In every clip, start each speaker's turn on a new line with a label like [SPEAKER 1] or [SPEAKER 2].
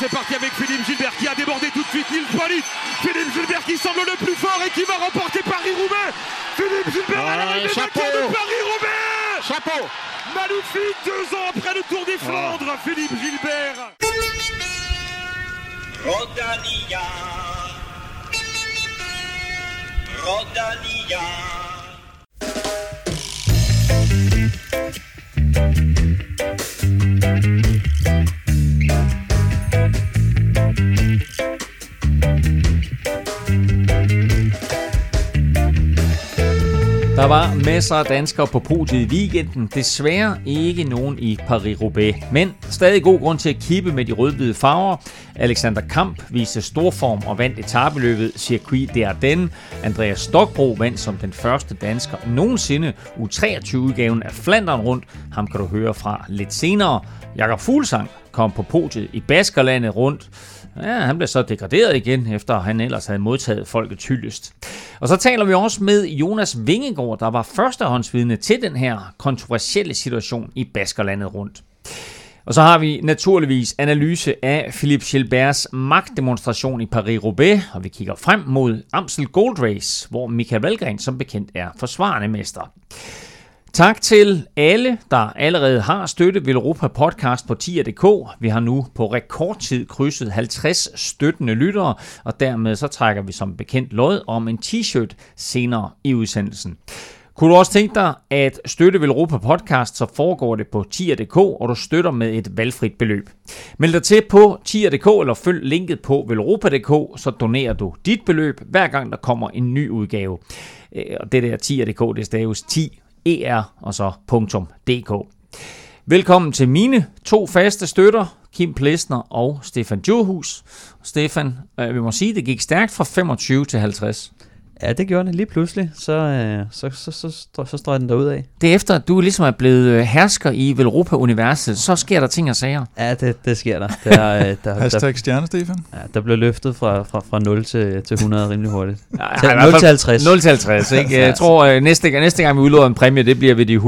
[SPEAKER 1] c'est parti avec Philippe Gilbert qui a débordé tout de suite. Nils Politt. Philippe Gilbert qui semble le plus fort et qui va remporter Paris-Roubaix. Philippe Gilbert à l'arrivée vainqueur de Paris-Roubaix.
[SPEAKER 2] Chapeau.
[SPEAKER 1] Magnifique, 2 ans après le Tour des Flandres, Philippe Gilbert.
[SPEAKER 3] Rodalia. Rodalia.
[SPEAKER 4] Der var masser af danskere på podiet i weekenden, desværre ikke nogen i Paris-Roubaix. Men stadig god grund til at kippe med de rød-hvide farver. Alexander Kamp viste storform og vandt etapeløbet Circuit des Ardennes. Andreas Stokbro vandt som den første dansker nogensinde U23-udgaven af Flandern rundt. Ham kan du høre fra lidt senere. Jakob Fuglsang kom på podiet i Baskerlandet rundt. Ja, han blev så degraderet igen, efter han ellers havde modtaget folkets hyldest. Og så taler vi også med Jonas Vingegaard, der var førstehåndsvidne til den her kontroversielle situation i Baskerlandet rundt. Og så har vi naturligvis analyse af Philippe Gilberts magtdemonstration i Paris-Roubaix, og vi kigger frem mod Amstel Gold Race, hvor Michael Valgren som bekendt er forsvarende mester. Tak til alle, der allerede har støttet Velropa Podcast på tier.dk. Vi har nu på rekordtid krydset 50 støttende lyttere, og dermed så trækker vi som bekendt lod om en t-shirt senere i udsendelsen. Kunne du også tænke dig at støtte Velropa Podcast, så foregår det på tier.dk, og du støtter med et valgfrit beløb. Meld dig til på tier.dk eller følg linket på velropa.dk, så donerer du dit beløb, hver gang der kommer en ny udgave. Og det der tier.dk, det staves 10 ER og så .dk. Velkommen til mine 2 faste støtter, Kim Plesner og Stefan Djurhus. Stefan, vi må sige, det gik stærkt fra 25 til 50.
[SPEAKER 5] Ja, det gjorde det lige pludselig, så strøg den derud af.
[SPEAKER 4] Det er efter, at du ligesom er blevet hersker i Velropa-universet, så sker der ting og sager.
[SPEAKER 5] Ja, det sker der.
[SPEAKER 6] Hashtag stjerne, Stefan.
[SPEAKER 5] Ja, der blev løftet fra 0 til 100 rimelig hurtigt.
[SPEAKER 4] Ja,
[SPEAKER 5] 0 til 50.
[SPEAKER 4] 0 til 50, ikke? Jeg tror, næste gang vi udlover en præmie, det bliver ved de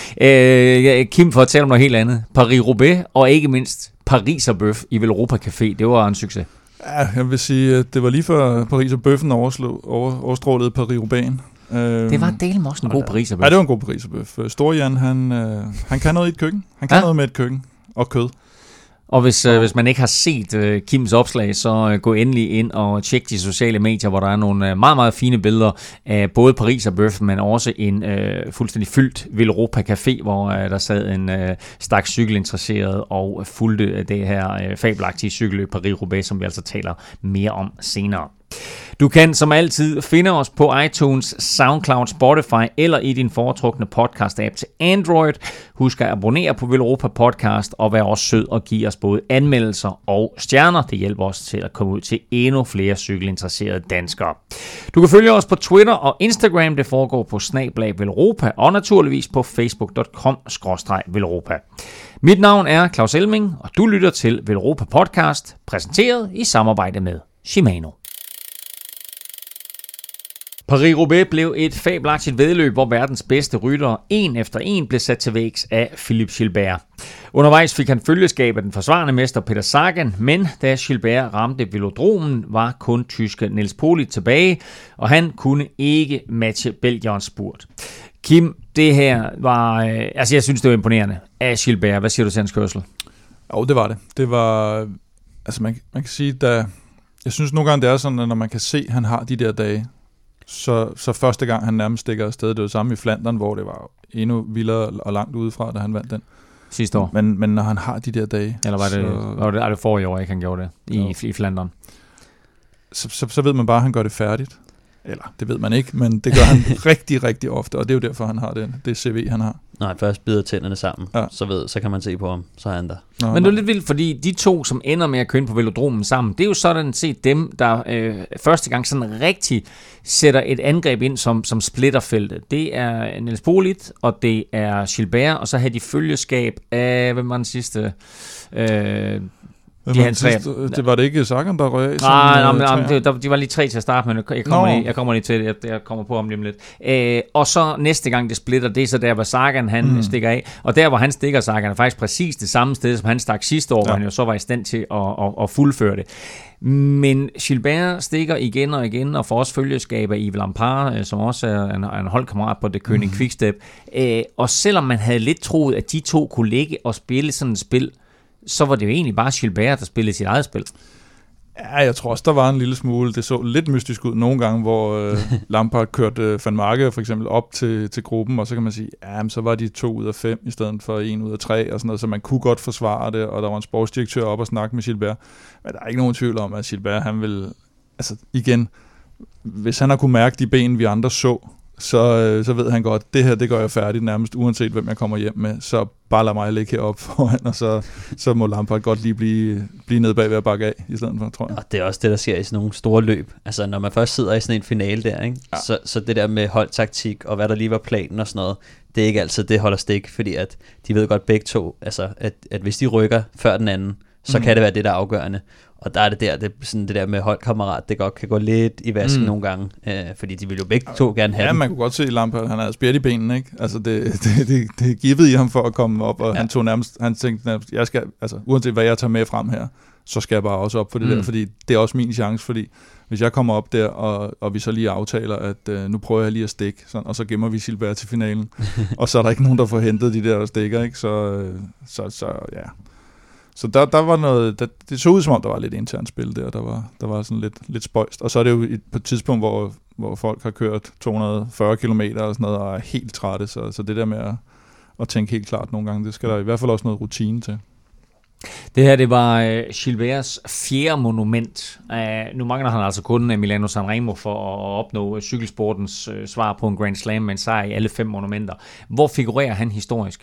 [SPEAKER 4] 100. Kim fortæller om noget helt andet. Paris-Roubaix og ikke mindst Paris-Bøf i Velropa Café, det var en succes.
[SPEAKER 6] Ja, jeg vil sige, at det var lige før Paris og Bøffen overstrålede Paris-Roubaix.
[SPEAKER 4] Det var delen også en god Paris og Bøf.
[SPEAKER 6] Ja, det var en god Paris og Bøf. Storjan, han kan noget i et køkken. Han kan noget med et køkken og kød.
[SPEAKER 4] Og hvis man ikke har set Kims opslag, så gå endelig ind og tjek de sociale medier, hvor der er nogle meget, meget fine billeder af både Paris og Bøf, men også en fuldstændig fyldt Velropa Café, hvor der sad en stak cykelinteresseret og fulgte det her fabelagtige cykelløb Paris-Roubaix, som vi altså taler mere om senere. Du kan som altid finde os på iTunes, SoundCloud, Spotify eller i din foretrukne podcast-app til Android. Husk at abonnere på Velropa Podcast og vær også sød og give os både anmeldelser og stjerner. Det hjælper os til at komme ud til endnu flere cykelinteresserede danskere. Du kan følge os på Twitter og Instagram. Det foregår på @Velropa og naturligvis på facebook.com/Velropa. Mit navn er Claus Elming, og du lytter til Velropa Podcast, præsenteret i samarbejde med Shimano. Paris-Roubaix blev et fabelagtigt væddeløb, hvor verdens bedste ryttere en efter en blev sat til vægs af Philippe Gilbert. Undervejs fik han følgeskab af den forsvarende mester Peter Sagan, men da Gilbert ramte velodromen, var kun tyske Nils Politt tilbage, og han kunne ikke matche belgierens spurt. Kim, det her var, jeg synes det var imponerende af Gilbert. Hvad siger du til hans kørsel?
[SPEAKER 6] Jo, det var det. Det var, altså man kan sige, jeg synes nogle gange det er sådan, at når man kan se, at han har de der dage, så første gang han nærmest stikker afsted, det var samme i Flandern, hvor det var endnu vildere og langt udefra, da han vandt den.
[SPEAKER 4] Sidste år.
[SPEAKER 6] Men når han har de der dage...
[SPEAKER 4] Eller var det forrige år, ikke han gjorde det i Flandern?
[SPEAKER 6] Så ved man bare, at han gør det færdigt. Eller, det ved man ikke, men det gør han rigtig, rigtig ofte, og det er jo derfor, han har det CV, han har.
[SPEAKER 5] Når han først bider tænderne sammen, så kan man se på ham, så er han der.
[SPEAKER 4] Men det er lidt vildt, fordi de 2, som ender med at køre på velodromen sammen, det er jo sådan set dem, der første gang sådan rigtig sætter et angreb ind, som splitter feltet. Det er Nils Politt, og det er Gilbert, og så har de følgeskab af, hvem var den sidste?
[SPEAKER 6] Det var det ikke Sagan, der røg af?
[SPEAKER 4] De var lige 3 til at starte, men jeg kommer lige til det. Jeg kommer på om lige lidt. Og så næste gang det splitter, det er så der, hvor Sagan han stikker af. Og der, hvor han stikker, Sagan er faktisk præcis det samme sted, som han stak sidste år, hvor han jo så var i stand til at fuldføre det. Men Gilbert stikker igen og igen, og får også følgeskab af Yves Lampard, som også er en holdkammerat på det König Quickstep. Og selvom man havde lidt troet, at de to kunne ligge og spille sådan et spil, så var det jo egentlig bare Gilbert, der spillede sit eget spil.
[SPEAKER 6] Ja, jeg tror også, der var en lille smule. Det så lidt mystisk ud nogle gange, hvor Lampard kørte Van Marke for eksempel op til gruppen, og så kan man sige, så var de 2 ud af 5 i stedet for 1 ud af 3, og sådan noget, så man kunne godt forsvare det, og der var en sportsdirektør op og snakke med Gilbert. Men der er ikke nogen tvivl om, at Gilbert, han vil, altså igen, hvis han har kunne mærke de ben, vi andre så ved han godt, det her, det gør jeg færdigt nærmest, uanset hvem jeg kommer hjem med, så bare lad mig ligge heroppe foran, og så må Lampard godt lige blive nede bag ved at bakke af, i stedet for, tror jeg.
[SPEAKER 5] Og det er også det, der sker i sådan nogle store løb. Altså, når man først sidder i sådan en finale der, ikke? Ja. Så det der med holdtaktik, og hvad der lige var planen og sådan noget, det er ikke altid, det holder stik, fordi at de ved godt begge to, altså, at hvis de rykker før den anden, så kan det være det, der er afgørende. Og der er det der med holdkammerat, det godt kan gå lidt i vasken nogle gange, fordi de vil jo begge to gerne have
[SPEAKER 6] man kunne godt se Lampard, han havde spjæt i benene, ikke? Altså det givet i ham for at komme op, og han tænkte nærmest, jeg skal, altså uanset hvad jeg tager med frem her, så skal jeg bare også op for det der, fordi det er også min chance, fordi hvis jeg kommer op der, og vi så lige aftaler, at nu prøver jeg lige at stikke, sådan, og så gemmer vi Gilbert til finalen, og så er der ikke nogen, der får hentet de der stikker, ikke? Så ja. Så der var noget, det så ud som om, der var lidt internt spil der, der var sådan lidt spøjst. Og så er det jo på et tidspunkt, hvor folk har kørt 240 kilometer og sådan noget, og er helt trætte, så det der med at tænke helt klart nogle gange, det skal der i hvert fald også noget rutine til.
[SPEAKER 4] Det her, det var Gilberts 4. monument. Nu mangler han altså kun Milano Sanremo for at opnå cykelsportens svar på en Grand Slam med en sejr i alle 5 monumenter. Hvor figurerer han historisk?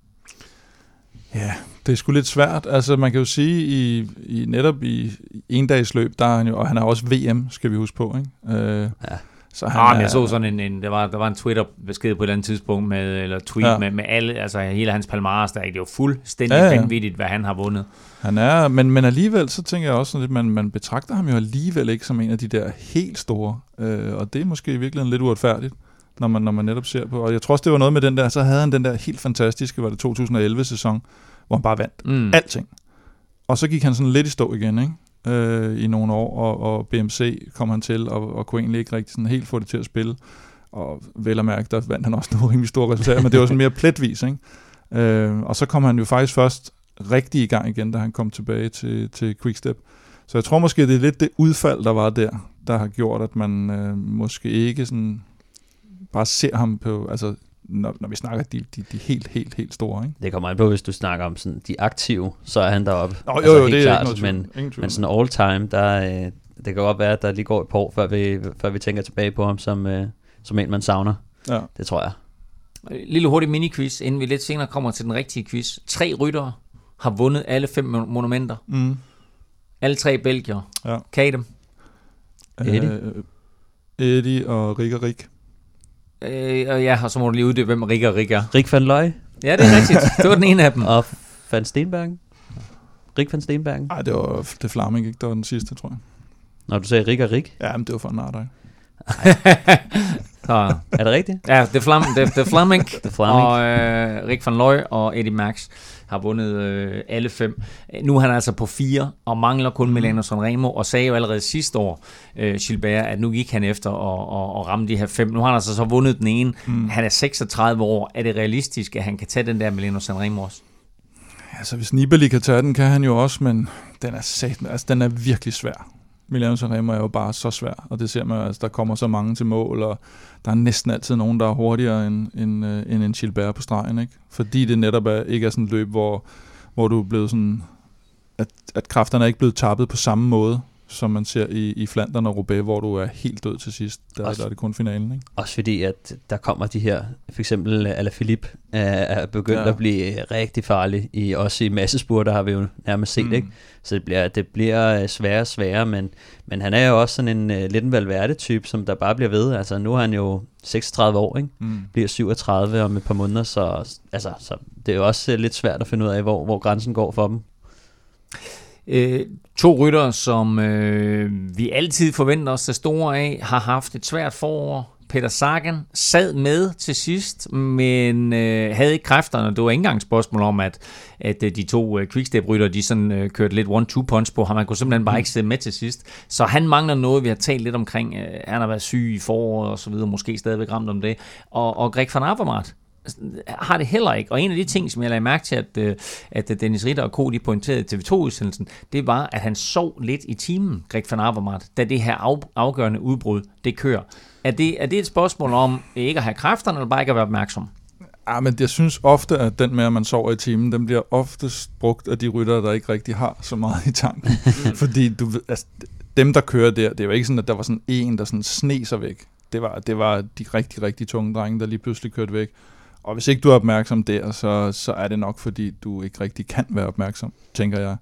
[SPEAKER 6] Ja, det er sgu lidt svært. Altså, man kan jo sige, netop i endagsløb, der er han jo, og han har også VM, skal vi huske på, ikke?
[SPEAKER 4] Ja. Så men jeg så sådan der var en Twitter-besked på et eller andet tidspunkt, med tweet med alle, altså hele hans palmares, der er det jo fuldstændig vanvittigt, hvad han har vundet. Han er, men alligevel, så tænker jeg også sådan lidt, man betragter ham jo alligevel ikke som en af de der helt store, og det er måske i virkeligheden lidt uretfærdigt, når man netop ser på, og jeg tror også, det var noget med den der, så havde han den der helt fantastiske, var det 2011-sæson, hvor han bare vandt alting. Og så gik han sådan lidt i stå igen, ikke? I nogle år, og BMC kom han til, og kunne egentlig ikke rigtig sådan helt få det til at spille. Og vel at mærke, der vandt han også nogle rimelig store resultater, men det var sådan mere pletvis, ikke? Og så kom han jo faktisk først rigtig i gang igen, da han kom tilbage til Quickstep. Så jeg tror måske, det er lidt det udfald, der var der har gjort, at man måske ikke sådan bare ser ham på, altså når vi snakker de helt store, ikke?
[SPEAKER 5] Det kommer an på, hvis du snakker om sådan de aktive, så er han deroppe.
[SPEAKER 6] Jo, det er klart, ikke noget
[SPEAKER 5] tvivl. Men sådan all time, det kan godt være, at der lige går et par år, før vi tænker tilbage på ham som en, man savner. Ja. Det tror jeg.
[SPEAKER 4] Lille hurtig mini-quiz, inden vi lidt senere kommer til den rigtige quiz. 3 ryttere har vundet alle 5 monumenter. Alle 3 belgiere. Ja. Kan I dem?
[SPEAKER 6] Eddie og Rick.
[SPEAKER 4] Og så må du lige uddybe, hvem Rick er.
[SPEAKER 5] Rick van Looy.
[SPEAKER 4] Ja, det er rigtigt. Det var den ene af dem.
[SPEAKER 5] Og Van Steenbergen. Rick van Steenbergen.
[SPEAKER 6] Nej, det var det Flaming, ikke? Det var den sidste, tror jeg.
[SPEAKER 5] Når du sagde Rick.
[SPEAKER 6] Ja, men det var for en nardej.
[SPEAKER 5] Er det rigtigt?
[SPEAKER 4] Ja, det er Flaming. Og Rick van Looy og Eddie Merckx har vundet alle 5. Nu er han altså på 4 og mangler kun Milano Sanremo, og sagde jo allerede sidste år, Gilbert, at nu gik han efter at ramme de her 5. Nu har han altså så vundet den ene. Han er 36 år. Er det realistisk, at han kan tage den der Milano Sanremo også?
[SPEAKER 6] Altså, hvis Nibali kan tage den, kan han jo også, men den er virkelig svær. Milano Sanremo er jo bare så svær, og det ser man, altså, der kommer så mange til mål, og der er næsten altid nogen, der er hurtigere end en Gilbert på stregen, ikke? Fordi det netop ikke er sådan et løb, hvor du er blevet sådan, at kræfterne er ikke blevet tappet på samme måde, som man ser i Flandern og Roubaix, hvor du er helt død til sidst. Der er det kun finalen, ikke?
[SPEAKER 5] Også fordi, at der kommer de her, for eksempel Alaphilippe er begyndt at blive rigtig farlig. Også i massespurter har vi jo nærmest set, ikke? Så det bliver sværere og sværere, men han er jo også sådan lidt en Valverde-type, som der bare bliver ved. Altså nu er han jo 36 år, ikke? Bliver 37 om et par måneder, så det er jo også lidt svært at finde ud af, hvor grænsen går for dem.
[SPEAKER 4] To ryttere, som vi altid forventer os det store af, har haft et svært forår. Peter Sagan sad med til sidst, men havde ikke kræfterne. Det var ikke engang et spørgsmål om, at de to quickstep-ryttere, de sådan kørte lidt 1-2 punch på ham. Han kunne simpelthen bare ikke sidde med til sidst. Så han mangler noget, vi har talt lidt omkring. Han har været syg i foråret og så videre, måske stadigvæk ramt om det. Og Greg van Avermaet har det heller ikke. Og en af de ting, som jeg lagde mærke til, at Dennis Ritter og Co. de pointerede i TV2-udsendelsen, det var, at han sov lidt i timen, Greg van Avermaet, da det her afgørende udbrud, det kører. Er det et spørgsmål om ikke at have kræfterne, eller bare ikke at være opmærksom?
[SPEAKER 6] Ja, men jeg synes ofte, at den med, at man sover i timen, den bliver oftest brugt af de ryttere, der ikke rigtig har så meget i tanken. Fordi dem, der kører der, det er jo ikke sådan, at der var sådan en, der sådan sne sig væk. Det var de rigtig, rigtig tunge drenge, der lige pludselig kørte væk. Og hvis ikke du er opmærksom der, så er det nok, fordi du ikke rigtig kan være opmærksom, tænker jeg.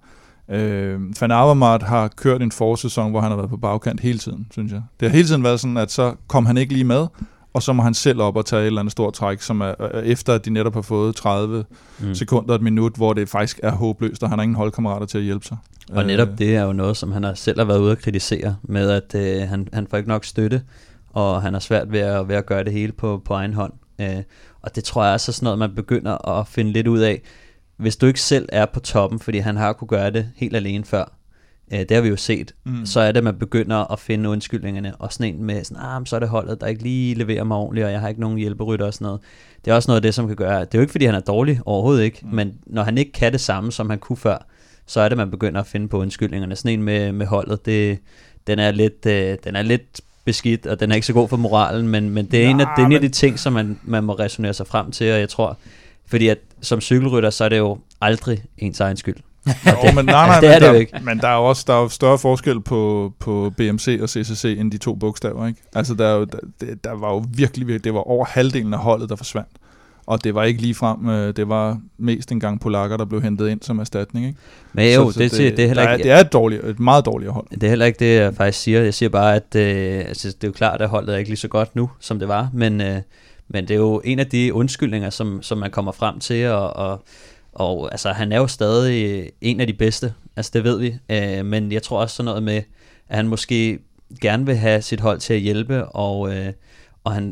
[SPEAKER 6] Van Avermaet har kørt en forårssæson, hvor han har været på bagkant hele tiden, synes jeg. Det har hele tiden været sådan, at så kom han ikke lige med, og så må han selv op og tage et eller andet stort træk, som er efter, at de netop har fået 30 sekunder, et minut, hvor det faktisk er håbløst, og han har ingen holdkammerater til at hjælpe sig.
[SPEAKER 5] Og netop det er jo noget, som han selv har været ude at kritisere, med at han får ikke nok støtte, og han har svært ved at gøre det hele på egen hånd. Og det tror jeg er sådan noget, man begynder at finde lidt ud af, hvis du ikke selv er på toppen, fordi han har kunne gøre det helt alene før, det har vi jo set, så er det, at man begynder at finde undskyldningerne, og sådan en med, så er det holdet, der ikke lige leverer mig ordentligt, og jeg har ikke nogen hjælperytter og sådan noget. Det er også noget af det, som kan gøre, det er jo ikke, fordi han er dårlig, overhovedet ikke, men når han ikke kan det samme, som han kunne før, så er det, man begynder at finde på undskyldningerne. Sådan en med holdet, den er lidt beskidt, og den er ikke så god for moralen, men det er en af de ting, som man må resonere sig frem til, og jeg tror, fordi at som cykelrytter, så er det jo aldrig ens egen skyld.
[SPEAKER 6] Men der er jo også større forskel på BMC og CCC end de to bogstaver, ikke? Altså der var jo virkelig, det var over halvdelen af holdet, der forsvandt. Og det var ikke ligefrem, det var mest engang polakker, der blev hentet ind som erstatning, ikke?
[SPEAKER 5] Men jo, det er heller ikke...
[SPEAKER 6] Det er et meget dårligt hold.
[SPEAKER 5] Det er heller ikke det, jeg faktisk siger. Jeg siger bare, at det er jo klart, at holdet er ikke lige så godt nu, som det var, men det er jo en af de undskyldninger, som man kommer frem til, og altså, han er jo stadig en af de bedste, altså det ved vi, men jeg tror også sådan noget med, at han måske gerne vil have sit hold til at hjælpe, og han,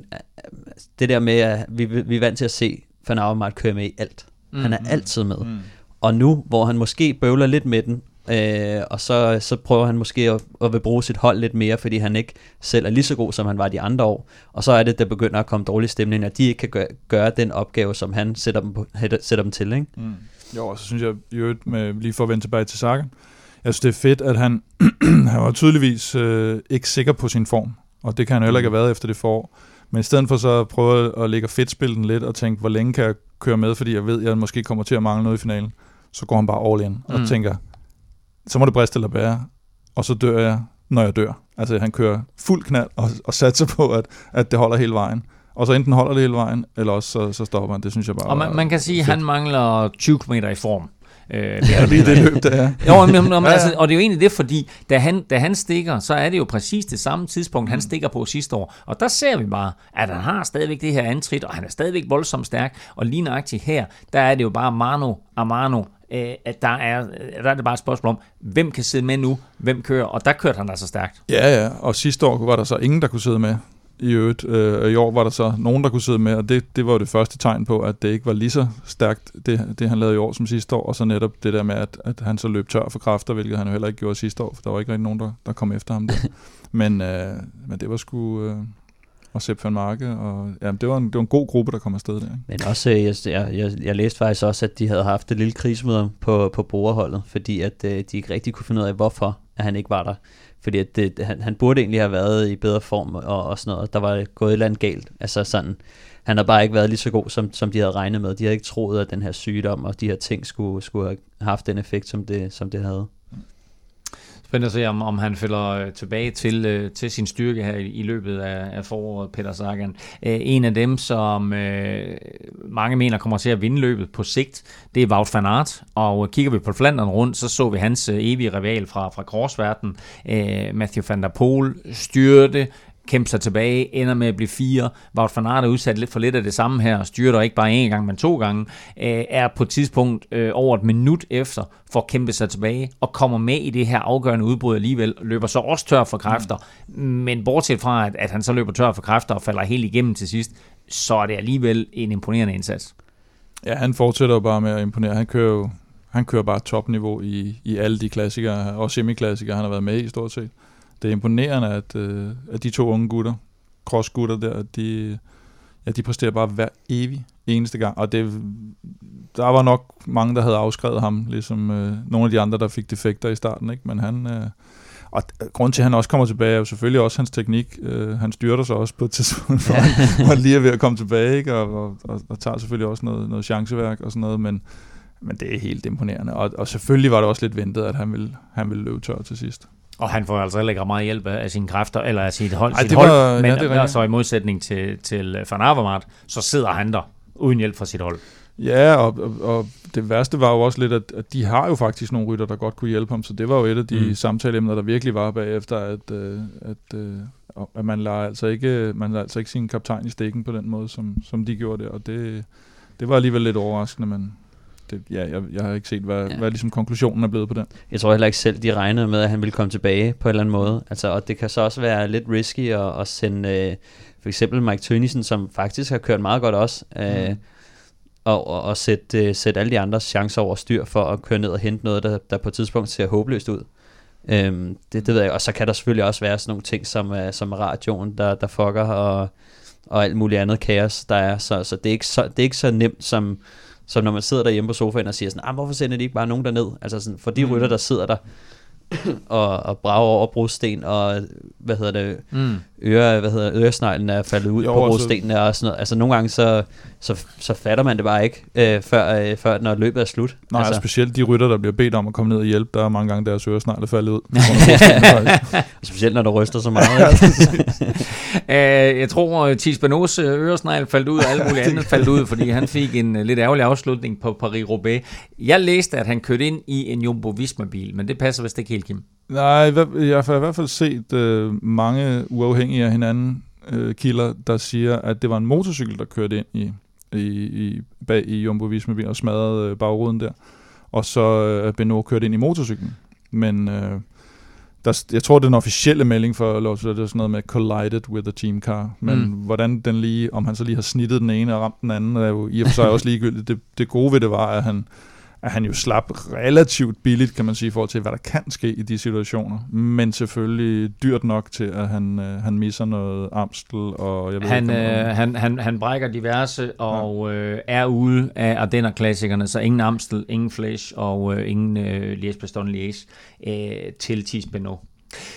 [SPEAKER 5] det der med, at vi er vant til at se Van Avermaet køre med i alt. Han er altid med. Og nu, hvor han måske bøvler lidt med den, og så prøver han måske at vil bruge sit hold lidt mere, fordi han ikke selv er lige så god, som han var de andre år. Og så er det, der begynder at komme dårlig stemning, og de ikke kan gøre den opgave, som han sætter dem til, ikke?
[SPEAKER 6] Jo, og så synes jeg, lige for at vende tilbage til Sagan, jeg synes, det er fedt, at han var tydeligvis ikke sikker på sin form, og det kan han heller ikke have været efter det forår. Men i stedet for så prøve at lægge fedtspille den lidt og tænke, hvor længe kan jeg køre med, fordi jeg ved, at jeg måske kommer til at mangle noget i finalen. Så går han bare all in og tænker, så må det briste eller bære, og så dør jeg, når jeg dør. Altså han kører fuld knald og satser på, at det holder hele vejen. Og så enten holder det hele vejen, eller også så stopper han. Det synes jeg bare.
[SPEAKER 4] Og man kan sige, at han mangler 20 km i form.
[SPEAKER 6] Det er lige det løb, der er.
[SPEAKER 4] Jo, altså, og det er jo egentlig det, fordi da han stikker, så er det jo præcis det samme tidspunkt, han stikker på sidste år. Og der ser vi bare, at han har stadigvæk det her antrit, og han er stadigvæk voldsomt stærk. Og lige nøjagtigt her, der er det jo bare Mano Amano, at der er det bare et spørgsmål om, hvem kan sidde med nu, hvem kører, og der kørte han altså stærkt.
[SPEAKER 6] Ja, og sidste år var der så ingen, der kunne sidde med. I øvrigt, i år var der så nogen, der kunne sidde med, og det var jo det første tegn på, at det ikke var lige så stærkt, det han lavede i år som sidste år, og så netop det der med, at han så løb tør for kræfter, hvilket han jo heller ikke gjorde sidste år, for der var ikke rigtig nogen, der kom efter ham der. Men det var sgu... og Sepp van Marke, og ja, det var en god gruppe, der kom afsted der. Ikke?
[SPEAKER 5] Men også, jeg læste faktisk også, at de havde haft et lille krigsmøde på borgerholdet, fordi at de ikke rigtig kunne finde ud af, hvorfor at han ikke var der. Fordi at han burde egentlig have været i bedre form og sådan noget. Der var gået et eller andet galt. Altså sådan, han har bare ikke været lige så god, som de havde regnet med. De havde ikke troet, at den her sygdom og de her ting skulle have haft den effekt, som det havde.
[SPEAKER 4] Spændende at se, om han falder tilbage til sin styrke her i løbet af foråret, Peter Sagan. En af dem, som mange mener kommer til at vinde løbet på sigt, det er Wout van Aert. Og kigger vi på Flandern rundt, så vi hans evige rival fra crossverden, Mathieu van der Poel, styrte kæmpe sig tilbage, ender med at blive 4. Wout van Aert er udsat lidt for lidt af det samme her, styrter ikke bare en gang, men 2 gange, er på et tidspunkt over et minut efter, for at kæmpe sig tilbage, og kommer med i det her afgørende udbrud alligevel, løber så også tør for kræfter, men bortset fra, at han så løber tør for kræfter og falder helt igennem til sidst, så er det alligevel en imponerende indsats.
[SPEAKER 6] Ja, han fortsætter bare med at imponere. Han kører bare topniveau i alle de klassikere, og semiklassikere, han har været med i stort set. Det er imponerende, at de 2 unge gutter, crossgutter der, de præsterer bare hver evig eneste gang. Og der var nok mange, der havde afskrevet ham, ligesom nogle af de andre, der fik defekter i starten. Ikke? Men han... Og grund til, at han også kommer tilbage, er jo selvfølgelig også hans teknik. Han styrter sig også på et tidspunkt, hvor han lige er ved at komme tilbage, ikke? Og tager selvfølgelig også noget chanceværk og sådan noget, men det er helt imponerende. Og selvfølgelig var det også lidt ventet, at han ville løbe tør til sidst.
[SPEAKER 4] Og han får altså heller ikke meget hjælp af sine kræfter, eller af sit hold. Men så i modsætning til Van Avermaet, så sidder han der uden hjælp fra sit hold.
[SPEAKER 6] Ja, og det værste var jo også lidt, at de har jo faktisk nogle rytter, der godt kunne hjælpe ham, så det var jo et af de samtaleemner, der virkelig var bagefter, at man lader altså ikke sin kaptajn i stikken på den måde, som de gjorde det, og det var alligevel lidt overraskende, men jeg har ikke set, hvad ligesom konklusionen er blevet på den.
[SPEAKER 5] Jeg tror heller ikke selv, de regnede med, at han ville komme tilbage på en eller anden måde. Altså, og det kan så også være lidt risky at sende for eksempel Mike Tønnesen, som faktisk har kørt meget godt også, og sætte alle de andres chancer over styr for at køre ned og hente noget, der på et tidspunkt ser håbløst ud. Det ved jeg. Og så kan der selvfølgelig også være sådan nogle ting, som radioen, der fucker, og alt muligt andet kaos, der er. Så det er ikke så nemt, som når man sidder derhjemme på sofaen og siger sådan, hvorfor sender de ikke bare nogen derned? Altså sådan, for de rytter, der sidder der og brager over brosten, og øresneglen er faldet ud på brostenene og sådan noget. Altså nogle gange så fatter man det bare ikke før når løbet er slut.
[SPEAKER 6] Nej, altså. Specielt de rytter, der bliver bedt om at komme ned og hjælpe, der er mange gange deres øresnegl er faldet ud.
[SPEAKER 5] Specielt når der ryster så meget.
[SPEAKER 4] Jeg tror Thies Benoîts øresnegl faldt ud, og alt muligt andet faldt ud, fordi han fik en lidt ærgerlig afslutning på Paris-Roubaix. Jeg læste, at han kørte ind i en Jumbo-Visma-bil, men det passer vist ikke helt, Kim.
[SPEAKER 6] Nej, jeg har i hvert fald set mange uafhængige af hinanden kilder, der siger, at det var en motorcykel, der kørte ind bag i Jumbo Visma og smadrede bagruden der. Og så Benoît kørte ind i motorcyklen. Men jeg tror, den officielle melding for Lotto, det er sådan noget med collided with a team car. Men hvordan den lige, om han så lige har snittet den ene og ramt den anden, er jo i og for sig også ligegyldigt. Det gode ved det var, at han jo slap relativt billigt, kan man sige, i forhold til, hvad der kan ske i de situationer. Men selvfølgelig dyrt nok til, at han misser noget Amstel, og jeg ved
[SPEAKER 4] han brækker diverse, og er ude af Ardenner-klassikerne, så ingen Amstel, ingen Flèche, og ingen Liège-Bastogne-Liège til Thies Benoît.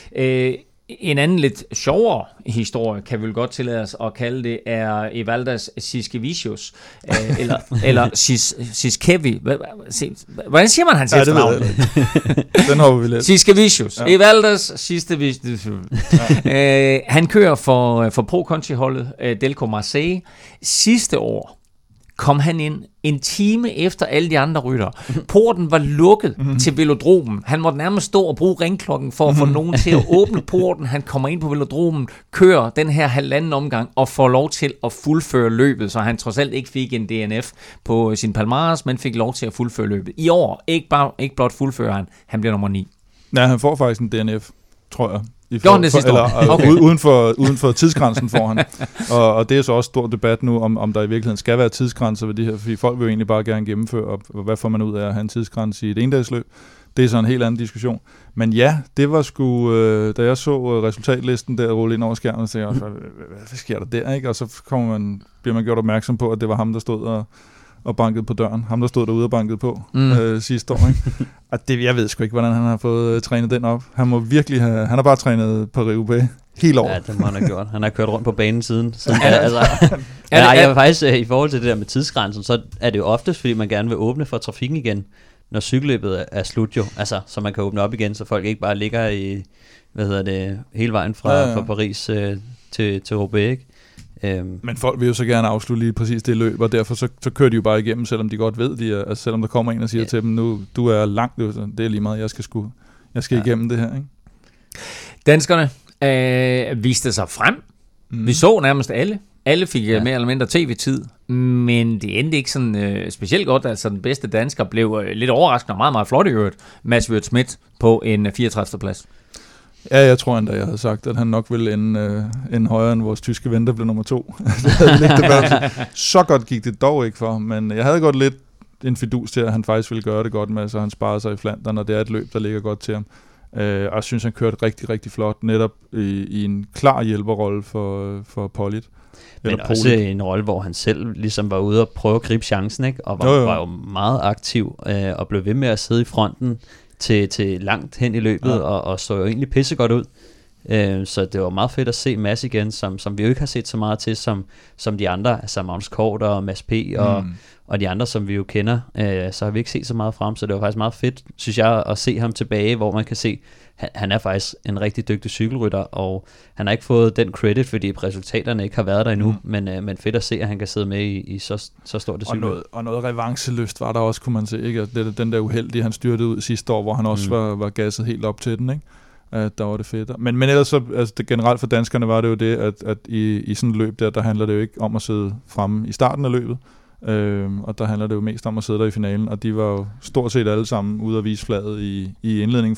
[SPEAKER 4] En anden lidt sjovere historie, kan vi vel godt tillade os at kalde det, er Evaldas Siskevicius, eller Siskevi. Hvordan siger man hans efternavn?
[SPEAKER 6] Den har vi lidt.
[SPEAKER 4] Siskevicius. Ja. Evaldas Siskevicius. Ja. Han kører for Pro-Conti-holdet Delco Marseille. Sidste år kom han ind en time efter alle de andre ryttere. Porten var lukket til velodromen. Han måtte nærmest stå og bruge ringklokken for at få nogen til at åbne porten. Han kommer ind på velodromen, kører den her halvanden omgang og får lov til at fuldføre løbet, så han trods alt ikke fik en DNF på sin palmares, men fik lov til at fuldføre løbet. I år, ikke blot fuldfører han bliver nummer 9.
[SPEAKER 6] Nej, han får faktisk en DNF, tror jeg.
[SPEAKER 4] Okay.
[SPEAKER 6] Uden for tidsgrænsen får han. Og det er så også stor debat nu, om der i virkeligheden skal være tidsgrænser ved det her, fordi folk vil jo egentlig bare gerne gennemføre, og hvad får man ud af at have en tidsgrænse i et endagsløb? Det er så en helt anden diskussion. Men ja, det var sgu, da jeg så resultatlisten der rulle ind over skærmen, så tænkte jeg, hvad sker der der, ikke? Og så bliver man gjort opmærksom på, at det var ham, der stod og bankede på døren. Ham, der stod derude og bankede på sidste år. Ikke? Og jeg ved sgu ikke, hvordan han har fået trænet den op. Han må virkelig han har bare trænet Paris-Roubaix helt over.
[SPEAKER 5] Ja, det må han have gjort. Han har kørt rundt på banen siden. Jeg vil faktisk, i forhold til det der med tidsgrænsen, så er det jo oftest, fordi man gerne vil åbne for trafikken igen, når cykelløbet er slut jo. Altså, så man kan åbne op igen, så folk ikke bare ligger i, hele vejen fra Paris til Roubaix, ikke?
[SPEAKER 6] Men folk vil jo så gerne afslutte lige præcis det løb, og derfor så kører de jo bare igennem, selvom de godt ved, altså selvom der kommer en og siger til dem, nu du er langt, det er lige meget, jeg skal igennem det her, ikke?
[SPEAKER 4] Danskerne viste sig frem. Vi så nærmest alle. Alle fik mere eller mindre tv-tid, men det endte ikke sådan specielt godt. Altså den bedste dansker blev lidt overraskende og meget, meget flot i øvrigt. Mads Wirt Schmidt på en 34. plads.
[SPEAKER 6] Ja, jeg tror endda, jeg havde sagt, at han nok ville ende højere end vores tyske ven, der blev nummer 2. Så godt gik det dog ikke for, men jeg havde godt lidt en fidus til, at han faktisk ville gøre det godt med, så han sparede sig i Flandern, og det er et løb, der ligger godt til ham. Og jeg synes, han kørte rigtig, rigtig flot, netop i en klar hjælperrolle for Pollitt.
[SPEAKER 5] Men også en rolle, hvor han selv ligesom var ude og prøve at gribe chancen, ikke? Og var jo meget aktiv og blev ved med at sidde i fronten til langt hen i løbet, og så jo egentlig pissegodt ud. Så det var meget fedt at se Mads igen, som vi jo ikke har set så meget til, som de andre, altså Magnus Kort og Mads P. og de andre, som vi jo kender, så har vi ikke set så meget frem, så det var faktisk meget fedt, synes jeg, at se ham tilbage, hvor man kan se, han er faktisk en rigtig dygtig cykelrytter, og han har ikke fået den credit, fordi resultaterne ikke har været der endnu, men fedt at se, at han kan sidde med i så stort et cykel.
[SPEAKER 6] Og noget revanchelyst var der også, kunne man se, ikke? Den der uheldige, han styrtede ud sidste år, hvor han også var gasset helt op til den, ikke? Der var det fedt. Men ellers så, altså det generelt for danskerne var det jo det, at i sådan et løb der handler det jo ikke om at sidde fremme i starten af løbet, og der handler det jo mest om at sidde der i finalen, og de var jo stort set alle sammen ude at vise flaget i indledningen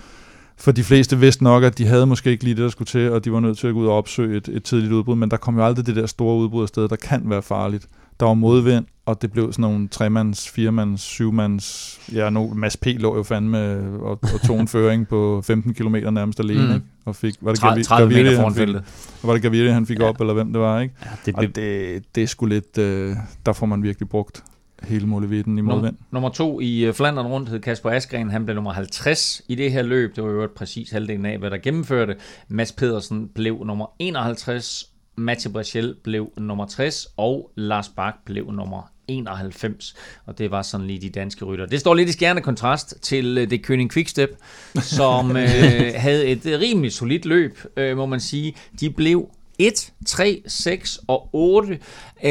[SPEAKER 6] for de fleste vidste nok, at de havde måske ikke lige det, der skulle til, og de var nødt til at gå ud og opsøge et tidligt udbrud, men der kom jo aldrig det der store udbrud afsted, der kan være farligt. Der var modvind, og det blev sådan nogle 3-mands, 4-mands, 7-mands, Mads P. lå jo fandme og tog en føring på 15 kilometer nærmest alene, ikke? Og fik, var det
[SPEAKER 4] 30 meter foran feltet.
[SPEAKER 6] Var det Gaviria, han fik op, eller hvem det var, ikke?
[SPEAKER 5] Ja,
[SPEAKER 6] og det er sgu lidt, der får man virkelig brugt hele målevitten i modvind.
[SPEAKER 4] Nummer 2 i Flandern rundt hed Kasper Askren. Han blev nummer 50 i det her løb. Det var jo præcis halvdelen af, hvad der gennemførte. Mads Pedersen blev nummer 51. Mathieu Brechel blev nummer 60. Og Lars Bak blev nummer 91. Og det var sådan lige de danske rytter. Det står lidt i skærende kontrast til det Koenig Quickstep, som havde et rimelig solidt løb, må man sige. De blev 1, 3, 6 og 8,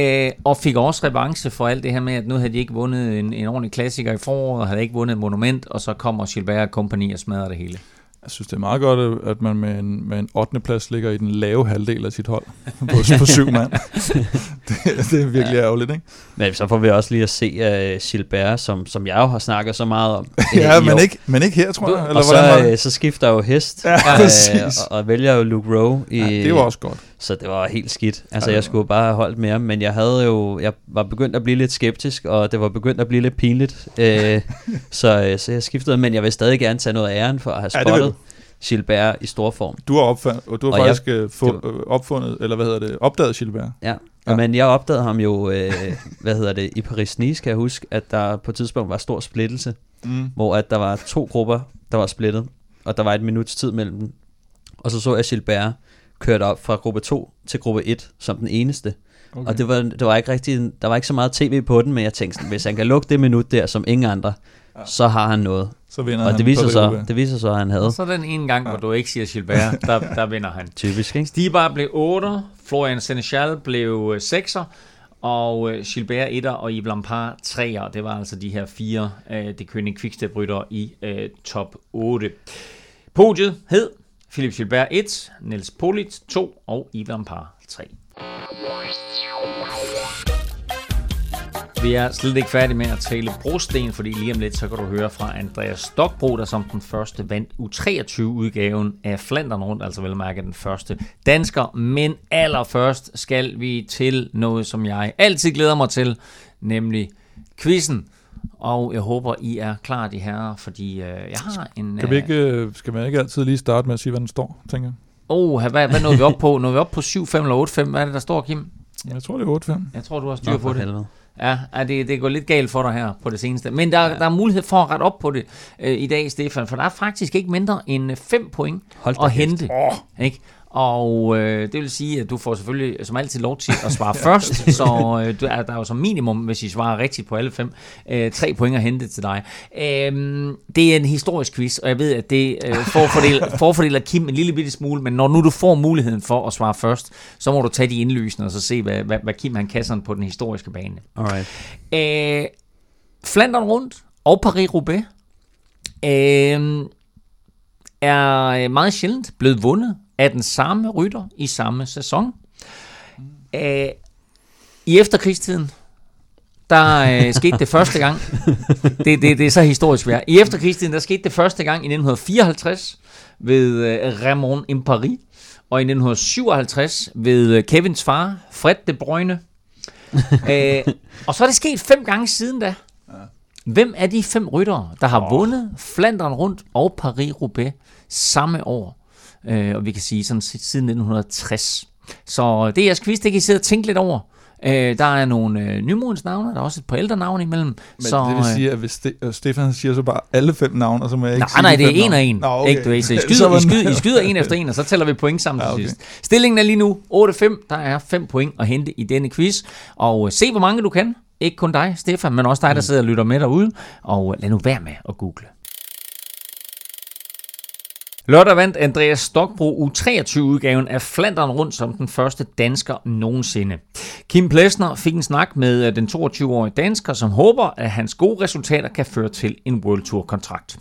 [SPEAKER 4] og fik også revanche for alt det her med, at nu havde de ikke vundet en ordentlig klassiker i foråret, og havde ikke vundet et monument, og så kommer Gilbert Company og smadrer det hele.
[SPEAKER 6] Jeg synes, det er meget godt, at man med en 8. plads ligger i den lave halvdel af sit hold på 7 mand. det er virkelig ærgerligt, ikke?
[SPEAKER 5] Men så får vi også lige at se Gilbert, som jeg jo har snakket så meget om.
[SPEAKER 6] Ja, men ikke her, tror jeg.
[SPEAKER 5] Eller og så skifter jo hest, og vælger jo Luke Rowe.
[SPEAKER 6] Det var også godt.
[SPEAKER 5] Så det var helt skidt. Altså, jeg skulle bare have holdt mere, men jeg var begyndt at blive lidt skeptisk, og det var begyndt at blive lidt pinligt. Så jeg skiftede, men jeg vil stadig gerne tage noget af æren for at have spottet Gilbert i stor form.
[SPEAKER 6] Du har faktisk opfundet, eller opdaget Gilbert.
[SPEAKER 5] Ja. Men jeg opdagede ham jo, i Paris-Nice, kan jeg huske, at der på et tidspunkt var stor splittelse, hvor at der var 2 grupper, der var splittet, og der var et minuts tid mellem dem. Og så jeg Gilbert kørte op fra gruppe 2 til gruppe 1 som den eneste. Okay. Og det var ikke rigtig, der var ikke så meget tv på den, men jeg tænkte sådan, hvis han kan lukke det minut der som ingen andre, så har han noget.
[SPEAKER 6] Så vinder
[SPEAKER 5] og
[SPEAKER 6] han.
[SPEAKER 5] Det viser så, at han havde.
[SPEAKER 4] Og så den ene gang, hvor du ikke siger Gilbert, der vinder han.
[SPEAKER 5] Typisk, ikke?
[SPEAKER 4] Stibar blev 8, Florian Sénéchal blev 6'er, og Gilbert 1'er og Yves Lampard 3'er. Det var altså de her 4 det Koenig Quickstep-ryttere i top 8. Podiet hed Philippe Gilbert 1, Niels Pollitt 2 og Yves Lampard 3. Vi er slet ikke færdige med at tale brosten, fordi lige om lidt så kan du høre fra Andreas Stokbro, der som den første vandt U23-udgaven af Flandern rundt, altså vel at mærke den første dansker. Men allerførst skal vi til noget, som jeg altid glæder mig til, nemlig quizzen. Og jeg håber, I er klar, de herrer, fordi jeg har en...
[SPEAKER 6] Skal man ikke altid lige starte med at sige, hvad den står, tænker jeg?
[SPEAKER 4] Hvad nåede vi op på? Nåede vi op på 7-5 eller 8-5? Hvad er det, der står, Kim?
[SPEAKER 6] Jeg tror, det er 8-5.
[SPEAKER 4] Jeg tror, du har styr på det. Ja, det går lidt galt for dig her på det seneste. Men der er mulighed for at rette op på det i dag, Stefan, for der er faktisk ikke mindre end 5 point at hente. Ikke? Og det vil sige, at du får selvfølgelig som altid lov til at svare først, så der er jo som minimum, hvis I svarer rigtigt på alle 5, 3 point at hente til dig. Det er en historisk quiz, og jeg ved, at det forfordeler Kim en lille bitte smule, men når nu du får muligheden for at svare først, så må du tage de indlysende og så se, hvad Kim han kan sådan på den historiske bane.
[SPEAKER 5] Alright.
[SPEAKER 4] Flandern rundt og Paris-Roubaix er meget sjældent blevet vundet af den samme rytter i samme sæson. I efterkrigstiden, der skete det første gang. Det er så historisk værd. I efterkrigstiden, der skete det første gang i 1954 ved Raymond Impari, og i 1957 ved Kevins far, Fred de Bruyne. Og så er det sket 5 gange siden da. Hvem er de 5 ryttere, der har vundet Flandern rundt og Paris-Roubaix samme år? Og vi kan sige sådan siden 1960. Så det er jeres quiz, det kan I sidde og tænke lidt over. Der er nogle nymodens navne, der er også et par ældre navne imellem.
[SPEAKER 6] Men så, det vil sige, at hvis Stefan siger så bare alle 5 navne, og så må jeg ikke sige
[SPEAKER 4] nej, det er 1 og 1.
[SPEAKER 6] Nå, okay.
[SPEAKER 4] Ikke, du ved, så I skyder en efter en, og så tæller vi point sammen til sidst. Stillingen er lige nu 8-5. Der er 5 point at hente i denne quiz. Og se, hvor mange du kan. Ikke kun dig, Stefan, men også dig, der sidder og lytter med derude. Og lad nu være med at google. Lørdag vandt Andreas Stokbro U23-udgaven af Flandern rundt som den første dansker nogensinde. Kim Plesner fik en snak med den 22-årige dansker, som håber, at hans gode resultater kan føre til en World Tour-kontrakt.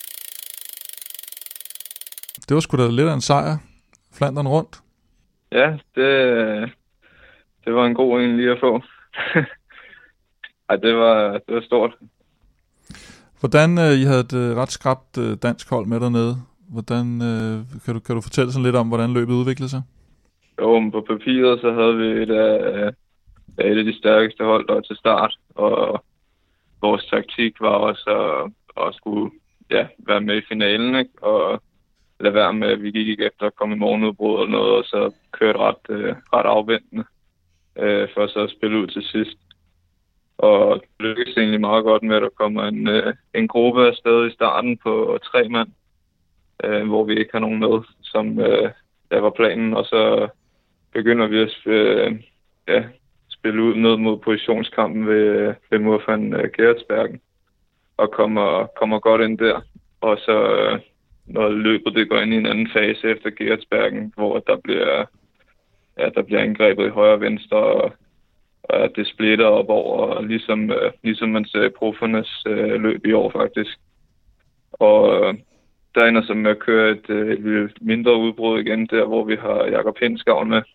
[SPEAKER 6] Det var sgu da lidt af en sejr, Flandern rundt.
[SPEAKER 2] Ja, det var en god en lige at få. Ej, det var stort.
[SPEAKER 6] Hvordan, I havde et ret skrapt dansk hold med dernede. Hvordan, kan du fortælle sådan lidt om, hvordan løbet udviklede sig?
[SPEAKER 2] Jo, på papiret så havde vi et af de stærkeste hold der til start, og vores taktik var også at skulle være med i finalen, ikke? Og lade være med, at vi gik ikke efter at komme i morgenudbrud eller noget, og så kørte ret afventende, for så at spille ud til sidst. Og det lykkedes egentlig meget godt med, at der kommer en gruppe afsted i starten på 3 mand, hvor vi ikke har nogen med, som der var planen, og så begynder vi at spille ud ned mod positionskampen ved Murfan Geretsbergen, og kommer godt ind der. Og så når løbet det går ind i en anden fase efter Geretsbergen, hvor der bliver angrebet i højre og venstre, og at det splitter op over, ligesom man ser i profernes løb i år faktisk. Og der ender så med at køre et mindre udbrud igen, der hvor vi har Jakob Hinskavl med,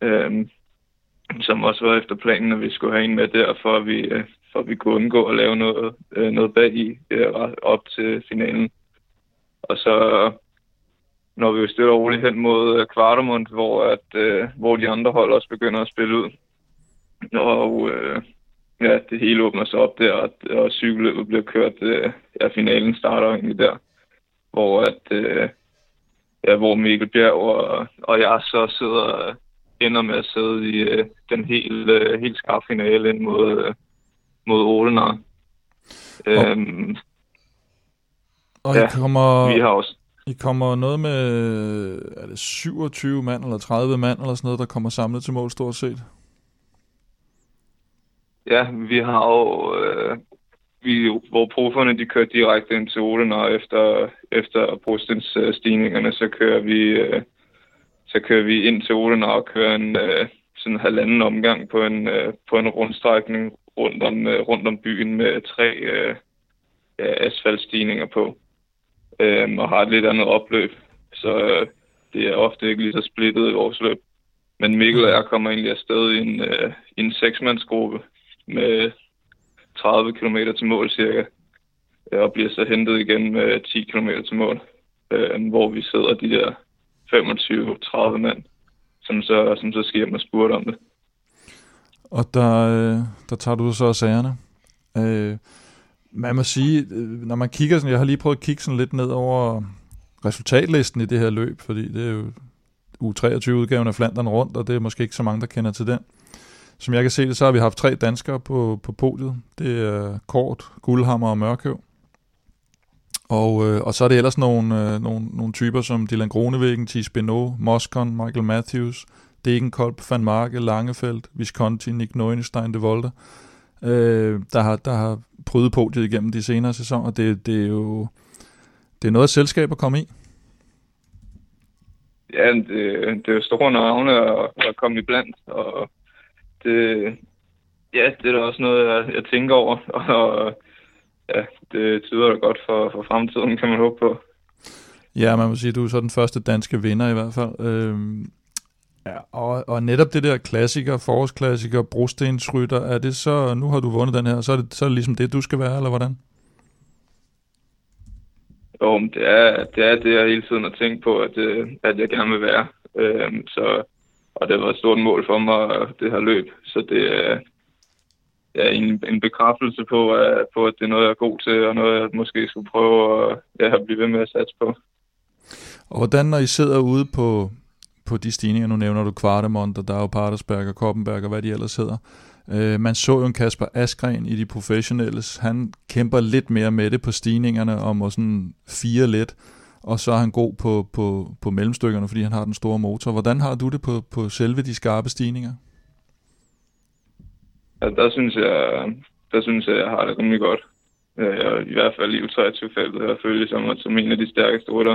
[SPEAKER 2] som også var efter planen, at vi skulle have en med der, for at vi kunne undgå at lave noget bag i op til finalen. Og så når vi jo støtter roligt hen mod Kvartemund, hvor de andre hold også begynder at spille ud. Og det hele åbner sig op der, og cykelløbet bliver kørt. Finalen starter egentlig der, hvor Mikkel Bjerg og jeg så ender med at sidde i den helt skarpe finale ind mod Olenar.
[SPEAKER 6] Og
[SPEAKER 2] vi har også.
[SPEAKER 6] I kommer noget med, er det 27 mand eller 30 mand eller sådan noget, der kommer samlet til mål stort set?
[SPEAKER 2] Ja, vi har jo, hvor proferne de kører direkte ind til Olenar efter brostensstigningerne, så kører vi ind til Olenar og kører en sådan en halvanden omgang på en rundstrækning rundt om byen med 3 asfaltstigninger på, og har et lidt andet opløb, så det er ofte ikke lige så splittet i vores løb. Men Mikkel og jeg kommer egentlig afsted i en 6-mandsgruppe med 30 km til mål cirka, og bliver så hentet igen med 10 km til mål, hvor vi sidder de der 25-30 mand, som så sker med spurt om det.
[SPEAKER 6] Og der tager du så også sagerne. Man må sige, når man kigger sådan, jeg har lige prøvet at kigge sådan lidt ned over resultatlisten i det her løb, fordi det er jo U23-udgaven af Flandern rundt, og det er måske ikke så mange, der kender til den. Som jeg kan se det, så har vi haft 3 danskere på podiet. Det er Kort, Guldhammer og Mørkøv. Og så er det ellers nogle typer som Dylan Groenewegen, Thies Benoit, Moscon, Michael Matthews, Degenkolb, Van Marke, Langefeldt, Visconti, Nick Neuenstein, De Volder, der har prøvet podiet igennem de senere sæsoner. Det er noget af selskab at komme i.
[SPEAKER 2] Ja, det er jo store navne at komme i blandt, og det er da også noget, jeg tænker over, og ja, det tyder da godt for fremtiden, kan man håbe på.
[SPEAKER 6] Ja, man må sige, at du er så den første danske vinder i hvert fald. Ja, og netop det der klassiker, forårsklassiker, brostensrytter, er det så, nu har du vundet den her, så er det ligesom det, du skal være, eller hvordan?
[SPEAKER 2] Jo, men det er det, jeg hele tiden har tænkt på, at jeg gerne vil være. Og det var et stort mål for mig, det her løb. Så det er en bekræftelse på, at det er noget, jeg er god til, og noget, jeg måske skulle prøve at blive ved med at satse på.
[SPEAKER 6] Og hvordan, når I sidder ude på de stigninger, nu nævner du Kvartemont, og der er jo Patersberg og Koppenberg og hvad de ellers hedder. Man så jo en Kasper Askren i de professionelles. Han kæmper lidt mere med det på stigningerne og må sådan fire lidt, og så er han god på mellemstykkerne, fordi han har den store motor. Hvordan har du det på selve de skarpe stigninger?
[SPEAKER 2] Ja, der synes jeg har det rimelig godt. I hvert fald i U23-feltet har følt som en af de stærkeste rytter.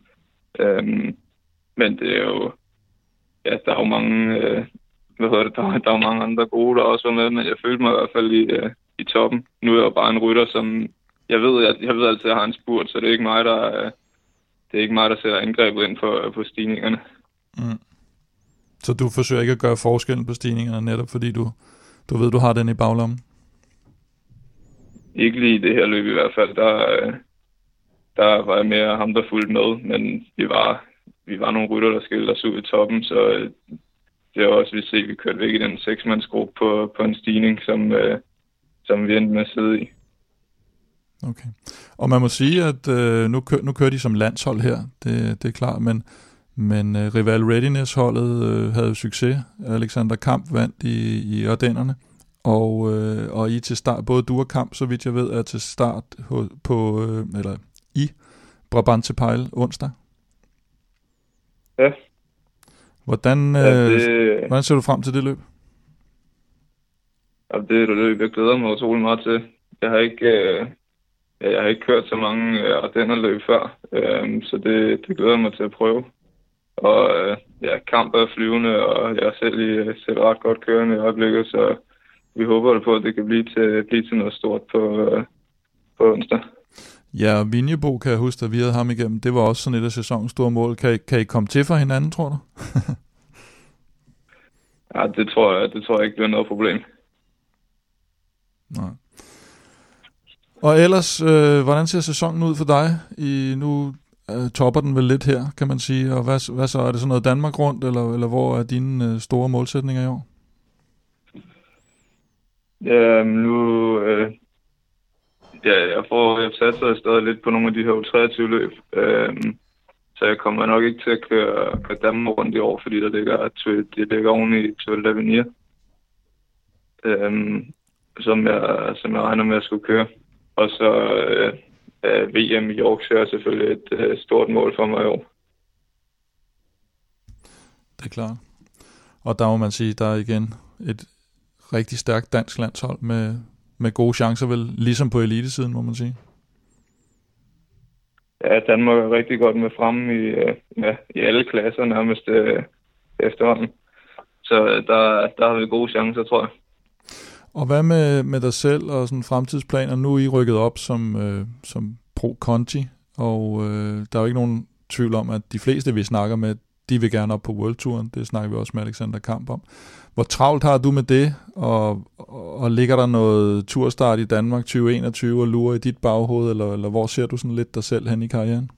[SPEAKER 2] Men det er jo, ja, der er jo mange, der er jo mange andre gode, der også var med, men jeg følte mig i hvert fald i toppen. Nu er jeg jo bare en rytter, som jeg ved altid, at jeg har en spurt, så det er ikke mig, der sætter angrebet ind på stigningerne.
[SPEAKER 6] Mm. Så du forsøger ikke at gøre forskellen på stigningerne, netop fordi du ved, du har den i baglommen?
[SPEAKER 2] Ikke lige det her løb i hvert fald. Der var jeg mere ham, der fulgte med, men vi var nogle rytter, der skilte os ud i toppen, så det er også, vi kørte væk i den 6-mandsgruppe på en stigning, som vi endte med at sidde i.
[SPEAKER 6] Okay. Og man må sige, at nu kører de som landshold her, det er klart, men Rival Readiness-holdet havde succes. Alexander Kamp vandt i Ardennerne, og I til start, både du og Kamp, så vidt jeg ved, er til start i Brabantse Pejl onsdag.
[SPEAKER 2] Ja.
[SPEAKER 6] Hvordan ser du frem til det løb?
[SPEAKER 2] Ja, det er et løb, jeg glæder mig utrolig meget til. Jeg har ikke kørt så mange Ardennerløb før, så det glæder mig til at prøve. Og Kamp er flyvende, og jeg er selv ret godt kørende i øjeblikket, så vi håber på, at det kan blive til noget stort på onsdag.
[SPEAKER 6] Ja, og Vinjebo, kan jeg huske, at vi havde ham igennem. Det var også sådan et af sæsonens store mål. Kan I komme til for hinanden, tror du?
[SPEAKER 2] Ja, det tror jeg ikke bliver noget problem.
[SPEAKER 6] Nej. Og ellers, hvordan ser sæsonen ud for dig? Nu topper den vel lidt her, kan man sige. Og hvad så? Er det sådan noget Danmark rundt, eller hvor er dine store målsætninger i år?
[SPEAKER 2] Ja, jeg satser stadig lidt på nogle af de her U23-løb. Så jeg kommer nok ikke til at køre Danmark rundt i år, fordi det ligger oven i Tour de l'Avenir, som jeg regner med at skulle køre. Og så VM i Yorkshire er selvfølgelig et stort mål for mig i år.
[SPEAKER 6] Det er klart. Og der må man sige, der er igen et rigtig stærkt dansk landshold med gode chancer, vel ligesom på elitesiden, må man sige.
[SPEAKER 2] Ja, Danmark er rigtig godt med fremme i alle klasser nærmest efterhånden. Så der har vi gode chancer, tror jeg.
[SPEAKER 6] Og hvad med dig selv og sådan fremtidsplaner? Nu er I rykket op som pro-conti, og der er jo ikke nogen tvivl om, at de fleste, vi snakker med, de vil gerne op på World Touren. Det snakker vi også med Alexander Kamp om. Hvor travlt har du med det, og ligger der noget turstart i Danmark 2021 og lurer i dit baghoved, eller hvor ser du sådan lidt dig selv hen i karrieren?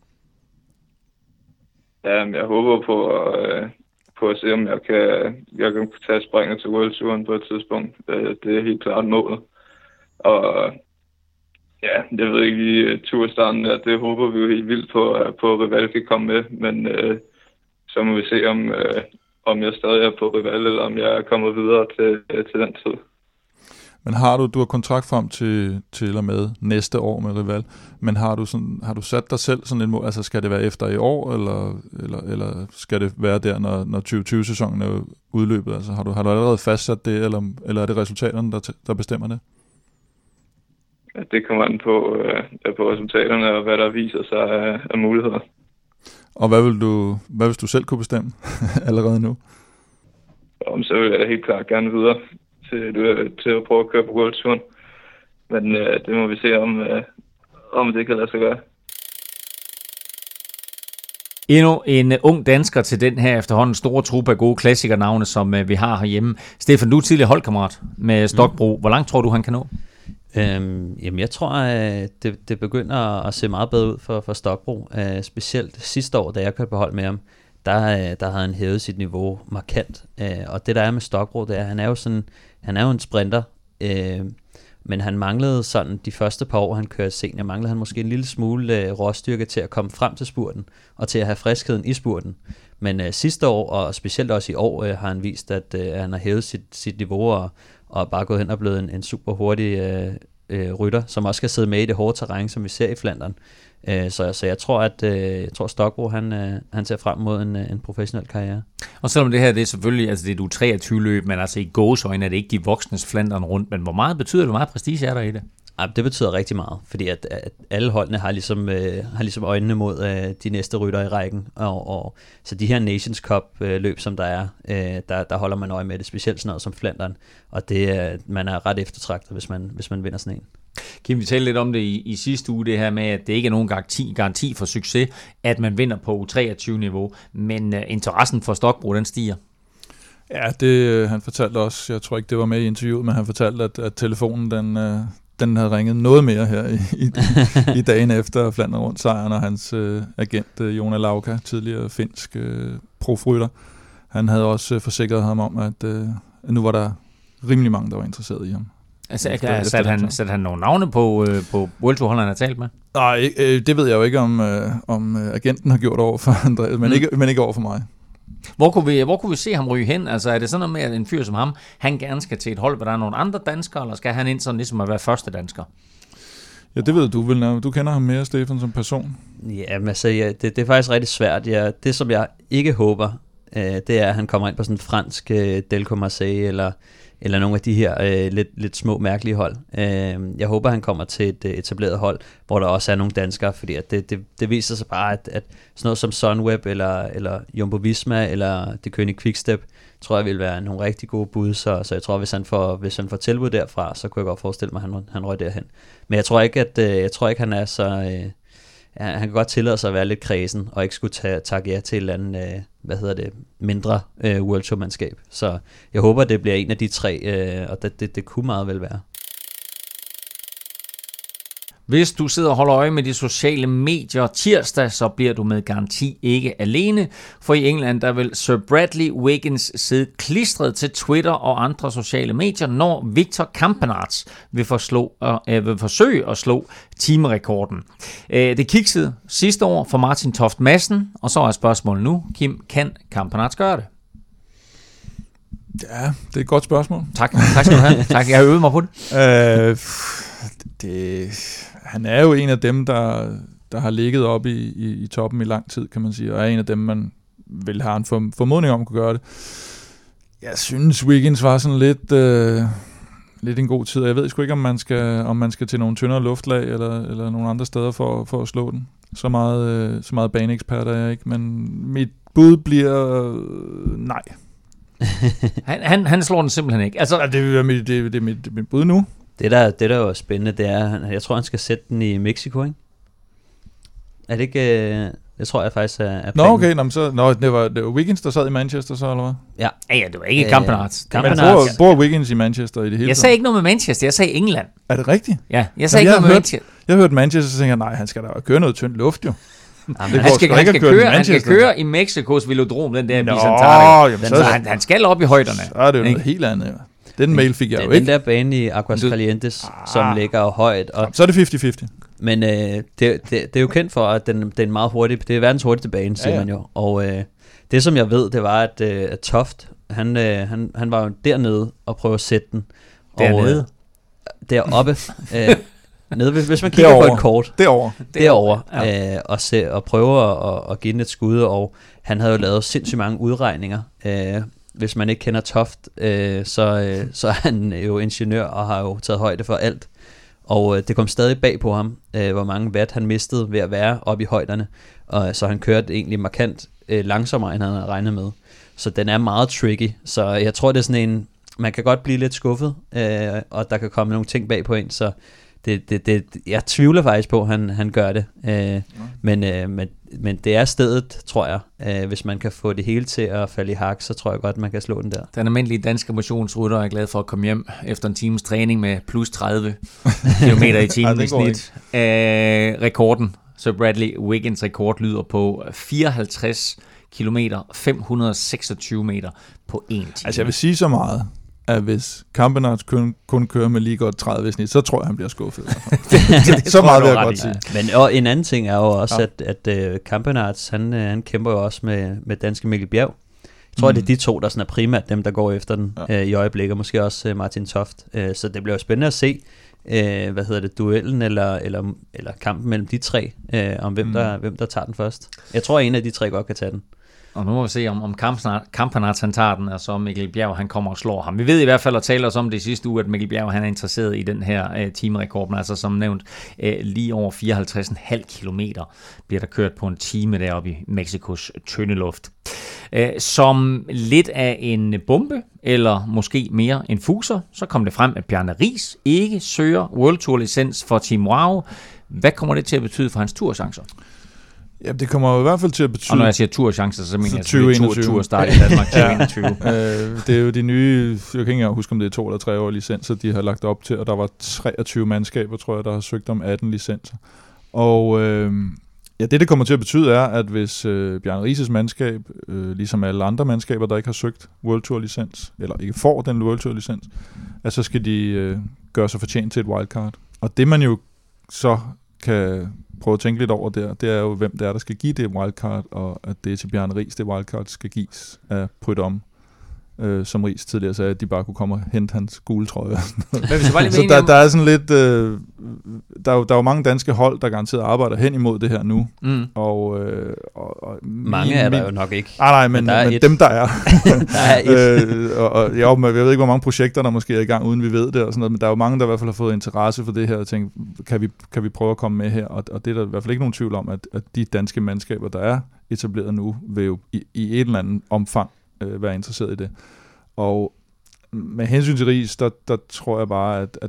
[SPEAKER 2] Ja, jeg håber på at se, om jeg kan tage springet til World Touren på et tidspunkt. Det er helt klart målet. Og ja, jeg ved ikke lige turstarten, det håber vi jo helt vildt på, at Rival kan komme med, men så må vi se, om jeg stadig er på Rival, eller om jeg er kommet videre til den tid.
[SPEAKER 6] Men du har kontrakt frem til og med næste år med Rival, men har du sat dig selv sådan en mål, altså skal det være efter i år, eller skal det være der, når 2020-sæsonen er udløbet? Altså har du allerede fastsat det, eller er det resultaterne, der bestemmer det?
[SPEAKER 2] Ja, det kommer an på resultaterne, og hvad der viser sig af muligheder.
[SPEAKER 6] Og hvad hvis du selv kunne bestemme allerede nu?
[SPEAKER 2] Så vil jeg helt klart gerne videre til at prøve at køre på World Touren. Men det må vi se, om det kan lade sig gøre.
[SPEAKER 4] Endnu en ung dansker til den her efterhånden store truppe af gode klassikernavne, som vi har herhjemme. Stefan, du er tidligere holdkammerat med Stokbro. Hvor langt tror du, han kan nå?
[SPEAKER 5] Jamen jeg tror, at det begynder at se meget bedre ud for Stokbro. Specielt sidste år, da jeg kørte på hold med ham, der havde han hævet sit niveau markant. Og det der er med Stokbro, det er, han er jo en sprinter, men han manglede sådan de første par år, han kørte senior, manglede han måske en lille smule råstyrke til at komme frem til spurten, og til at have friskheden i spurten. Men sidste år, og specielt også i år, har han vist, at han har hævet sit niveau, og bare gået hen og blevet en super hurtig rytter, som også skal sidde med i det hårde terræn, som vi ser i Flandern. Så jeg tror Stokbro, han ser frem mod en professionel karriere.
[SPEAKER 4] Og selvom det her, det er selvfølgelig, altså det er du 23 løb, men altså i gåseøjne er det ikke de voksnes Flandern rundt, men hvor meget betyder det, hvor meget prestige er der i det?
[SPEAKER 5] Ja, det betyder rigtig meget, fordi at alle holdene har ligesom øjnene mod de næste rytter i rækken, og så de her Nations Cup løb, som der er, der holder man øje med det, specielt sådan noget som Flandern, og man er ret eftertragtet, hvis man vinder sådan en.
[SPEAKER 4] Kim, vi talte lidt om det i sidste uge, det her med, at det ikke er nogen garanti for succes, at man vinder på U23-niveau, men interessen for Stokbro, den stiger.
[SPEAKER 6] Ja, det han fortalte også, jeg tror ikke, det var med i interviewet, men han fortalte, at telefonen, den havde ringet noget mere her i dagen efter Flandern rundt sejren, og hans agent Joona Lauka, tidligere finsk profrytter, han havde også forsikret ham om, at nu var der rimelig mange, der var interesseret i ham.
[SPEAKER 4] Altså, satte han nogle navne på World Tour, han har talt med?
[SPEAKER 6] Nej, det ved jeg jo ikke, om agenten har gjort over for Andreas, men ikke over for mig.
[SPEAKER 4] Hvor kunne vi se ham ryge hen? Altså er det sådan noget med, at en fyr som ham, han gerne skal til et hold, hvor der er nogle andre danskere, eller skal han ind sådan ligesom at være første dansker?
[SPEAKER 6] Ja, det ved du vel. Du kender ham mere, Stefan, som person.
[SPEAKER 5] Jamen altså, det er faktisk rigtig svært. Det, som jeg ikke håber, det er, at han kommer ind på sådan en fransk Delco Marseille, eller nogle af de her lidt små, mærkelige hold. Jeg håber, han kommer til et etableret hold, hvor der også er nogle danskere, fordi at det viser sig bare, at sådan noget som Sunweb, eller Jumbo Visma, eller Det König Quickstep, tror jeg vil være nogle rigtig gode bud, så jeg tror, hvis han får tilbud derfra, så kunne jeg godt forestille mig, at han røg derhen. Men jeg tror ikke, han er så... han kan godt tillade sig at være lidt kredsen, og ikke skulle takke ja til et eller andet, mindre World Tour-mandskab. Så jeg håber, det bliver en af de tre, og det kunne meget vel være.
[SPEAKER 4] Hvis du sidder og holder øje med de sociale medier tirsdag, så bliver du med garanti ikke alene. For i England, der vil Sir Bradley Wiggins sidde klistret til Twitter og andre sociale medier, når Victor Campenaerts vil forsøge at slå timerekorden. Det kiksede sidste år for Martin Toft Madsen, og så er spørgsmålet nu, Kim, kan Campenaerts gøre det?
[SPEAKER 6] Ja, det er et godt spørgsmål.
[SPEAKER 4] Tak skal du have. Tak, jeg har øvet mig på det.
[SPEAKER 6] Han er jo en af dem, der har ligget oppe i toppen i lang tid, kan man sige, og er en af dem, man vil have en formodning om at kunne gøre det. Jeg synes, Wiggins var sådan lidt en god tid, og jeg ved sgu ikke, om man skal til nogle tyndere luftlag, eller nogle andre steder for at slå den. Så meget baneekspert er jeg ikke, men mit bud bliver nej.
[SPEAKER 4] han slår den simpelthen ikke. Altså,
[SPEAKER 6] det er mit bud nu.
[SPEAKER 5] Det der jo er spændende, det er, jeg tror, han skal sætte den i Mexico, ikke? Er det ikke... Det tror jeg faktisk er planen.
[SPEAKER 6] Nå, okay. Det var Wiggins, der sad i Manchester, så, eller hvad?
[SPEAKER 4] Ja, det var ikke Campenaerts.
[SPEAKER 6] Men bor Wiggins i Manchester i det hele?
[SPEAKER 4] Jeg sagde ikke noget med Manchester, jeg sagde England.
[SPEAKER 6] Er det rigtigt?
[SPEAKER 4] Ja, jeg sagde ikke noget med Manchester.
[SPEAKER 6] Jeg hørte Manchester, så tænkte jeg, nej, han skal da køre noget tyndt luft, jo.
[SPEAKER 4] Han skal køre i Mexikos velodrom, den der Bizantare. Han skal op i højderne.
[SPEAKER 6] Så er det jo noget helt andet, jo. Den mail fik jeg jo ikke.
[SPEAKER 5] Den der bane i Aguascalientes, som ligger højt. Og,
[SPEAKER 6] så er det 50-50.
[SPEAKER 5] Men det er jo kendt for, at det er en meget hurtig, det er verdens hurtigste bane, siger man jo. Og det som jeg ved, det var, at Toft, han var jo dernede og prøvede at sætte den.
[SPEAKER 4] Dernede?
[SPEAKER 5] Deroppe. Nede, hvis man kigger på et kort.
[SPEAKER 6] Derovre.
[SPEAKER 5] Og prøver at give den et skud, og han havde jo lavet sindssygt mange udregninger. Hvis man ikke kender Toft, så er han jo ingeniør og har jo taget højde for alt. Og det kom stadig bag på ham, hvor mange watt han mistede ved at være oppe i højderne. Og så han kørte egentlig markant langsommere, end han havde regnet med. Så den er meget tricky. Så jeg tror, det er sådan en... Man kan godt blive lidt skuffet, og der kan komme nogle ting bag på en, så jeg tvivler faktisk på, at han gør det. Men men det er stedet, tror jeg. Hvis man kan få det hele til at falde i hak, så tror jeg godt, man kan slå den der.
[SPEAKER 4] Den almindelige danske motionsrytter er glad for at komme hjem efter en times træning med plus 30 km i timen i snit. Rekorden, så Bradley Wiggins rekord lyder på 54 kilometer, 526 meter på 1 time.
[SPEAKER 6] Altså jeg vil sige så meget, at hvis Campenaerts kun kører med lige godt 30 snit, så tror jeg, han bliver skuffet. Så meget vil jeg godt sige.
[SPEAKER 5] Men og en anden ting er jo også, at Campenaerts, han kæmper jo også med danske Mikkel Bjerg. Jeg tror, det er de to, der sådan er primært dem, der går efter den i øjeblikket. Måske også Martin Toft. Så det bliver jo spændende at se, duellen eller kampen mellem de tre, om hvem der tager den først. Jeg tror, en af de tre godt kan tage den.
[SPEAKER 4] Og nu må vi se, om Campenaerts han tager den, og så Mikkel Bjerg han kommer og slår ham. Vi ved i hvert fald at tale os om det sidste uge, at Mikkel Bjerg han er interesseret i den her timerekord, men altså som nævnt lige over 54,5 kilometer bliver der kørt på en time deroppe i Mexikos tynde luft. Som lidt af en bombe, eller måske mere en fuser, så kom det frem, at Bjarne Riis ikke søger World Tour licens for Team Wow. Hvad kommer det til at betyde for hans turchancer?
[SPEAKER 6] Ja, det kommer jo i hvert fald til at betyde...
[SPEAKER 4] Og når jeg siger turchancer, så mener jeg
[SPEAKER 6] 2021.
[SPEAKER 4] Turstart i Danmark 2021.
[SPEAKER 6] Det er jo de nye, jeg kan ikke huske, om det er 2 eller 3 år licenser, de har lagt op til, og der var 23 mandskaber, tror jeg, der har søgt om 18 licenser. Og det kommer til at betyde er, at hvis Bjarne Riis' mandskab, ligesom alle andre mandskaber, der ikke har søgt World Tour licens, eller ikke får den World Tour licens, at så skal de gøre sig fortjent til et wildcard. Og det man jo så kan prøve at tænke lidt over det er jo, hvem det er, der skal give det wildcard, og at det er til Bjarne Riis, det wildcard skal gives af Prudhomme, som Riis tidligere sagde, at de bare kunne komme og hente hans gule trøje. Så der er sådan lidt... Der er jo mange danske hold, der garanteret arbejder hen imod det her nu. Og
[SPEAKER 5] mange er der jo nok ikke.
[SPEAKER 6] Nej, men dem, der er.
[SPEAKER 5] Der er
[SPEAKER 6] jeg ved ikke, hvor mange projekter, der måske er i gang, uden vi ved det, og sådan noget, men der er jo mange, der i hvert fald har fået interesse for det her, og tænkt, kan vi prøve at komme med her? Og det er der i hvert fald ikke nogen tvivl om, at de danske mandskaber, der er etableret nu, vil jo i et eller andet omfang være interesseret i det. Og med hensyn til Riis, der tror jeg bare, at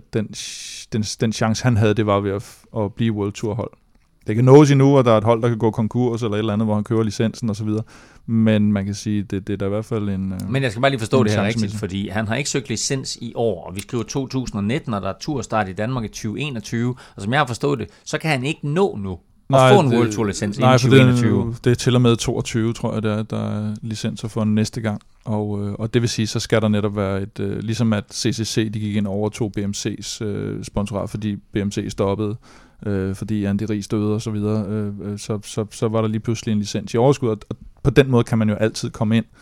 [SPEAKER 6] den chance, han havde, det var ved at blive World Tour hold. Det kan nås endnu, at der er et hold, der kan gå konkurs, eller et eller andet, hvor han køber licensen og så videre. Men man kan sige, det er da i hvert fald en...
[SPEAKER 4] Men jeg skal bare lige forstå det her rigtigt, fordi han har ikke søgt licens i år, og vi skriver 2019, og der er turstart i Danmark i 2021, og som jeg har forstået det, så kan han ikke nå nu at få en World Tour licens i 2021.
[SPEAKER 6] Det er til og med 22, tror jeg, der er licenser for næste gang. Og det vil sige, så skal der netop være et... ligesom at CCC, de gik ind over to BMC's sponsorat, fordi BMC stoppede, fordi Andy Riis døde og så videre, så var der lige pludselig en licens i overskud, og på den måde kan man jo altid komme ind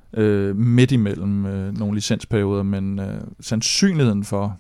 [SPEAKER 6] midt imellem nogle licensperioder, men sandsynligheden for,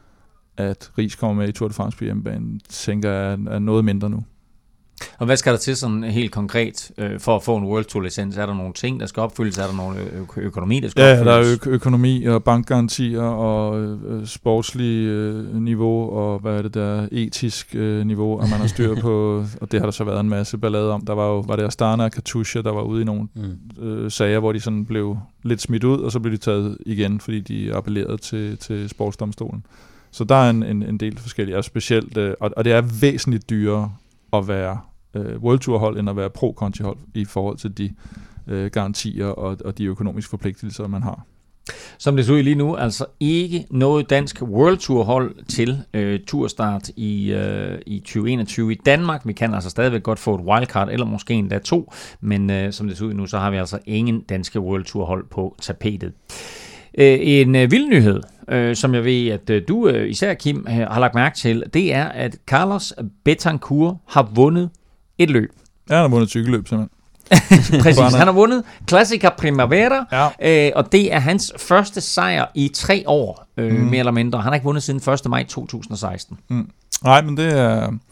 [SPEAKER 6] at Riis kommer med i Tour de France på hjemmebane, tænker jeg er noget mindre nu.
[SPEAKER 4] Og hvad skal der til sådan helt konkret for at få en World Tour licens? Er der nogle ting, der skal opfyldes? Er der nogle økonomi, der skal opfyldes?
[SPEAKER 6] Ja, der er økonomi og bankgarantier og sportslig niveau og hvad er det der etisk niveau, at man har styr på, og det har der så været en masse ballade om. Der var det Astana og Katusha, der var ude i nogle sager, hvor de sådan blev lidt smidt ud, og så blev de taget igen, fordi de appellerede til sportsdomstolen. Så der er en del forskellige, og specielt, og det er væsentligt dyrere at være World Tour hold, end at være Pro-Conti hold i forhold til de garantier og de økonomiske forpligtelser, man har.
[SPEAKER 4] Som det ser ud lige nu, altså ikke noget dansk World Tour hold til turstart i 2021 i Danmark. Vi kan altså stadigvæk godt få et wildcard, eller måske endda 2, men som det ser ud nu, så har vi altså ingen danske World Tour hold på tapetet. En vild nyhed, som jeg ved, at du især, Kim, har lagt mærke til, det er, at Carlos Betancourt har vundet et løb.
[SPEAKER 6] Ja, han har vundet et cykelløb, simpelthen.
[SPEAKER 4] Præcis, han har vundet Classica Primavera, og det er hans første sejr i 3 år, mere eller mindre. Han har ikke vundet siden 1. maj 2016.
[SPEAKER 6] Nej, men det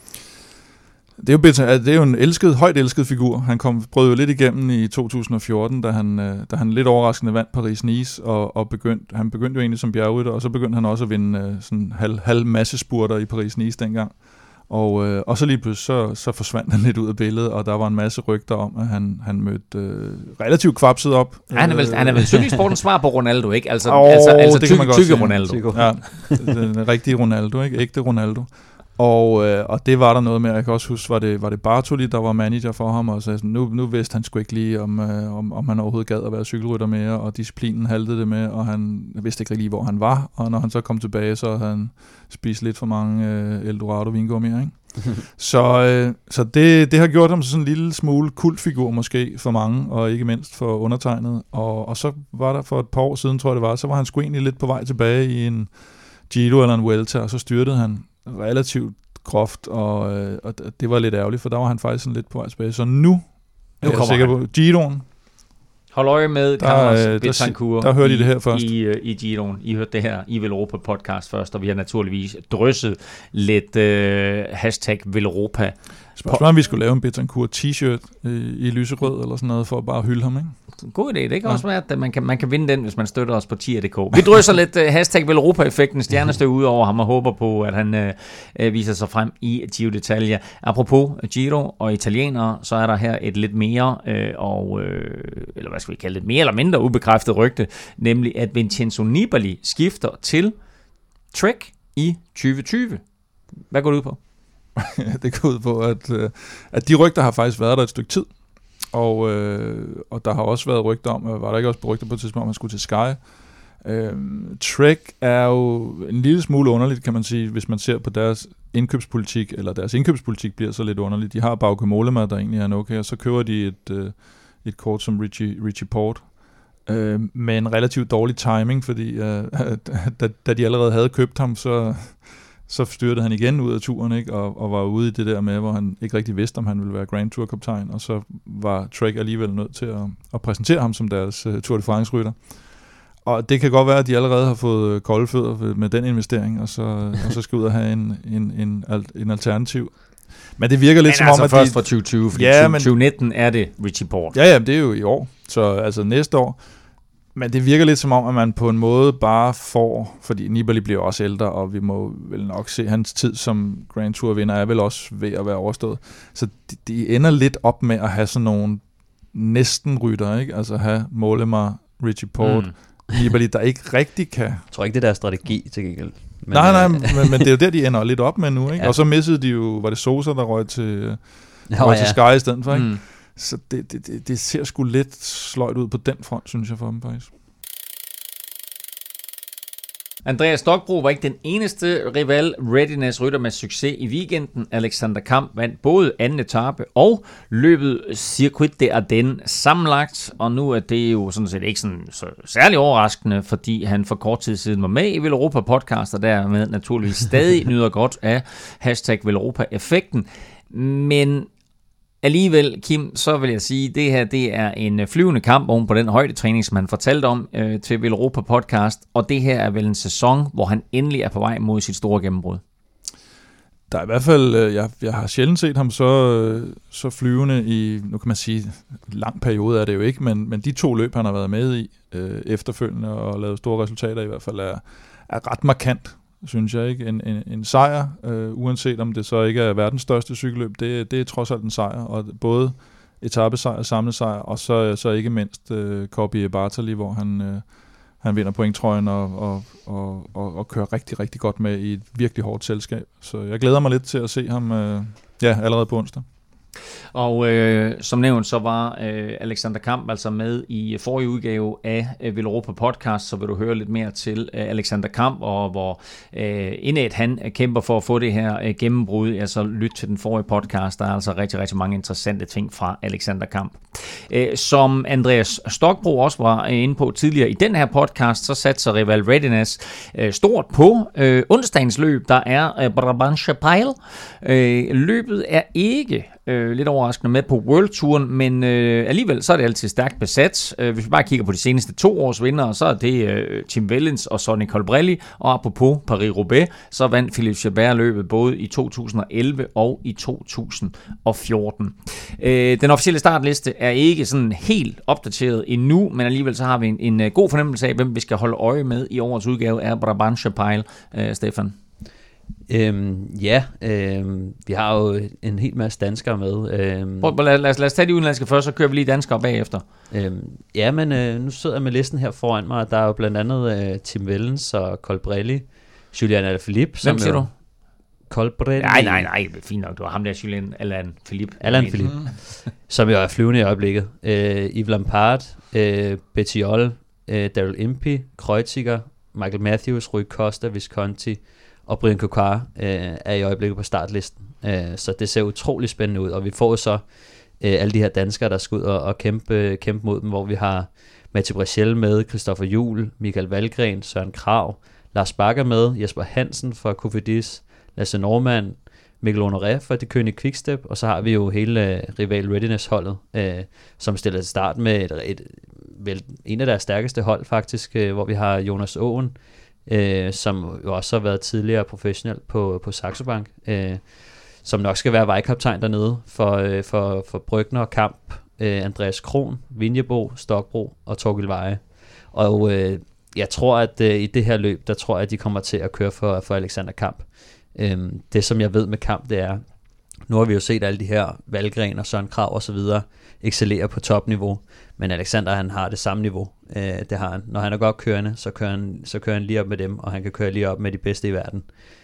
[SPEAKER 6] er jo en højt elsket figur. Han brød jo lidt igennem i 2014, da han lidt overraskende vandt Paris-Nice, og han begyndte jo egentlig som bjergrytter, og så begyndte han også at vinde sådan halv massespurter i Paris-Nice dengang. Og så lige pludselig så forsvandt han lidt ud af billedet, og der var en masse rygter om, at han mødte relativt kvapset op.
[SPEAKER 4] Han er vel cykelsportens svar på Ronaldo, ikke? Altså
[SPEAKER 6] tykke
[SPEAKER 4] Ronaldo.
[SPEAKER 6] Ja, den rigtige Ronaldo, ikke? Ægte Ronaldo. Og det var der noget med, jeg kan også huske, var det Bartoli, der var manager for ham, og sagde sådan, nu vidste han sgu ikke lige, om han overhovedet gad at være cykelrytter mere, og disciplinen haltede det med, og han vidste ikke lige, hvor han var, og når han så kom tilbage, så havde han spist lidt for mange Eldorado vingummier, ikke? Så det har gjort ham sådan en lille smule kultfigur måske for mange, og ikke mindst for undertegnet, og så var der for et par år siden, tror jeg det var, så var han sgu egentlig lidt på vej tilbage i en Giro eller en Vuelta, og så styrtede han relativt groft, og det var lidt ærgerligt, for der var han faktisk sådan lidt på vej tilbage. Så nu er jeg sikker på Giroen.
[SPEAKER 4] Hold øje med Carlos Betancourt.
[SPEAKER 6] Der hørte I det her først.
[SPEAKER 4] I Giroen. I hørte det her i Velropa podcast først, og vi har naturligvis drysset lidt hashtag Velropa.
[SPEAKER 6] Spørgsmålet om vi skulle lave en Betancourt t-shirt i lyserød eller sådan noget, for at bare hylde ham, ikke?
[SPEAKER 4] God idé. Det kan også være, at man kan vinde den, hvis man støtter os på tier.dk. Vi drysser lidt hashtag Velropa-effekten, stjernestøv ud over ham, og håber på, at han viser sig frem i Giro d'Italia. Apropos Giro og italienere, så er der her et lidt mere, eller hvad skal vi kalde det, mere eller mindre ubekræftet rygte, nemlig at Vincenzo Nibali skifter til Trek i 2020. Hvad går det ud på?
[SPEAKER 6] Det går ud på, at de rygter har faktisk været der et stykke tid. Og der har også været rygter om, var der ikke også rygter på et tidspunkt, at man skulle til Sky. Trek er jo en lille smule underligt, kan man sige, hvis man ser på deres indkøbspolitik, eller deres indkøbspolitik bliver så lidt underligt. De har Bauke Mollema, der egentlig er en okay, og så køber de et kort som Richie Porte, med en relativt dårlig timing, fordi da de allerede havde købt ham, så styrtede han igen ud af turen, ikke? Og var ude i det der med, hvor han ikke rigtig vidste, om han ville være Grand Tour-kaptajn, og så var Trek alligevel nødt til at præsentere ham som deres Tour de France-rytter. Og det kan godt være, at de allerede har fået kolde fødder med den investering, og så skal ud og have en alternativ. Men det virker lidt som
[SPEAKER 4] altså
[SPEAKER 6] om, at
[SPEAKER 4] først fra 2020, fordi 2019 er det Richie Porte.
[SPEAKER 6] Ja, det er jo i år, så altså næste år. Men det virker lidt som om, at man på en måde bare får, fordi Nibali bliver også ældre, og vi må vel nok se, hans tid som Grand Tour-vinder er vel også ved at være overstået. Så de ender lidt op med at have sådan nogle næsten rytter, ikke? Altså have Mollema, Richie Porte, Nibali, der ikke rigtig kan.
[SPEAKER 5] Jeg tror ikke, det der strategi til gengæld.
[SPEAKER 6] Men, nej, men det er jo der, de ender lidt op med nu, ikke? Ja. Og så missede de jo, var det Sosa, der røg til Sky i stedet for, ikke? Så det ser sgu lidt sløjt ud på den front, synes jeg, for dem faktisk.
[SPEAKER 4] Andreas Stokbro var ikke den eneste rival Readiness-rytter med succes i weekenden. Alexander Kamp vandt både anden etape og løbet Circuit de Ardennes sammenlagt, og nu er det jo sådan set ikke sådan så særlig overraskende, fordi han for kort tid siden var med i Velropa podcast, og dermed naturligvis stadig nyder godt af hashtag Velropa-effekten. Men alligevel, Kim, så vil jeg sige, at det her det er en flyvende kamp oven på den højdetræning, som han fortalte om til Velropa podcast, og det her er vel en sæson, hvor han endelig er på vej mod sit store gennembrud.
[SPEAKER 6] Der er i hvert fald, jeg har sjældent set ham så flyvende i, nu kan man sige, lang periode er det jo ikke, men de 2 løb, han har været med i efterfølgende og lavet store resultater i hvert fald, er ret markant, synes jeg, ikke? En sejr, uanset om det så ikke er verdens største cykelløb, det er trods alt en sejr, og både etapesejr, samlesejr, og så ikke mindst Coppi Bartali, hvor han vinder pointtrøjen og kører rigtig, rigtig godt med i et virkelig hårdt selskab. Så jeg glæder mig lidt til at se ham allerede på onsdag.
[SPEAKER 4] Og som nævnt, så var Alexander Kamp altså med i forrige udgave af Velropa podcast, så vil du høre lidt mere til Alexander Kamp, og hvor indad han kæmper for at få det her gennembrud. Altså lyt til den forrige podcast, der er altså rigtig, rigtig mange interessante ting fra Alexander Kamp. Som Andreas Stokbro også var inde på tidligere i den her podcast, så satser Rival Readiness stort på onsdagens løb, der er Brabantse Pijl. Løbet er ikke lidt overraskende med på World Touren, men alligevel så er det altid stærkt besat. Hvis vi bare kigger på de seneste 2 års vindere, så er det Tim Wellens og Sonny Colbrelli, og apropos Paris-Roubaix, så vandt Philippe Gilbert løbet både i 2011 og i 2014. Den officielle startliste er ikke sådan helt opdateret endnu, men alligevel så har vi en god fornemmelse af, hvem vi skal holde øje med i årets udgave af Brabantse Pijl. Stefan?
[SPEAKER 5] Vi har jo en hel masse danskere med.
[SPEAKER 4] Lad os tage de udenlandske først, så kører vi lige danskere bagefter.
[SPEAKER 5] Nu sidder jeg med listen her foran mig. Der er jo blandt andet Tim Wellens og Colbrelli, Julian Alaphilippe.
[SPEAKER 4] Hvem siger du?
[SPEAKER 5] Colbrelli.
[SPEAKER 4] Nej, fint nok. Det var ham der, Julien Alain Philippe.
[SPEAKER 5] Som jo er flyvende i øjeblikket. Yves Lampard, Bettiol, Daryl Impey, Kreuziger, Michael Matthews, Rui Costa, Visconti og Brian Kokar er i øjeblikket på startlisten. Så det ser utrolig spændende ud, og vi får så alle de her danskere, der skal ud og kæmpe mod dem, hvor vi har Mathieu Brechel med, Christoffer Juhl, Michael Valgren, Søren Krag, Lars Bakker med, Jesper Hansen fra Cofidis, Lasse Norman, Mikkel Honoré fra Det Kønige Quickstep, og så har vi jo hele Rival Readiness-holdet, som stiller til start med en af deres stærkeste hold faktisk, hvor vi har Jonas Åen, som jo også har været tidligere professionel på Saxo Bank, som nok skal være vejkaptajn dernede for Brygner og Kamp, Andreas Kron, Vinjebo, Stokbro og Torgild Veje. Og jeg tror, at i det her løb, der tror jeg, at de kommer til at køre for Alexander Kamp. Det som jeg ved med Kamp, det er, nu har vi jo set alle de her Valgren og Søren Krag og så videre excellere på topniveau, men Alexander, han har det samme niveau. Det har han. Når han er godt kørende, så kører han lige op med dem, og han kan køre lige op med de bedste i verden.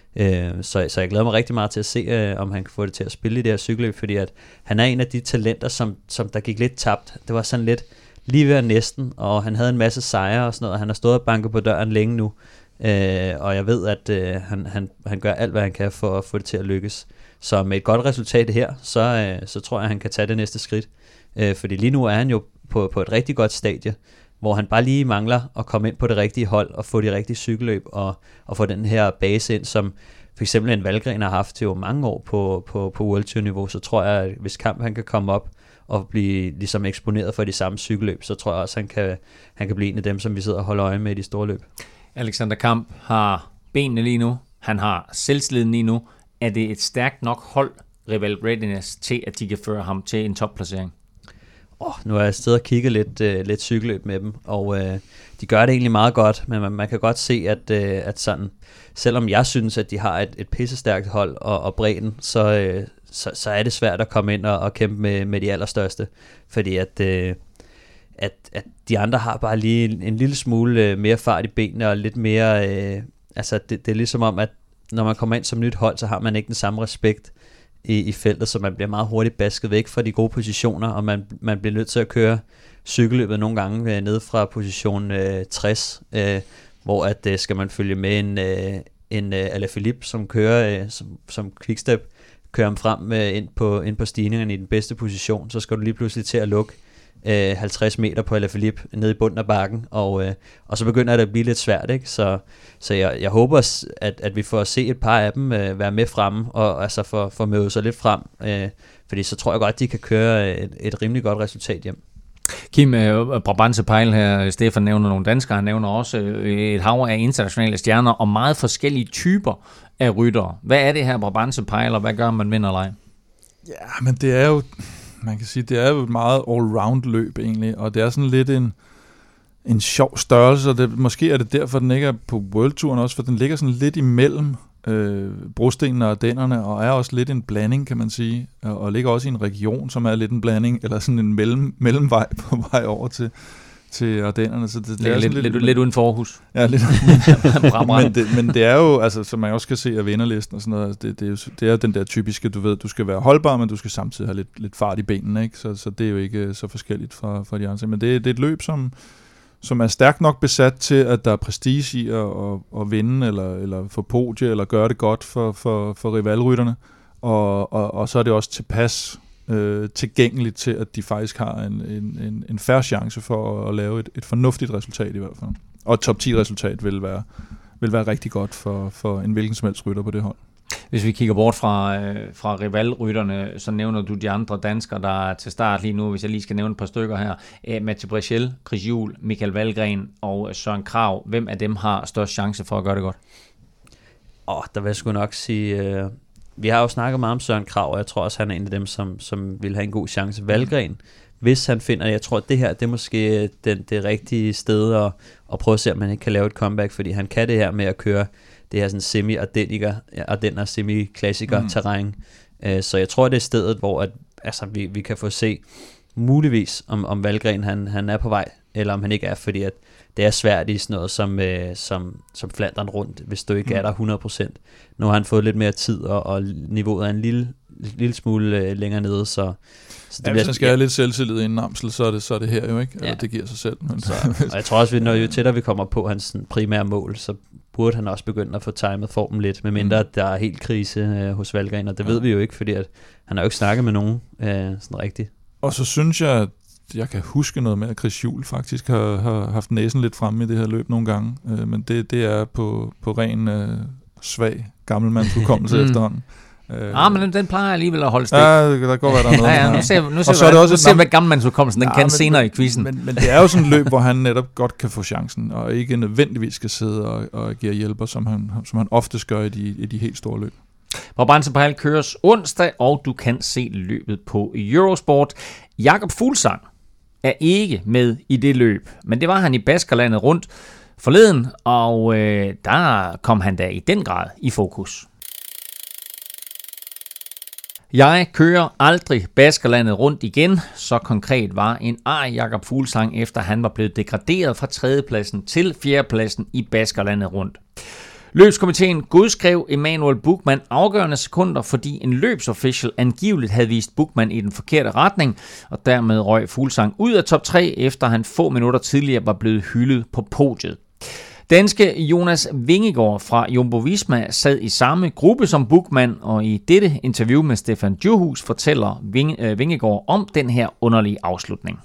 [SPEAKER 5] Så jeg glæder mig rigtig meget til at se, om han kan få det til at spille i det her cykelløb, fordi at han er en af de talenter, som der gik lidt tabt. Det var sådan lidt lige ved næsten, og han havde en masse sejre og sådan noget, og han har stået og banket på døren længe nu, og jeg ved, at han gør alt, hvad han kan for at få det til at lykkes. Så med et godt resultat her, så tror jeg, at han kan tage det næste skridt, fordi lige nu er han jo på et rigtig godt stadie, hvor han bare lige mangler at komme ind på det rigtige hold og få de rigtige cykelløb og få den her base ind, som for eksempel en Valgren har haft jo mange år på World Tour niveau. Så tror jeg, at hvis Kamp han kan komme op og blive ligesom eksponeret for de samme cykelløb, så tror jeg også, at han kan blive en af dem, som vi sidder og holder øje med i de store løb.
[SPEAKER 4] Alexander Kamp har benene lige nu, han har selvsliden lige nu. Er det et stærkt nok hold, Rival Readiness, til at de kan føre ham til en topplacering?
[SPEAKER 5] Nu har jeg stadig og kigget lidt cykelløb med dem, og de gør det egentlig meget godt, men man kan godt se, at sådan, selvom jeg synes, at de har et pissestærkt hold og bredden, så er det svært at komme ind og kæmpe med de allerstørste, fordi at de andre har bare lige en lille smule mere fart i benene og lidt mere, det er ligesom om, at når man kommer ind som nyt hold, så har man ikke den samme respekt i feltet, så man bliver meget hurtigt basket væk fra de gode positioner, og man bliver nødt til at køre cykelløbet nogle gange ned fra position 60, hvor at skal man følge med en Alaphilippe, som kører som Quickstep, kører ham frem ind på stigningerne i den bedste position, så skal du lige pludselig til at lukke 50 meter på Alaphilippe nede i bunden af bakken, og så begynder det at blive lidt svært, ikke? Så jeg håber, at vi får at se et par af dem være med fremme, og altså få mødet sig lidt frem, fordi så tror jeg godt, at de kan køre et rimelig godt resultat hjem.
[SPEAKER 4] Kim, Brabantse Pejl her, Stefan nævner nogle danskere, han nævner også et hav af internationale stjerner, og meget forskellige typer af ryttere. Hvad er det her Brabantse Pejl, og hvad gør man vinder eller ej?
[SPEAKER 6] Ja, men det er jo, man kan sige, det er jo et meget all-round løb egentlig, og det er sådan lidt en sjov størrelse, og måske er det derfor, den ikke er på World-turen også, for den ligger sådan lidt imellem brostenene og Ardennerne, og er også lidt en blanding, kan man sige, og ligger også i en region, som er lidt en blanding, eller sådan en mellemvej på vej over til Ardennerne. Så det er
[SPEAKER 4] lidt uden for Aarhus.
[SPEAKER 6] Ja, lidt. men det er jo, altså, som man også kan se af vinderlisten og sådan noget, det er jo den der typiske, du ved, du skal være holdbar, men du skal samtidig have lidt fart i benene, ikke? Så det er jo ikke så forskelligt fra de andre. Men det er et løb, som er stærkt nok besat til, at der er prestige i at vinde, eller få podie, eller gøre det godt for rivalrytterne. Og så er det også tilpas tilgængeligt til, at de faktisk har en fair chance for at lave et fornuftigt resultat i hvert fald. Og et top 10 resultat vil være rigtig godt for en hvilken som helst rytter på det hold.
[SPEAKER 4] Hvis vi kigger bort fra rivalrytterne, så nævner du de andre danskere, der er til start lige nu, hvis jeg lige skal nævne et par stykker her. Mathieu Brechel, Chris Juhl, Michael Valgren og Søren Krag. Hvem af dem har størst chance for at gøre det godt?
[SPEAKER 5] Der vil jeg sgu nok sige... Vi har jo snakket meget om Søren Krag, og jeg tror også, han er en af dem, som vil have en god chance. Valgren, hvis han finder... Jeg tror, at det her det er måske det rigtige sted at prøve at se, om man ikke kan lave et comeback, fordi han kan det her med at køre det her sådan semi-ardenner, semi-klassiker terræn. Så jeg tror, det er stedet, hvor vi kan få se muligvis, om Valgren han er på vej eller om han ikke er, fordi at det er svært i sådan noget som Flandern rundt, hvis du ikke er der 100%. Nu har han fået lidt mere tid, og niveauet er en lille smule længere nede, så det
[SPEAKER 6] bliver... Hvis han skal have lidt selvtillid inden Amstel, så er det her jo, ikke? Eller det giver sig selv. Men
[SPEAKER 5] og jeg tror også, når jo tættere vi kommer på hans primære mål, så burde han også begynde at få timet formen lidt, medmindre der er helt krise hos Valgren, og det ved vi jo ikke, fordi at han har jo ikke snakket med nogen sådan rigtigt.
[SPEAKER 6] Og så synes jeg, at jeg kan huske noget med, at Chris Juhl faktisk har haft næsen lidt fremme i det her løb nogle gange, men det er på ren svag gammelmandsudkommelse efterhånden.
[SPEAKER 4] Men den plejer alligevel at holde stik.
[SPEAKER 6] Ja, der går, hvad der er noget.
[SPEAKER 4] Nu ser hvad gammelmandsudkommelsen den kan senere i quizzen.
[SPEAKER 6] Men det er jo sådan et løb, hvor han netop godt kan få chancen, og ikke nødvendigvis skal sidde og give hjælper, som han oftest gør i de helt store løb.
[SPEAKER 4] Brabantse køres onsdag, og du kan se løbet på Eurosport. Jakob Fuglsang er ikke med i det løb, men det var han i Baskerlandet rundt forleden, og der kom han da i den grad i fokus. Jeg kører aldrig Baskerlandet rundt igen. Så konkret var en Jakob Fuglsang, efter han var blevet degraderet fra 3. pladsen til 4. pladsen i Baskerlandet rundt. Løbskomiteen godskrev Emanuel Buchmann afgørende sekunder, fordi en løbsofficial angiveligt havde vist Buchmann i den forkerte retning, og dermed røg Fuglsang ud af top 3, efter han få minutter tidligere var blevet hyldet på podiet. Danske Jonas Vingegaard fra Jumbo Visma sad i samme gruppe som Buchmann, og i dette interview med Stefan Djurhus fortæller Vingegaard om den her underlige afslutning.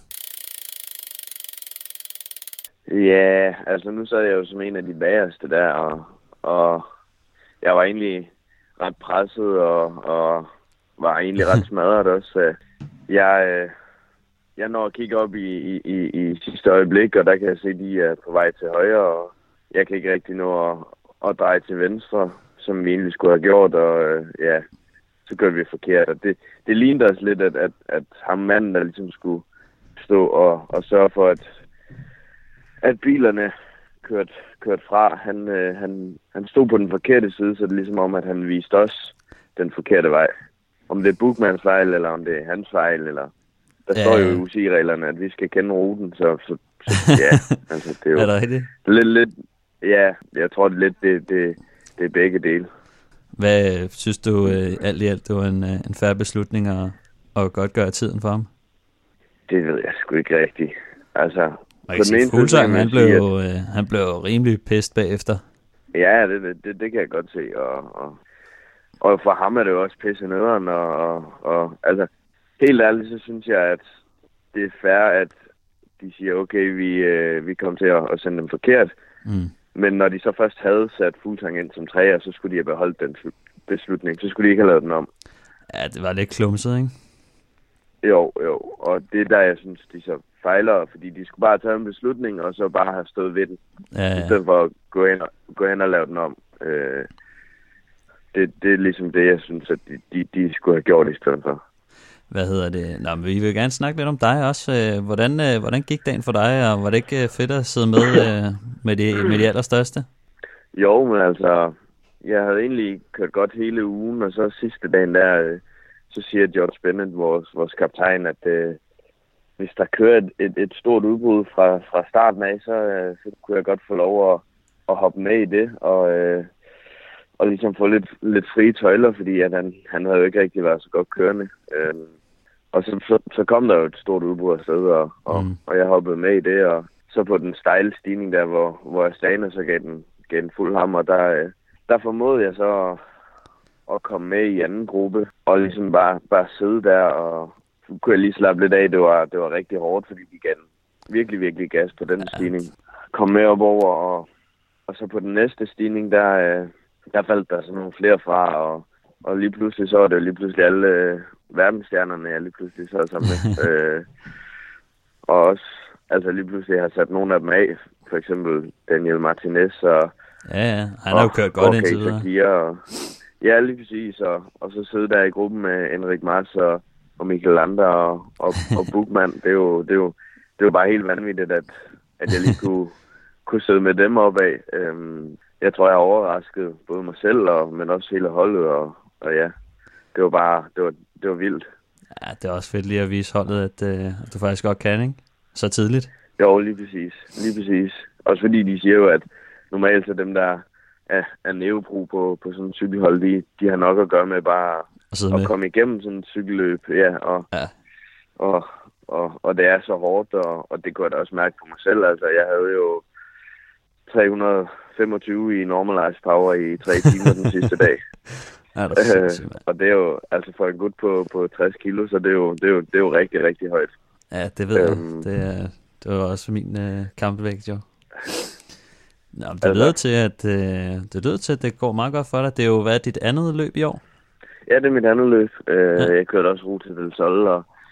[SPEAKER 3] Ja, altså nu sad jeg jo som en af de bagerste der, og jeg var egentlig ret presset, og var egentlig ret smadret også. Jeg når at kigge op i sidste øjeblik, og der kan jeg se, at de er på vej til højre, og jeg kan ikke rigtig nå at dreje til venstre, som vi egentlig skulle have gjort, og så gør vi forkert. Og det lignede os lidt, at ham manden, der ligesom skulle stå og sørge for, at bilerne kørte fra, han stod på den forkerte side, så det er ligesom om, at han viste os den forkerte vej. Om det er Buchmanns fejl, eller om det er hans fejl, eller... Der står jo i UCI-reglerne, at vi skal kende ruten, så ja, altså det er jo...
[SPEAKER 5] Er det rigtigt?
[SPEAKER 3] Lidt, ja, jeg tror det lidt, det er begge dele.
[SPEAKER 5] Hvad synes du alt i alt, det var en fair beslutning at godt gøre tiden for ham? Det
[SPEAKER 3] ved jeg sgu ikke rigtigt. Altså...
[SPEAKER 5] Fuglsang, han blev rimelig pissed bagefter.
[SPEAKER 3] Ja, det kan jeg godt se, og for ham er det jo også pisse nederen, og altså, helt ærligt, så synes jeg, at det er fair, at de siger, okay, vi kom til at sende dem forkert, men når de så først havde sat Fuglsang ind som træer, så skulle de have beholdt den beslutning, så skulle de ikke have lavet den om.
[SPEAKER 5] Ja, det var lidt klumset, ikke?
[SPEAKER 3] Jo, og det er der, jeg synes, de så fejler, fordi de skulle bare tage en beslutning, og så bare have stået ved den, i stedet for at gå hen og lave den om. Det er ligesom det, jeg synes, at de skulle have gjort i stedet for.
[SPEAKER 5] Hvad hedder det? Nå, men vi vil gerne snakke lidt om dig også. Hvordan gik dagen for dig, og var det ikke fedt at sidde med de allerstørste?
[SPEAKER 3] Jo, men altså, jeg havde egentlig kørt godt hele ugen, og så sidste dagen der, så siger George Bennett, vores kaptajn, at hvis der kører et stort udbrud fra starten af, så kunne jeg godt få lov at hoppe med i det, og ligesom få lidt frie tøjler, fordi at han havde jo ikke rigtig været så godt kørende. Og så kom der jo et stort udbrud afsted, og jeg hoppede med i det, og så på den stejle stigning der, hvor Astana så gav den fuld hammer, der formåede jeg så at komme med i anden gruppe, og ligesom bare sidde der, og så kunne jeg lige slappe lidt af. Det var rigtig hårdt, fordi vi gav den virkelig, virkelig gas på den stigning. Kom med op over, og så på den næste stigning, der faldt der sådan nogle flere fra, og lige pludselig så var det jo lige pludselig alle verdensstjernerne, jeg lige pludselig sad sammen med. Og også, altså lige pludselig har sat nogle af dem af, for eksempel Daniel Martinez og...
[SPEAKER 5] Ja, han har jo kørt godt indtil videre.
[SPEAKER 3] Ja, lige præcis, og så sidde der i gruppen med Enric Mas og Michael Lander og Buchmann. Det er jo bare helt vanvittigt, at jeg lige kunne sidde med dem opad. Jeg tror, jeg har overrasket både mig selv, men også hele holdet, og ja, det var bare, det var vildt.
[SPEAKER 5] Ja, det er også fedt lige at vise holdet, at du faktisk godt kan, ikke? Så tidligt.
[SPEAKER 3] Jo, lige præcis. Også fordi de siger jo, at normalt så dem, der er neopro på sådan en cykelhold, de har nok at gøre med bare at komme igennem sådan et cykelløb. Ja, og det er så hårdt, og det kunne jeg da også mærke på mig selv. Altså, jeg havde jo 325 i normalized power i 3 timer den sidste dag.
[SPEAKER 5] Ja,
[SPEAKER 3] og det er jo, altså for en gut på 60 kilo, så det er jo rigtig, rigtig højt.
[SPEAKER 5] Ja, det ved jeg. Det var også min kampvægt, jo. Nå, det lyder til, at det går meget godt for dig. Det er jo, hvad er dit andet løb i år?
[SPEAKER 3] Ja, det er mit andet løb. Jeg kørte også Ruta del Sol,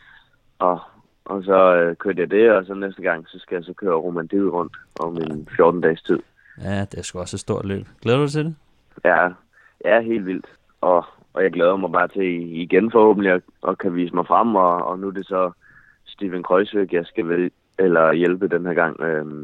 [SPEAKER 3] og så kørte jeg det, og så næste gang, så skal jeg så køre Romandiet rundt om en 14-dages tid.
[SPEAKER 5] Ja, det er sgu også et stort løb. Glæder du dig til det?
[SPEAKER 3] Ja, helt vildt. Og jeg glæder mig bare til igen forhåbentlig at kan vise mig frem, og nu er det så Steven Kreuzweg, jeg skal hjælpe den her gang.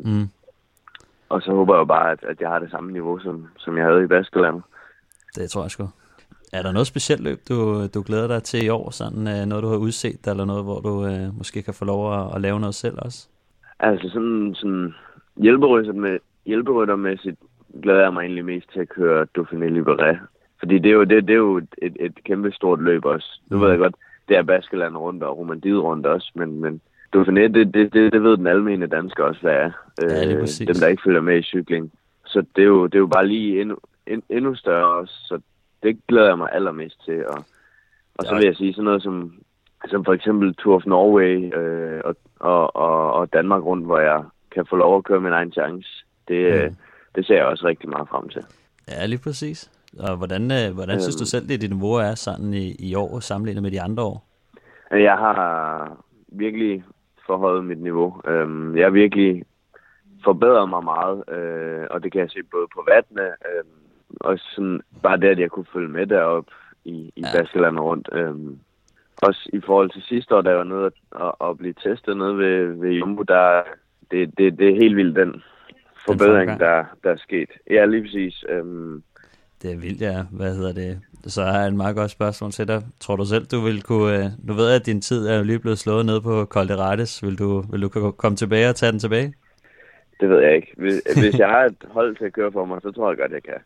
[SPEAKER 3] Og så håber jeg bare, at jeg har det samme niveau, som jeg havde i Baskerlandet.
[SPEAKER 5] Det tror jeg sgu. Er der noget specielt løb, du glæder dig til i år? Sådan noget, du har udset, eller noget, hvor du måske kan få lov at lave noget selv også? Altså
[SPEAKER 3] sådan hjælperyttermæssigt glæder jeg mig egentlig mest til at køre Dauphiné Libéré. Fordi det er jo et kæmpe stort løb også. Nu ved jeg godt, det er Baskerlandet rundt og Romandiet rundt også, men Dauphiné, det ved den almene dansker også, hvad er. Dem, der ikke følger med i cykling. Så det er jo bare lige endnu større også, så det glæder jeg mig allermest til. Og så vil jeg sige sådan noget som for eksempel Tour of Norway og Danmark rundt, hvor jeg kan få lov at køre min egen chance. Det ser jeg også rigtig meget frem til.
[SPEAKER 5] Ja, lige præcis. Og hvordan synes du selv, dit niveau er sådan i år sammenlignet med de andre år?
[SPEAKER 3] Jeg har virkelig forhøjet mit niveau. Jeg har virkelig forbedret mig meget, og det kan jeg se både på vattene, og sådan bare det, at jeg kunne følge med deroppe i Baskerlandet rundt. Også i forhold til sidste år, der var noget at blive testet nede ved Jumbo, det er helt vildt den forbedring, der er sket. Ja, lige præcis.
[SPEAKER 5] Det er vildt, ja. Hvad hedder det? Så har jeg et meget godt spørgsmål til dig. Tror du selv, du vil kunne... Nu ved jeg, at din tid er jo lige blevet slået ned på Col de Rates. Vil du komme tilbage og tage den tilbage?
[SPEAKER 3] Det ved jeg ikke. Hvis jeg har et hold til at køre for mig, så tror jeg godt, jeg kan.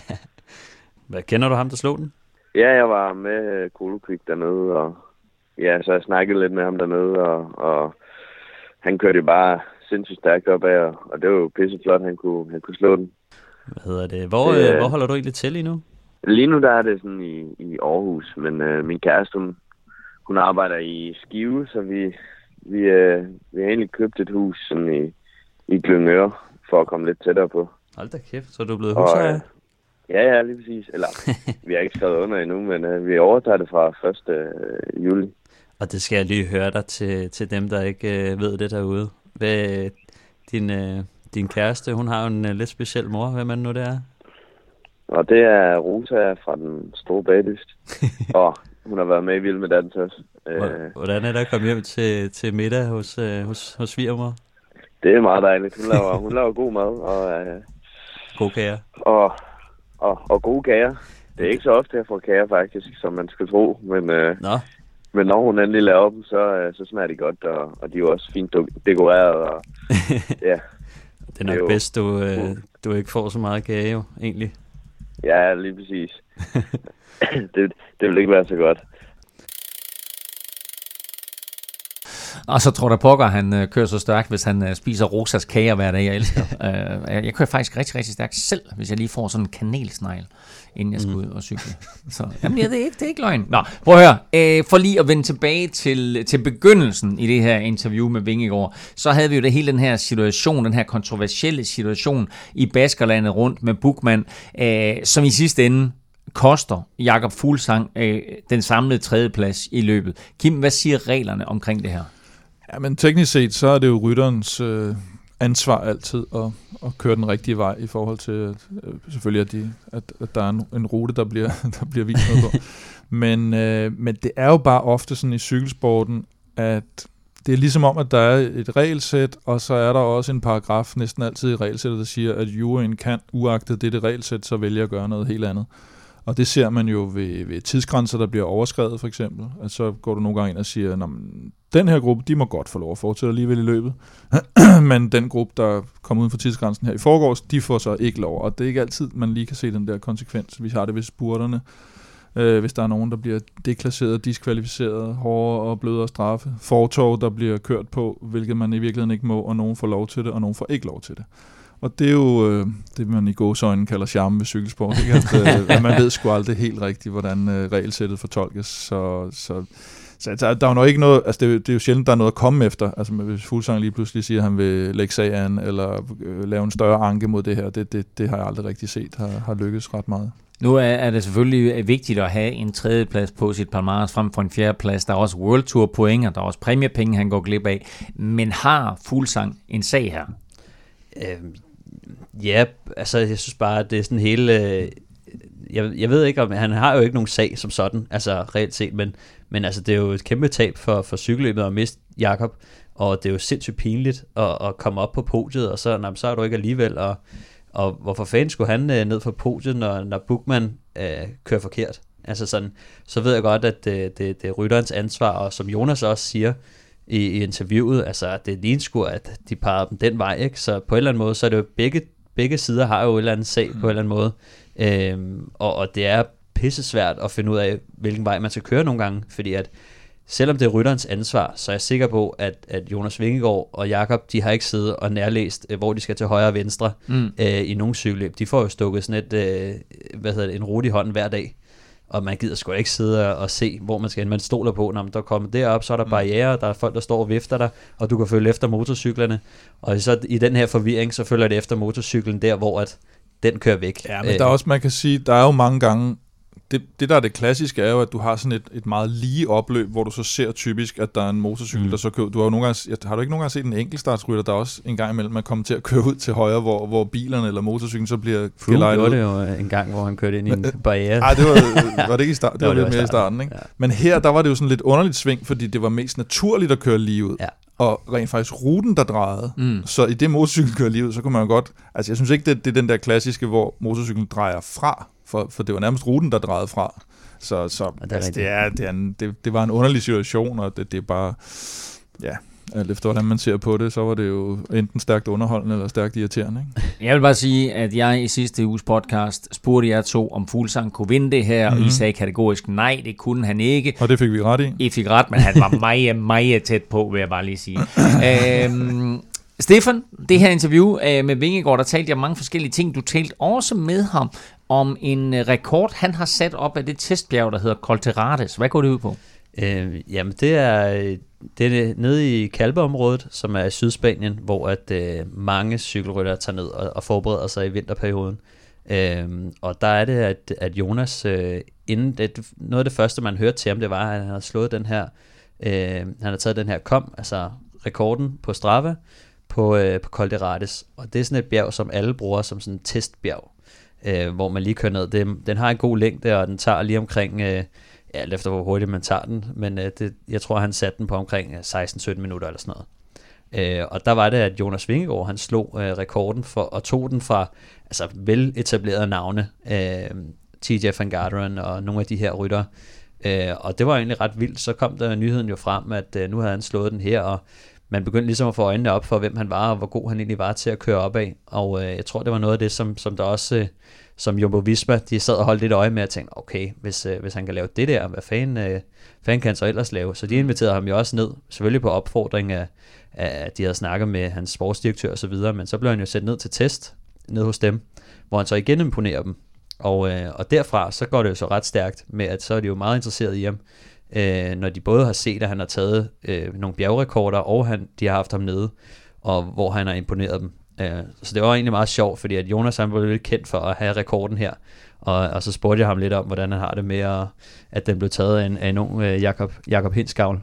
[SPEAKER 5] Hvad kender du ham, der slog den?
[SPEAKER 3] Ja, jeg var med Kolokvik dernede, og ja, så jeg snakkede lidt med ham dernede, og han kørte jo bare sindssygt stærkt opad, og det var jo pisseflot, han kunne slå den.
[SPEAKER 5] Hvad hedder det? Hvor holder du egentlig til lige nu?
[SPEAKER 3] Lige nu der er det sådan i Aarhus, men min kæreste, hun arbejder i Skive, så vi har egentlig købt et hus sådan i Glyngøre, for at komme lidt tættere på.
[SPEAKER 5] Hold da kæft, så er du blevet husejer?
[SPEAKER 3] Ja, lige præcis. Eller, vi har ikke skrevet under endnu, men vi overtager det fra 1. juli.
[SPEAKER 5] Og det skal jeg lige høre dig til dem, der ikke ved det derude. Hvad din kæreste, hun har jo en lidt speciel mor. Hvem er det nu, det er?
[SPEAKER 3] Og det er Rosa fra Den Store Bagdyst. Og hun har været med i Vild med Dans også.
[SPEAKER 5] Hvordan er det at komme hjem til middag hos svigermor?
[SPEAKER 3] Det er meget dejligt. Hun laver god mad. Og
[SPEAKER 5] gode kager.
[SPEAKER 3] Og gode kager. Det er ikke så ofte, jeg får kager faktisk, som man skulle tro. Men når hun endelig laver dem, så smager de godt, og de er jo også fint dekoreret. Og, ja.
[SPEAKER 5] Det er nok det bedst, du ikke får så meget kage, jo, egentlig.
[SPEAKER 3] Ja, lige præcis. det vil ikke være så godt.
[SPEAKER 4] Og så tror jeg pokker, han kører så stærkt, hvis han spiser Rosas kager hver dag. Jeg elsker. Jeg kører faktisk rigtig, rigtig stærkt selv, hvis jeg lige får sådan en kanelsnegl, inden jeg skal ud og cykle. Så, jamen, det er ikke løgn. Nå, prøv at høre. For lige at vende tilbage til begyndelsen i det her interview med Vingegaard, så havde vi jo hele den her situation, den her kontroversielle situation i Baskerlandet rundt med Buchmann, som i sidste ende koster Jakob Fuglsang den samlede tredjeplads i løbet. Kim, hvad siger reglerne omkring det her?
[SPEAKER 6] Ja, men teknisk set, så er det jo rytterens ansvar altid at køre den rigtige vej i forhold til, selvfølgelig, at der er en rute, der bliver vist noget på. Men det er jo bare ofte sådan i cykelsporten, at det er ligesom om, at der er et regelsæt, og så er der også en paragraf næsten altid i regelsættet, der siger, at juryen kan, uagtet dette regelsæt, så vælge at gøre noget helt andet. Og det ser man jo ved tidsgrænser, der bliver overskredet for eksempel. Altså, så går du nogle gange ind og siger, at den her gruppe, de må godt få lov at fortsætte alligevel i løbet. Men den gruppe, der kommer uden for tidsgrænsen her i forgårs, de får så ikke lov. Og det er ikke altid, man lige kan se den der konsekvens. Vi har det ved spurterne. Hvis der er nogen, der bliver deklasseret, diskvalificeret, hårdere og blødere straffe. Fortov, der bliver kørt på, hvilket man i virkeligheden ikke må, og nogen får lov til det, og nogen får ikke lov til det. Og det er jo det, man i gåseøjne kalder charme ved cykelsport. Ikke? At man ved sgu aldrig helt rigtigt, hvordan regelsættet fortolkes. Så der er jo nok ikke noget, altså det er jo sjældent, der er noget at komme efter. Altså hvis Fuglsang lige pludselig siger, at han vil lægge sag an, eller lave en større anke mod det her, det har jeg aldrig rigtig set, har lykkes ret meget.
[SPEAKER 4] Nu er det selvfølgelig vigtigt at have en tredjeplads på sit palmarès frem for en fjerdeplads. Der er også World Tour point, og der er også præmiepenge, han går glip af. Men har Fuglsang en sag her?
[SPEAKER 5] Ja, altså jeg synes bare, at det er sådan hele... Jeg ved ikke, om han har jo ikke nogen sag som sådan, altså reelt set, men altså det er jo et kæmpe tab for cykelløbet at miste Jakob, og det er jo sindssygt pinligt at komme op på podiet, og så er du ikke alligevel, og hvorfor fanden skulle han ned fra podiet, når Buchmann kører forkert? Altså sådan, så ved jeg godt, at det er rytterens ansvar, og som Jonas også siger i interviewet, altså det ligner sgu, at de parer dem den vej, ikke? Så på en eller anden måde, så er det jo begge sider har jo en eller anden sag på en eller anden måde, og det er pissesvært at finde ud af, hvilken vej man skal køre nogle gange, fordi at selvom det er rytterens ansvar, så er jeg sikker på, at Jonas Vingegaard og Jakob, de har ikke siddet og nærlæst, hvor de skal til højre og venstre i nogle cykelløb. De får jo stukket sådan en rute i hånden hver dag, og man gider sgu ikke sidde og se, hvor man skal hen. Man stoler på, når der kommer derop, så er der barrierer, der er folk, der står og vifter dig, og du kan følge efter motorcyklerne. Og så i den her forvirring, så følger det efter motorcyklen der, hvor at den kører væk.
[SPEAKER 6] Ja, men der er også, man kan sige, der er jo mange gange, det der er det klassiske, er jo, at du har sådan et meget lige opløb, hvor du så ser typisk, at der er en motorcykel, der så kører. Du har jo nogle gange, har du ikke nogen gange set en enkeltstartsrytter, der også en gang imellem er kommet til at køre ud til højre, hvor bilerne eller motorcyklen så bliver gelejtet ud.
[SPEAKER 5] Det var det jo en gang, hvor han kørte ind i en barriere.
[SPEAKER 6] Nej, var det ikke i starten? Det var lidt mere i starten, ikke? Ja. Men her, der var det jo sådan lidt underligt sving, fordi det var mest naturligt at køre lige ud. Ja. Og rent faktisk ruten, der drejede. Så i det motorcykel kører lige ud, så kunne man jo godt... Altså, jeg synes ikke, det er den der klassiske, hvor motorcyklen drejer fra. For det var nærmest ruten, der drejede fra. Så det var en underlig situation, og det er bare... Ja, alt efter hvordan man ser på det, så var det jo enten stærkt underholdende eller stærkt irriterende. Ikke?
[SPEAKER 4] Jeg vil bare sige, at jeg i sidste uges podcast spurgte jer to, om Fuglsang kunne vinde det her, og I sagde kategorisk nej, det kunne han ikke.
[SPEAKER 6] Og det fik vi ret i.
[SPEAKER 4] I fik ret, men han var meget, meget tæt på, vil jeg bare lige sige. Stefan, det her interview med Vingegaard, der talte jeg mange forskellige ting. Du talte også med ham om en rekord, han har sat op af det testbjerg, der hedder Col Terrades. Hvad går det ud på?
[SPEAKER 5] Jamen, det er nede i Kalpe-området, som er i Sydspanien, hvor at mange cykelryttere tager ned og forbereder sig i vinterperioden. Og der er det, at Jonas, noget af det første, man hørte til ham, det var, at han har slået den her, han har taget den her altså rekorden på Strava, på Col Terrades. Og det er sådan et bjerg, som alle bruger som sådan et testbjerg, hvor man lige kører ned. Den har en god længde, og den tager lige omkring, alt efter hvor hurtigt man tager den, men jeg tror, han satte den på omkring 16-17 minutter eller sådan noget. Og der var det, at Jonas Vingegaard, han slog rekorden og tog den fra altså vel etablerede navne, TJ van Garderen og nogle af de her ryttere. Og det var egentlig ret vildt. Så kom der nyheden jo frem, at nu havde han slået den her, og man begyndte ligesom at få øjnene op for, hvem han var, og hvor god han egentlig var til at køre op af. Og jeg tror, det var noget af det, som der også, som Jumbo Visma, de sad og holdt lidt øje med og tænkte, okay, hvis han kan lave det der, hvad fanden kan han så ellers lave? Så de inviterede ham jo også ned, selvfølgelig på opfordring af de havde snakket med hans sportsdirektør og så videre, men så blev han jo sendt ned til test, ned hos dem, hvor han så igen imponerer dem. Og derfra, så går det jo så ret stærkt med, at så er de jo meget interesserede i ham, når de både har set, at han har taget nogle bjergrekorder, og de har haft ham nede, og hvor han har imponeret dem. Så det var egentlig meget sjovt, fordi at Jonas han var lidt kendt for at have rekorden her, og så spurgte jeg ham lidt om, hvordan han har det med, at den blev taget af en ung Jakob Hindsgavl,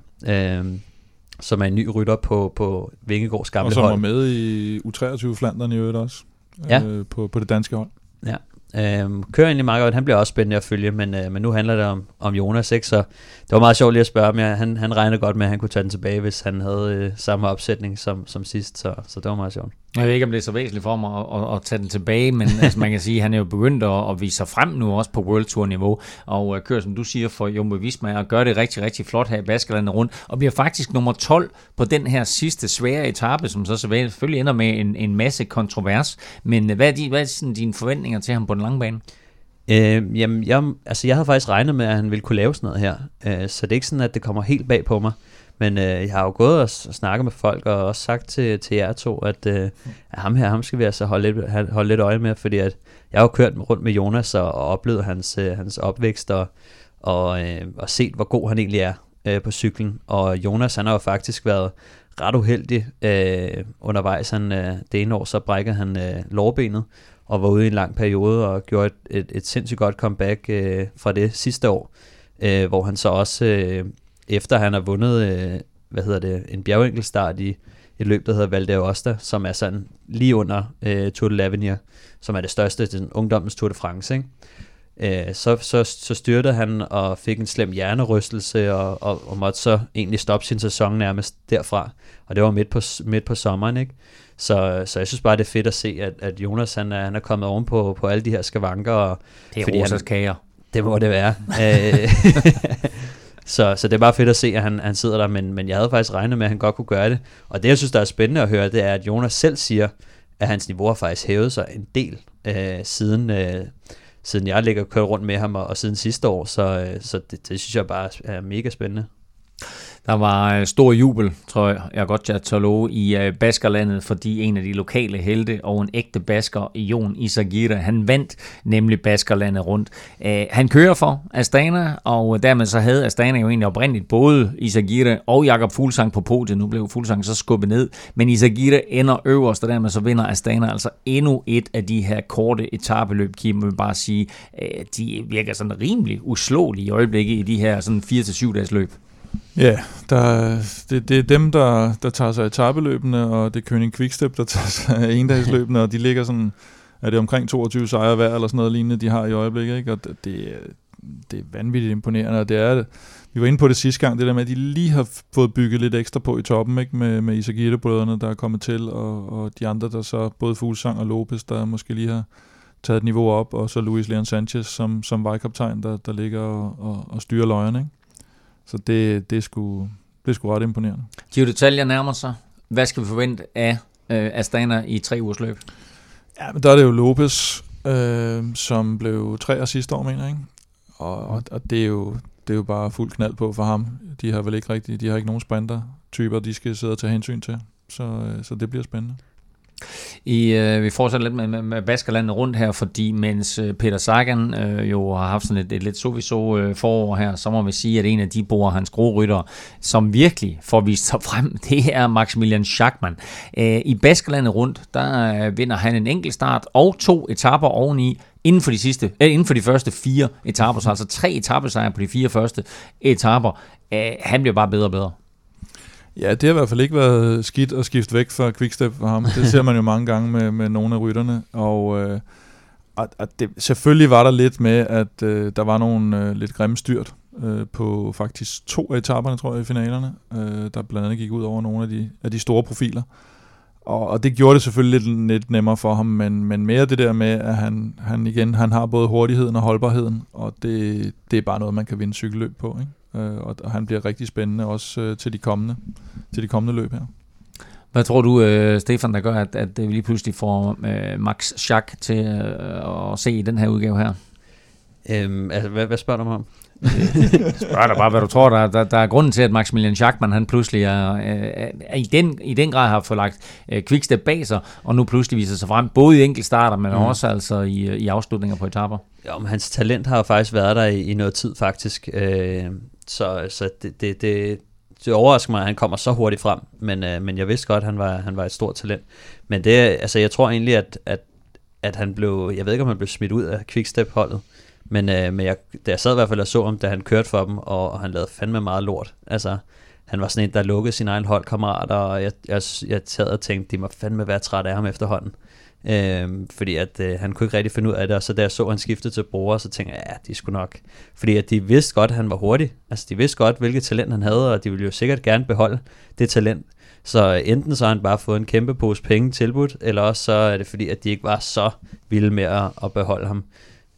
[SPEAKER 5] som er en ny rytter på Vingegaards gamle hold.
[SPEAKER 6] Og som var med i U23 Flandern i øvrigt også, på det danske hold.
[SPEAKER 5] Ja. Kører egentlig meget godt. Han bliver også spændende at følge, men nu handler det om Jonas, ikke? Så det var meget sjovt lige at spørge ham. Han regnede godt med, at han kunne tage den tilbage, hvis han havde samme opsætning som sidst, så det var meget sjovt.
[SPEAKER 4] Jeg ved ikke, om det er så væsentligt for mig at tage den tilbage, men altså, man kan sige, at han er jo begyndt at vise sig frem nu også på World Tour niveau, og kører, som du siger, for Jumbo Visma, og gør det rigtig, rigtig flot her i Baskerlandet rundt, og bliver faktisk nummer 12 på den her sidste svære etape, som så selvfølgelig ender med en masse kontrovers. Men hvad er sådan dine forventninger til ham på den lange bane?
[SPEAKER 5] Jamen, jeg havde faktisk regnet med, at han ville kunne lave sådan noget her, så det er ikke sådan, at det kommer helt bag på mig. Men jeg har jo gået og snakket med folk, og også sagt til jer to, at ham skal vi altså holde lidt øje med, fordi at jeg har jo kørt rundt med Jonas og oplevet hans opvækst, og set, hvor god han egentlig er på cyklen. Og Jonas, han har jo faktisk været ret uheldig undervejs. Det ene år, så brækkede han lårbenet, og var ude i en lang periode, og gjorde et sindssygt godt comeback fra det sidste år, hvor han så også... efter han har vundet en bjergenkelstart i et løb, der hedder Val d'Aosta, som er sådan lige under Tour de l'Avenir, som er det største, den ungdommens Tour de France, ikke? Så styrtede han og fik en slem hjernerystelse og måtte så egentlig stoppe sin sæson nærmest derfra, og det var midt på sommeren, ikke? Så jeg synes bare, det er fedt at se, at Jonas han er kommet ovenpå på alle de her skavanker. Og
[SPEAKER 4] det er Rosas kager.
[SPEAKER 5] Det må det være. Så det er bare fedt at se, at han sidder der, men jeg havde faktisk regnet med, at han godt kunne gøre det. Og det, jeg synes, der er spændende at høre, det er, at Jonas selv siger, at hans niveau har faktisk hævet sig en del, siden jeg ligger og kører rundt med ham, og siden sidste år. Så det synes jeg bare er mega spændende.
[SPEAKER 4] Der var stor jubel, tror jeg godt jeg tør love, i Baskerlandet, fordi en af de lokale helte og en ægte basker, Jon Izagirre, han vandt nemlig Baskerlandet rundt. Han kører for Astana, og dermed så havde Astana jo egentlig oprindeligt både Izagirre og Jakob Fuglsang på podiet. Nu blev Fuglsang så skubbet ned, men Izagirre ender øverst, og dermed så vinder Astana altså endnu et af de her korte etapeløb. Kim vil bare sige, de virker sådan rimelig uslåelige i øjeblikket i de her sådan 4-7 dages løb.
[SPEAKER 6] Ja, det er dem, der tager sig etapeløbene, og det er König Quickstep, der tager sig endagsløbene, og de ligger sådan, er det omkring 22 sejre hver, eller sådan noget lignende, de har i øjeblikket, ikke? Og det er vanvittigt imponerende, og det er det. Vi var inde på det sidste gang, det der med, at de lige har fået bygget lidt ekstra på i toppen, ikke? Med Izagirre-brødrene, der er kommet til, og de andre, der så, både Fuglsang og Lopez, der måske lige har taget et niveau op, og så Luis Leon Sanchez som vejkaptajn, der ligger og styrer løjerne, ikke? Så det er sgu ret imponerende.
[SPEAKER 4] Giro d'Italia nærmer sig. Hvad skal vi forvente af Astana i 3 ugers løb?
[SPEAKER 6] Ja, men der er det jo Lopez, som blev 3'er sidste år, mener jeg, ikke? Og det er jo bare fuld knald på for ham. De har ikke nogen sprinter-typer, de skal sidde og tage hensyn til. Så det bliver spændende.
[SPEAKER 4] Vi fortsætter lidt med Baskerlandet rundt her, fordi mens Peter Sagan jo har haft sådan et lidt sowieso forår her, så må vi sige, at en af de bor hans grorytter, som virkelig får vist sig frem, det er Maximilian Schachmann. I Baskerlandet rundt, der vinder han en enkelt start og 2 etaper oveni, inden for de første 4 etaper, så altså 3 etapesejre på de 4 første etaper. Han bliver bare bedre og bedre.
[SPEAKER 6] Ja, det har i hvert fald ikke været skidt at skifte væk fra Quickstep for ham. Det ser man jo mange gange med nogle af rytterne. Og det, selvfølgelig var der lidt med, at der var nogle lidt grimme styrt på faktisk 2 af etaperne, tror jeg, i finalerne, der blandt andet gik ud over nogle af de store profiler. Og det gjorde det selvfølgelig lidt nemmere for ham, men mere det der med, at han har både hurtigheden og holdbarheden, og det er bare noget, man kan vinde cykelløb på, ikke? Og han bliver rigtig spændende også til de kommende løb her. Hvad tror du, Stefan, der gør, at vi lige pludselig får Max Schach til at se i den her udgave her?
[SPEAKER 5] Altså, hvad spørger du om?
[SPEAKER 4] Spørg dig bare, hvad du tror, der er grunden til, at Maximilian Schachmann, han pludselig i den grad har fået lagt Quickstep bag sig, og nu pludselig viser sig frem, både i enkeltstarter, men også altså i afslutninger på etaper.
[SPEAKER 5] Ja, men hans talent har jo faktisk været der i noget tid, faktisk. Så det overrasker mig, at han kommer så hurtigt frem, men jeg vidste godt, at han var et stort talent. Men det, altså, jeg tror egentlig, at han blev, jeg ved ikke, om han blev smidt ud af Quickstep-holdet, men da jeg sad i hvert fald og så ham, da han kørte for dem, og han lavede fandme meget lort. Altså, han var sådan en, der lukkede sine egen holdkammerater, og jeg sad og tænkte, de må fandme være træt af ham efterhånden. Fordi at han kunne ikke rigtig finde ud af det, og så da jeg så, han skiftede til Broer, så tænkte jeg, ja, de skulle nok. Fordi at de vidste godt, at han var hurtig. Altså, de vidste godt, hvilket talent han havde, og de ville jo sikkert gerne beholde det talent. Så enten så har han bare fået en kæmpe pose penge tilbudt, eller også så er det fordi, at de ikke var så vilde med at beholde ham.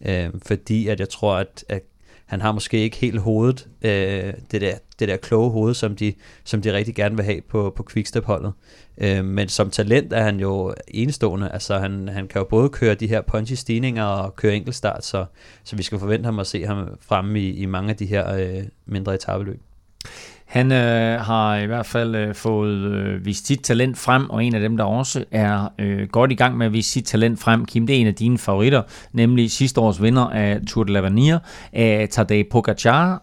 [SPEAKER 5] Fordi at jeg tror, at han har måske ikke helt hovedet, det der kloge hoved, som de rigtig gerne vil have på Quickstep-holdet. Men som talent er han jo enestående. Altså han kan jo både køre de her punchy stigninger og køre enkeltstart, så vi skal forvente ham at se ham fremme i mange af de her mindre etapeløb.
[SPEAKER 4] Han har i hvert fald fået vist sit talent frem, og en af dem, der også er godt i gang med at vise sit talent frem, Kim, det er en af dine favoritter, nemlig sidste års vinder af Tour de l'Avenir, Tadej Pogačar,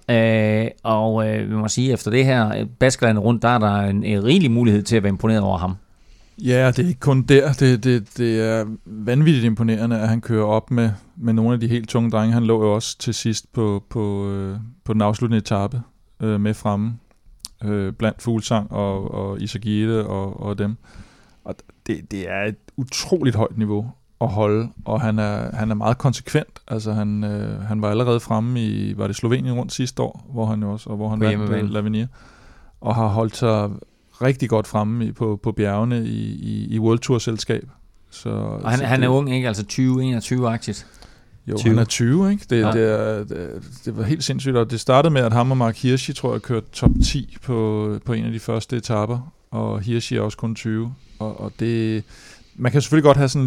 [SPEAKER 4] og vi må sige, efter det her Baskerlandet rundt, der er der en rigelig mulighed til at være imponeret over ham.
[SPEAKER 6] Ja, det er ikke kun der. Det er vanvittigt imponerende, at han kører op med nogle af de helt tunge drenge. Han lå jo også til sidst på den afsluttende etape med fremme. Blandt Fuglsang og Isagire og dem. Og det er et utroligt højt niveau at holde, og han er meget konsekvent. Altså han var allerede fremme i, var det Slovenien rundt sidste år, hvor han jo også, og hvor han vandt l'Avenir, og har holdt sig rigtig godt fremme på bjergene i World Tour selskab. Og
[SPEAKER 4] han er ung, ikke? Altså 20-21-agtigt.
[SPEAKER 6] Jo, 20. Han er 20, ikke? Det var helt sindssygt, og det startede med, at ham og Mark Hirschi, tror jeg, kørte top 10 på en af de første etaper, og Hirschi er også kun 20, og det, man kan selvfølgelig godt have sådan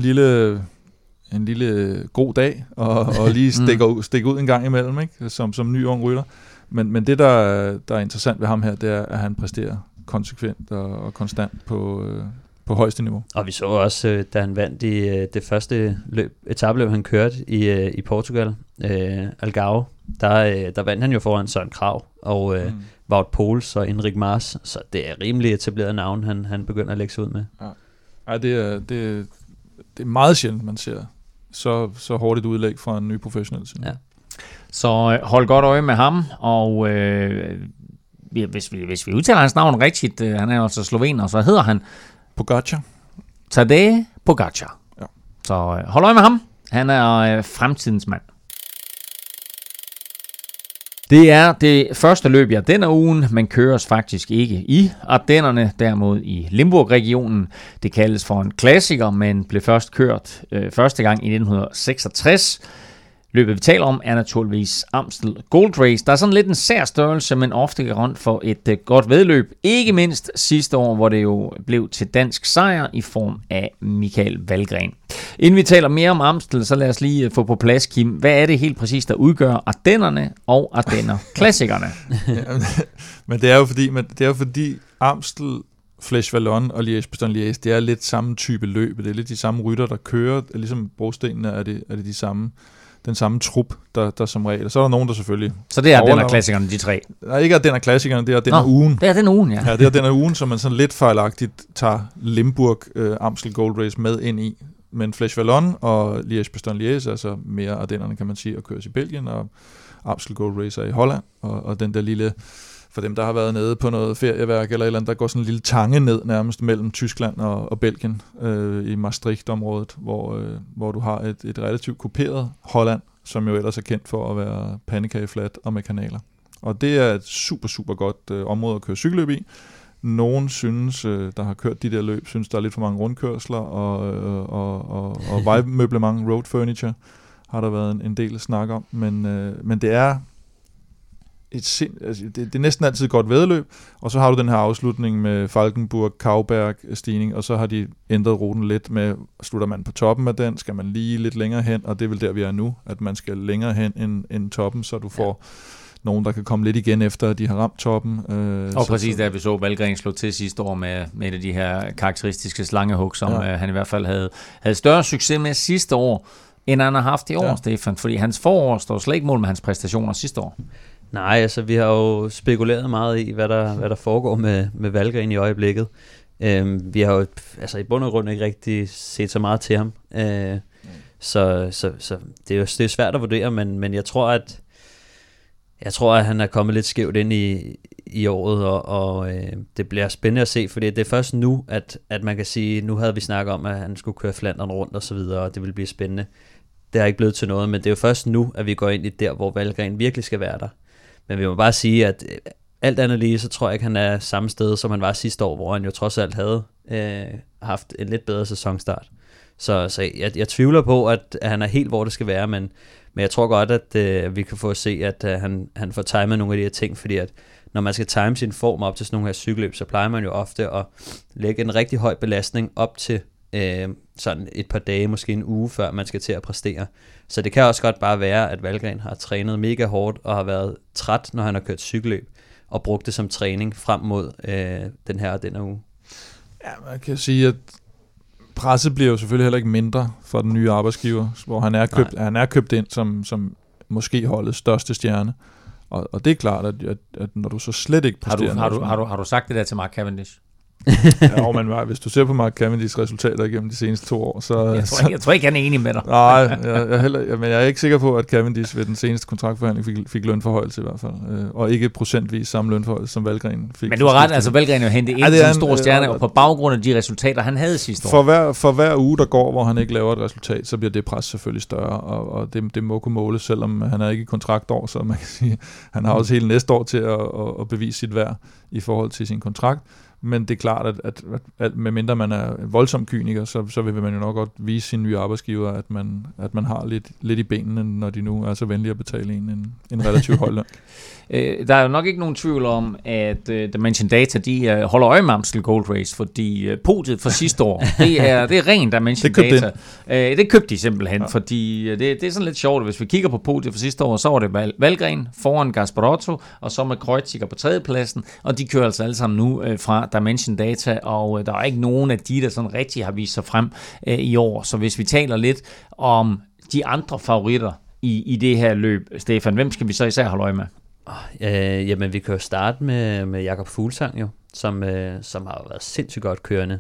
[SPEAKER 6] en lille god dag, og lige stikke ud en gang imellem, ikke? Som ny ung rytter, men det, der er interessant ved ham her, det er, at han præsterer konsekvent og konstant på højeste niveau.
[SPEAKER 5] Og vi så også, da han vandt i det første etapeløb, han kørte i Portugal, Algarve, der vandt han jo foran Søren Kragh og Wout Poels og Enric Mas, så det er rimelig etableret navn, han begynder at lægge sig ud med.
[SPEAKER 6] Ja, det er meget sjældent, man ser så hårdt et udlæg fra en ny professionel.
[SPEAKER 4] Ja. Så hold godt øje med ham, og hvis vi udtaler hans navn rigtigt, han er altså slovener, så hedder han
[SPEAKER 6] Pogačar.
[SPEAKER 4] Tadej Pogačar.
[SPEAKER 6] Ja.
[SPEAKER 4] Så hold øje med ham. Han er fremtidens mand. Det er det første løb i Ardenner-ugen, men køres faktisk ikke i Ardennerne, derimod i Limburg-regionen. Det kaldes for en klassiker, men blev først kørt første gang i 1966. Løbet, vi taler om, er naturligvis Amstel Gold Race. Der er sådan lidt en sær størrelse, men ofte garant for et godt væddeløb. Ikke mindst sidste år, hvor det jo blev til dansk sejr i form af Michael Valgren. Inden vi taler mere om Amstel, så lad os lige få på plads, Kim. Hvad er det helt præcis, der udgør Ardennerne og Ardenner-klassikerne?
[SPEAKER 6] Men det er jo fordi Amstel, Flèche Wallonne og Liège-Bastogne-Liège, det er lidt samme type løb. Det er lidt de samme rytter, der kører. Ligesom brostenene er det de samme. Den samme trup, der som regel. Og så er der nogen, der selvfølgelig...
[SPEAKER 4] Så det er Ardenner-klassikerne, de tre?
[SPEAKER 6] Nej, ikke Ardenner-klassikerne, det er Ardenner-ugen.
[SPEAKER 4] Det er den ugen, ja.
[SPEAKER 6] Ja, det er Ardenner-ugen, som man sådan lidt fejlagtigt tager Limburg Amstel Gold Race med ind i. Men Flèche Wallonne og Liège-Bastogne-Liège, altså mere Ardennerne, kan man sige, og køres i Belgien, og Amstel Gold Race er i Holland, og den der lille... For dem, der har været nede på noget ferieværk eller et eller andet, der går sådan en lille tange ned nærmest mellem Tyskland og Belgien i Maastricht-området, hvor du har et relativt kuperet Holland, som jo ellers er kendt for at være pandekageflat og med kanaler. Og det er et super, super godt område at køre cykelløb i. Nogen synes, der har kørt de der løb, synes, der er lidt for mange rundkørsler og vejmøblement, road furniture, har der været en del snak om. Men det er... det er næsten altid et godt væddeløb, og så har du den her afslutning med Falkenburg, Kauberg stigning, og så har de ændret ruten lidt med, slutter man på toppen af den, skal man lige lidt længere hen, og det er vel der, vi er nu, at man skal længere hen end toppen, så du får nogen, der kan komme lidt igen efter, at de har ramt toppen.
[SPEAKER 4] Og præcis der, vi så Valgren slå til sidste år med et af de her karakteristiske slangehug, som han i hvert fald havde større succes med sidste år, end han har haft i år, Stefan, fordi hans forår står slet ikke mål med hans præstationer sidste år.
[SPEAKER 5] Nej, altså vi har jo spekuleret meget i, hvad der foregår med Valgren i øjeblikket. Vi har jo altså i bund og grund ikke rigtig set så meget til ham. Så det er svært at vurdere, men jeg tror, at Jeg tror, at han er kommet lidt skævt ind i året, og det bliver spændende at se, fordi det er først nu, at man kan sige, nu havde vi snakket om, at han skulle køre Flandern rundt og så videre, og det vil blive spændende. Det har ikke blevet til noget, men det er jo først nu, at vi går ind i der, hvor Valgren virkelig skal være der. Men vi må bare sige, at alt andet lige, så tror jeg ikke, han er samme sted, som han var sidste år, hvor han jo trods alt havde haft en lidt bedre sæsonstart. Så jeg tvivler på, at han er helt, hvor det skal være, men jeg tror godt, at vi kan få at se, at han får timet nogle af de her ting, fordi at når man skal time sin form op til sådan nogle her cykelløb, så plejer man jo ofte at lægge en rigtig høj belastning op til sådan et par dage, måske en uge, før man skal til at præstere. Så det kan også godt bare være, at Valgren har trænet mega hårdt og har været træt, når han har kørt cykelløb, og brugt det som træning frem mod den her uge.
[SPEAKER 6] Ja, man kan sige, at presset bliver jo selvfølgelig heller ikke mindre for den nye arbejdsgiver, hvor han er købt ind som måske holdets største stjerne. Og det er klart, at når du så slet ikke præsterer...
[SPEAKER 4] Har du sagt det der til Mark Cavendish?
[SPEAKER 6] Ja, men hvis du ser på Mark Cavendishs resultater gennem de seneste 2 år, så...
[SPEAKER 4] Jeg tror ikke, han er enig med dig.
[SPEAKER 6] Nej, men jeg er ikke sikker på, at Cavendish ved den seneste kontraktforhandling fik lønforhøjelse i hvert fald. Og ikke procentvis samme lønforhøjelse, som Valgren fik.
[SPEAKER 4] Men du har ret, altså Valgren jo hentet ind som en stor stjerne, og på baggrund af de resultater, han havde sidste år.
[SPEAKER 6] For hver uge, der går, hvor han ikke laver et resultat, så bliver det pres selvfølgelig større, og det må kunne måles, selvom han er ikke i kontraktår, så man kan sige, han har også hele næste år til at bevise sit værd i forhold til sin kontrakt. Men det er klart, at medmindre man er voldsom kyniker, så vil man jo nok godt vise sin nye arbejdsgiver, at man har lidt i benene, når de nu er så venlige at betale en relativt høj løn.
[SPEAKER 4] Der er jo nok ikke nogen tvivl om, at Dimension Data, de holder øje med Amstel Gold Race, fordi podiet for sidste år, det er rent Dimension Data. Det købte de simpelthen, fordi det er sådan lidt sjovt. Hvis vi kigger på podiet for sidste år, så var det Valgren foran Gasparotto, og så med Kreuziger på 3. pladsen, og de kører altså alle sammen nu fra Dimension Data, og der er ikke nogen af de, der sådan rigtig har vist sig frem i år. Så hvis vi taler lidt om de andre favoritter i det her løb, Stefan, hvem skal vi så især holde øje med?
[SPEAKER 5] Jamen, vi kan jo starte med Jakob Fuglsang jo, som har været sindssygt godt kørende,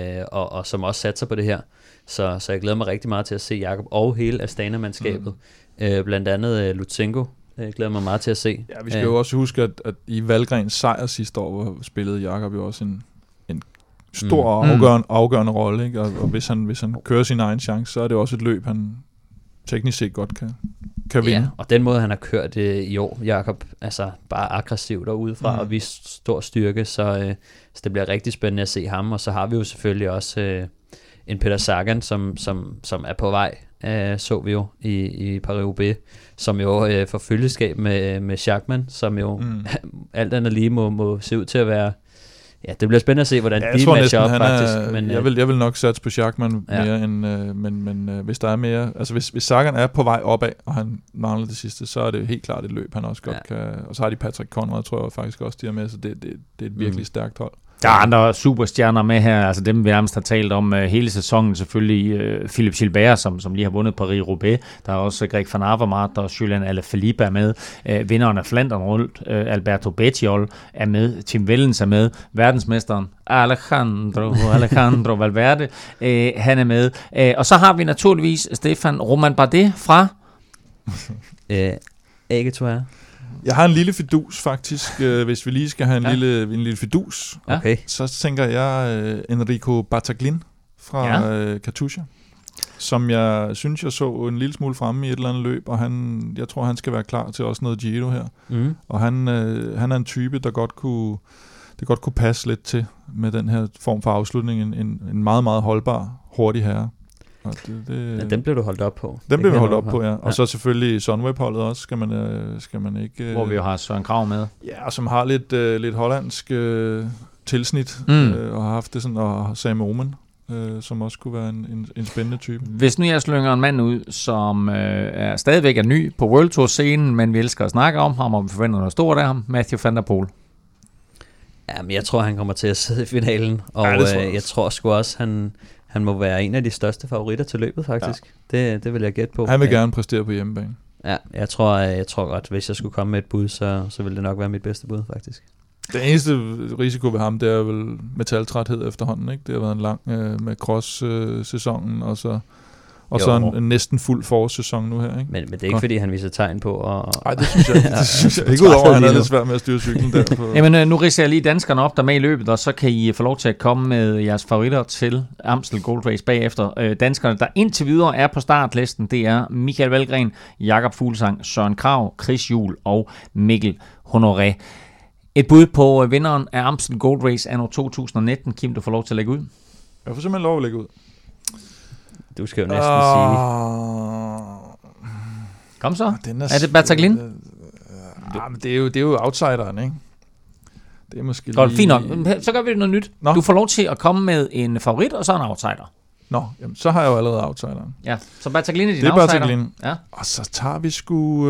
[SPEAKER 5] og som også satser på det her. Så jeg glæder mig rigtig meget til at se Jakob og hele Astana-mandskabet. Blandt andet Lutsenko. Jeg glæder mig meget til at se.
[SPEAKER 6] Ja, vi skal jo også huske, at i Valgrens sejr sidste år spillede Jakob jo også en stor og afgørende rolle. Ikke? Og hvis han kører sin egen chance, så er det også et løb, han teknisk set godt kan vinde.
[SPEAKER 5] Ja, og den måde, han har kørt i år, Jakob, altså bare aggressivt og udefra og vist stor styrke, så det bliver rigtig spændende at se ham. Og så har vi jo selvfølgelig også en Peter Sagan, som er på vej, så vi jo i Paris-Roubaix, som jo får følgeskab med Schachmann, som jo alt andet lige må se ud til at være. Ja, det bliver spændende at se, hvordan de matcher op faktisk. Men,
[SPEAKER 6] jeg vil nok satse på Schachmann mere end, men hvis der er mere, altså hvis Sagan er på vej opad, og han mangler det sidste, så er det helt klart et løb, han også godt kan. Og så har de Patrick Conrad, tror jeg faktisk også, de er med, så det er et virkelig stærkt hold.
[SPEAKER 4] Der er andre superstjerner med her, altså dem vi nærmest har talt om hele sæsonen, selvfølgelig Philippe Gilbert, som lige har vundet Paris-Roubaix. Der er også Greg van Avermaet og Julian Alaphilippe er med. Vinderen af Flandern rundt, Alberto Bettiol er med. Tim Wellens er med. Verdensmesteren Alejandro Valverde, han er med. Og så har vi naturligvis Stefan Romain Bardet fra
[SPEAKER 5] Age-Tour.
[SPEAKER 6] Jeg har en lille fidus faktisk, hvis vi lige skal have en lille fidus.
[SPEAKER 5] Okay.
[SPEAKER 6] Så tænker jeg Enrico Battaglin fra Katusha, som jeg synes, jeg så en lille smule fremme i et eller andet løb, og jeg tror, han skal være klar til også noget Giro her. Og han er en type, der godt kunne passe lidt til med den her form for afslutning. En meget, meget holdbar, hurtig herre.
[SPEAKER 5] Den blev du holdt op på.
[SPEAKER 6] Den blev vi holdt op på, ja. Og så selvfølgelig Sunweb-holdet også, skal man ikke...
[SPEAKER 4] Hvor vi jo har Søren Kragh med.
[SPEAKER 6] Ja, som har lidt hollandsk tilsnit, og har haft det sådan, og Sam Omen, som også kunne være en spændende type.
[SPEAKER 4] Hvis nu jeg slynger en mand ud, som stadigvæk er ny på World Tour-scenen, men vi elsker at snakke om ham, og vi forventer noget stort af ham, Mathieu van der Poel.
[SPEAKER 5] Ja, men jeg tror, han kommer til at sidde i finalen, og jeg tror sgu også, han må være en af de største favoritter til løbet, faktisk. Ja. Det vil jeg gætte på.
[SPEAKER 6] Han vil gerne præstere på hjemmebane.
[SPEAKER 5] Ja, jeg tror godt, hvis jeg skulle komme med et bud, så ville det nok være mit bedste bud, faktisk.
[SPEAKER 6] Den eneste risiko ved ham, det er vel metaltræthed efterhånden, ikke? Det har været en lang med cross-sæsonen, Og så en næsten fuld forårssæson nu her, ikke?
[SPEAKER 5] Men det er ikke, fordi han viser tegn på at...
[SPEAKER 6] Nej, det synes jeg ikke. Det synes jeg ikke, udover at han er lidt svært med at styre cyklen der. På.
[SPEAKER 4] Jamen, nu ridser jeg lige danskerne op, der med i løbet, og så kan I få lov til at komme med jeres favoritter til Amstel Gold Race bagefter. Danskerne, der indtil videre er på startlisten, det er Michael Valgren, Jakob Fuglsang, Søren Kragh, Chris Juhl og Mikkel Honoré. Et bud på vinderen af Amstel Gold Race anno 2019. Kim, du får lov til at lægge ud.
[SPEAKER 6] Jeg får simpelthen lov at lægge ud.
[SPEAKER 5] Du skal jo næsten sige...
[SPEAKER 4] Kom så. Er det Bertaglin?
[SPEAKER 6] Men det er jo outsideren, ikke? Det er måske
[SPEAKER 4] godt, fint nok. Så gør vi noget nyt.
[SPEAKER 6] Nå.
[SPEAKER 4] Du får lov til at komme med en favorit, og så en outsider.
[SPEAKER 6] Nå, jamen, så har jeg jo allerede outsideren.
[SPEAKER 4] Ja, så Bertaglin er din
[SPEAKER 6] outsider. Det er
[SPEAKER 4] outsider.
[SPEAKER 6] Bertaglin. Ja. Og så tager vi sgu...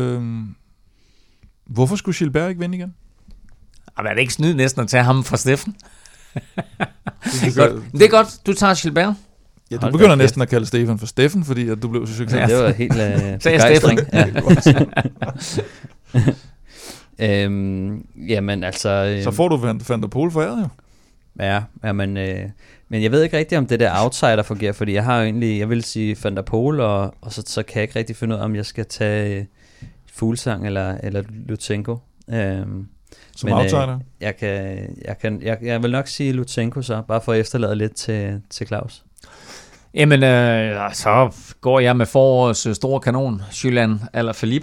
[SPEAKER 6] Hvorfor skulle Gilbert ikke vinde igen?
[SPEAKER 4] Er det ikke snyd næsten at tage ham fra Steffen? Det er godt, du tager Gilbert.
[SPEAKER 6] Ja, du begynder næsten at kalde Stefan for Steffen, fordi at du blev så succes.
[SPEAKER 5] Ja, det var helt begejstring. Jamen altså...
[SPEAKER 6] Så får du Van der Poel foræret jo.
[SPEAKER 5] Ja, men jeg ved ikke rigtigt, om det der outsider fungerer, fordi jeg har jo egentlig, jeg vil sige Van der Poel, og så kan jeg ikke rigtig finde ud af, om jeg skal tage Fuglsang eller Lutsenko.
[SPEAKER 6] Som outsider?
[SPEAKER 5] Jeg vil nok sige Lutsenko så, bare for at efterlade lidt til Claus.
[SPEAKER 4] Jamen, så går jeg med forårets store kanon, Julian eller Philippe.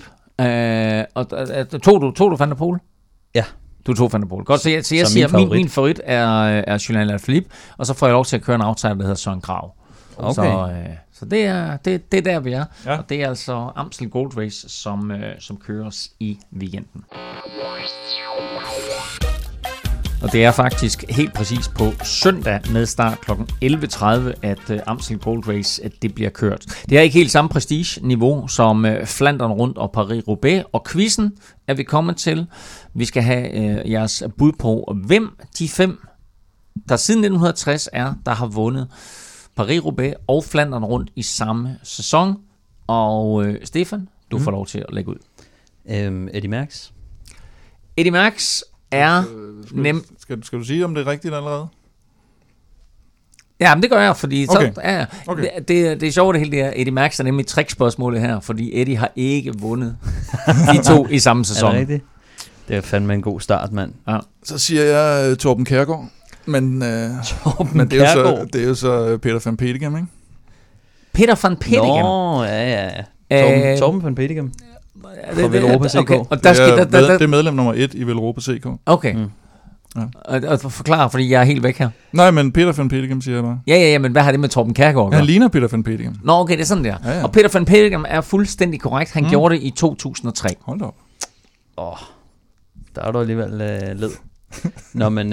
[SPEAKER 4] Tog du Van der Poel?
[SPEAKER 5] Ja.
[SPEAKER 4] Du tog Van der Poel. Godt, så jeg siger, min favorit er Julian eller Philippe, og så får jeg lov til at køre en outsider, der hedder Søren Kragh.
[SPEAKER 5] Okay.
[SPEAKER 4] Så det er der, vi er. Ja. Og det er altså Amstel Gold Race, som køres i weekenden. Og det er faktisk helt præcis på søndag med start kl. 11.30, at Amstel Gold Race det bliver kørt. Det er ikke helt samme prestige-niveau som Flandern rundt og Paris-Roubaix. Og quizzen er vi kommet til. Vi skal have jeres bud på, hvem de 5, der siden 1960 der har vundet Paris-Roubaix og Flandern rundt i samme sæson. Og Stefan, du får lov til at lægge ud.
[SPEAKER 5] Eddy Merckx.
[SPEAKER 4] Eddy Merckx er
[SPEAKER 6] Skal du sige, om det er rigtigt allerede?
[SPEAKER 4] Ja, men det gør jeg, fordi
[SPEAKER 6] okay.
[SPEAKER 4] Det er sjovt det hele det her. Eddy Merckx er nemlig trickspørgsmålet her, fordi Eddy har ikke vundet de 2 i samme sæson.
[SPEAKER 5] Er det rigtigt? Det er fandme en god start, mand. Ja.
[SPEAKER 6] Så siger jeg Torben Kjærgaard. Men det er jo så Peter van Petegem, ikke?
[SPEAKER 4] Peter van Petegem?
[SPEAKER 5] Nå, ja. Torben van Petegem. Fra Velropa CK.
[SPEAKER 6] Okay. Og det er medlem nummer 1 i Velropa CK.
[SPEAKER 4] Okay. Ja. Og forklare, fordi jeg er helt væk her.
[SPEAKER 6] Nej, men Peter van Petegem siger jeg bare.
[SPEAKER 4] Ja, men hvad har det med Torben Kjærgaard?
[SPEAKER 6] Han ligner Peter van Petegem.
[SPEAKER 4] Nå, okay, det er sådan der. Ja. Og Peter van Petegem er fuldstændig korrekt. Han gjorde det i 2003.
[SPEAKER 6] Hold da op.
[SPEAKER 5] Der er du alligevel led. Nå, men...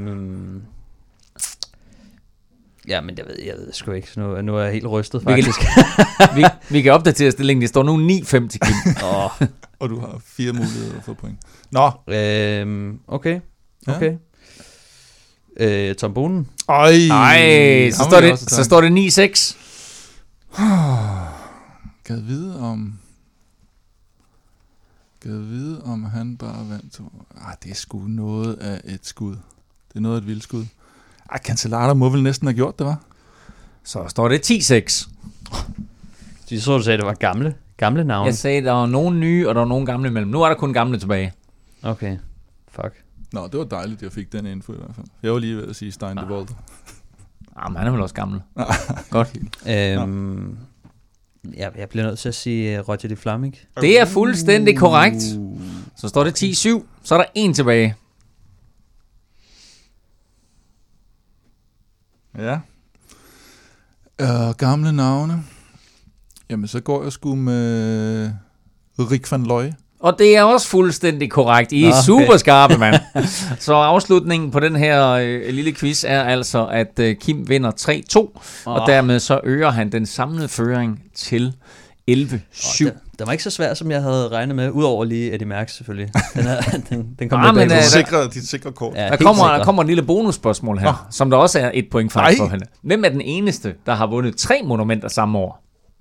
[SPEAKER 5] Ja, men jeg ved sgu ikke. Nu er jeg helt rystet, faktisk.
[SPEAKER 4] Vi kan opdatere stillingen. Det står nu 9-5 til Kim.
[SPEAKER 6] Og du har 4 muligheder for point. Nå.
[SPEAKER 5] Okay. Tom Bonen.
[SPEAKER 4] Ej, så står det 9-6.
[SPEAKER 6] Gad vide, om han bare vandt. Det er sgu noget af et skud. Det er noget af et vildskud. Cancellara må vel næsten have gjort det, var?
[SPEAKER 4] Så står det 10-6.
[SPEAKER 5] Du sagde, at det var gamle navne.
[SPEAKER 4] Jeg sagde, at der var nogle nye, og der var nogle gamle imellem. Nu er der kun gamle tilbage.
[SPEAKER 5] Okay, fuck.
[SPEAKER 6] Nå, det var dejligt, at jeg fik den info i hvert fald. Jeg var lige ved at sige Stein de Vold.
[SPEAKER 4] Men han er vel også gammel. Godt.
[SPEAKER 5] Jeg bliver nødt til at sige Roger de Flaming.
[SPEAKER 4] Det er fuldstændig korrekt. Så står det 10-7. Så er der 1 tilbage.
[SPEAKER 6] Ja. Gamle navne. Jamen, så går jeg sgu med Rik van Looy.
[SPEAKER 4] Og det er også fuldstændig korrekt. I er super skarpe, mand. Så afslutningen på den her lille quiz er altså, at Kim vinder 3-2, og dermed så øger han den samlede føring til 11-7.
[SPEAKER 5] Den var ikke så svær, som jeg havde regnet med, udover lige Eddy Merckx selvfølgelig. Den kom med
[SPEAKER 6] de sikre kort. Ja,
[SPEAKER 4] der kommer et lille bonusspørgsmål her, som der også er 1 point for hende. Hvem er den eneste, der har vundet 3 monumenter samme år?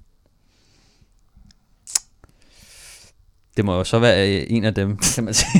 [SPEAKER 5] Det må jo så være en af dem, kan man sige.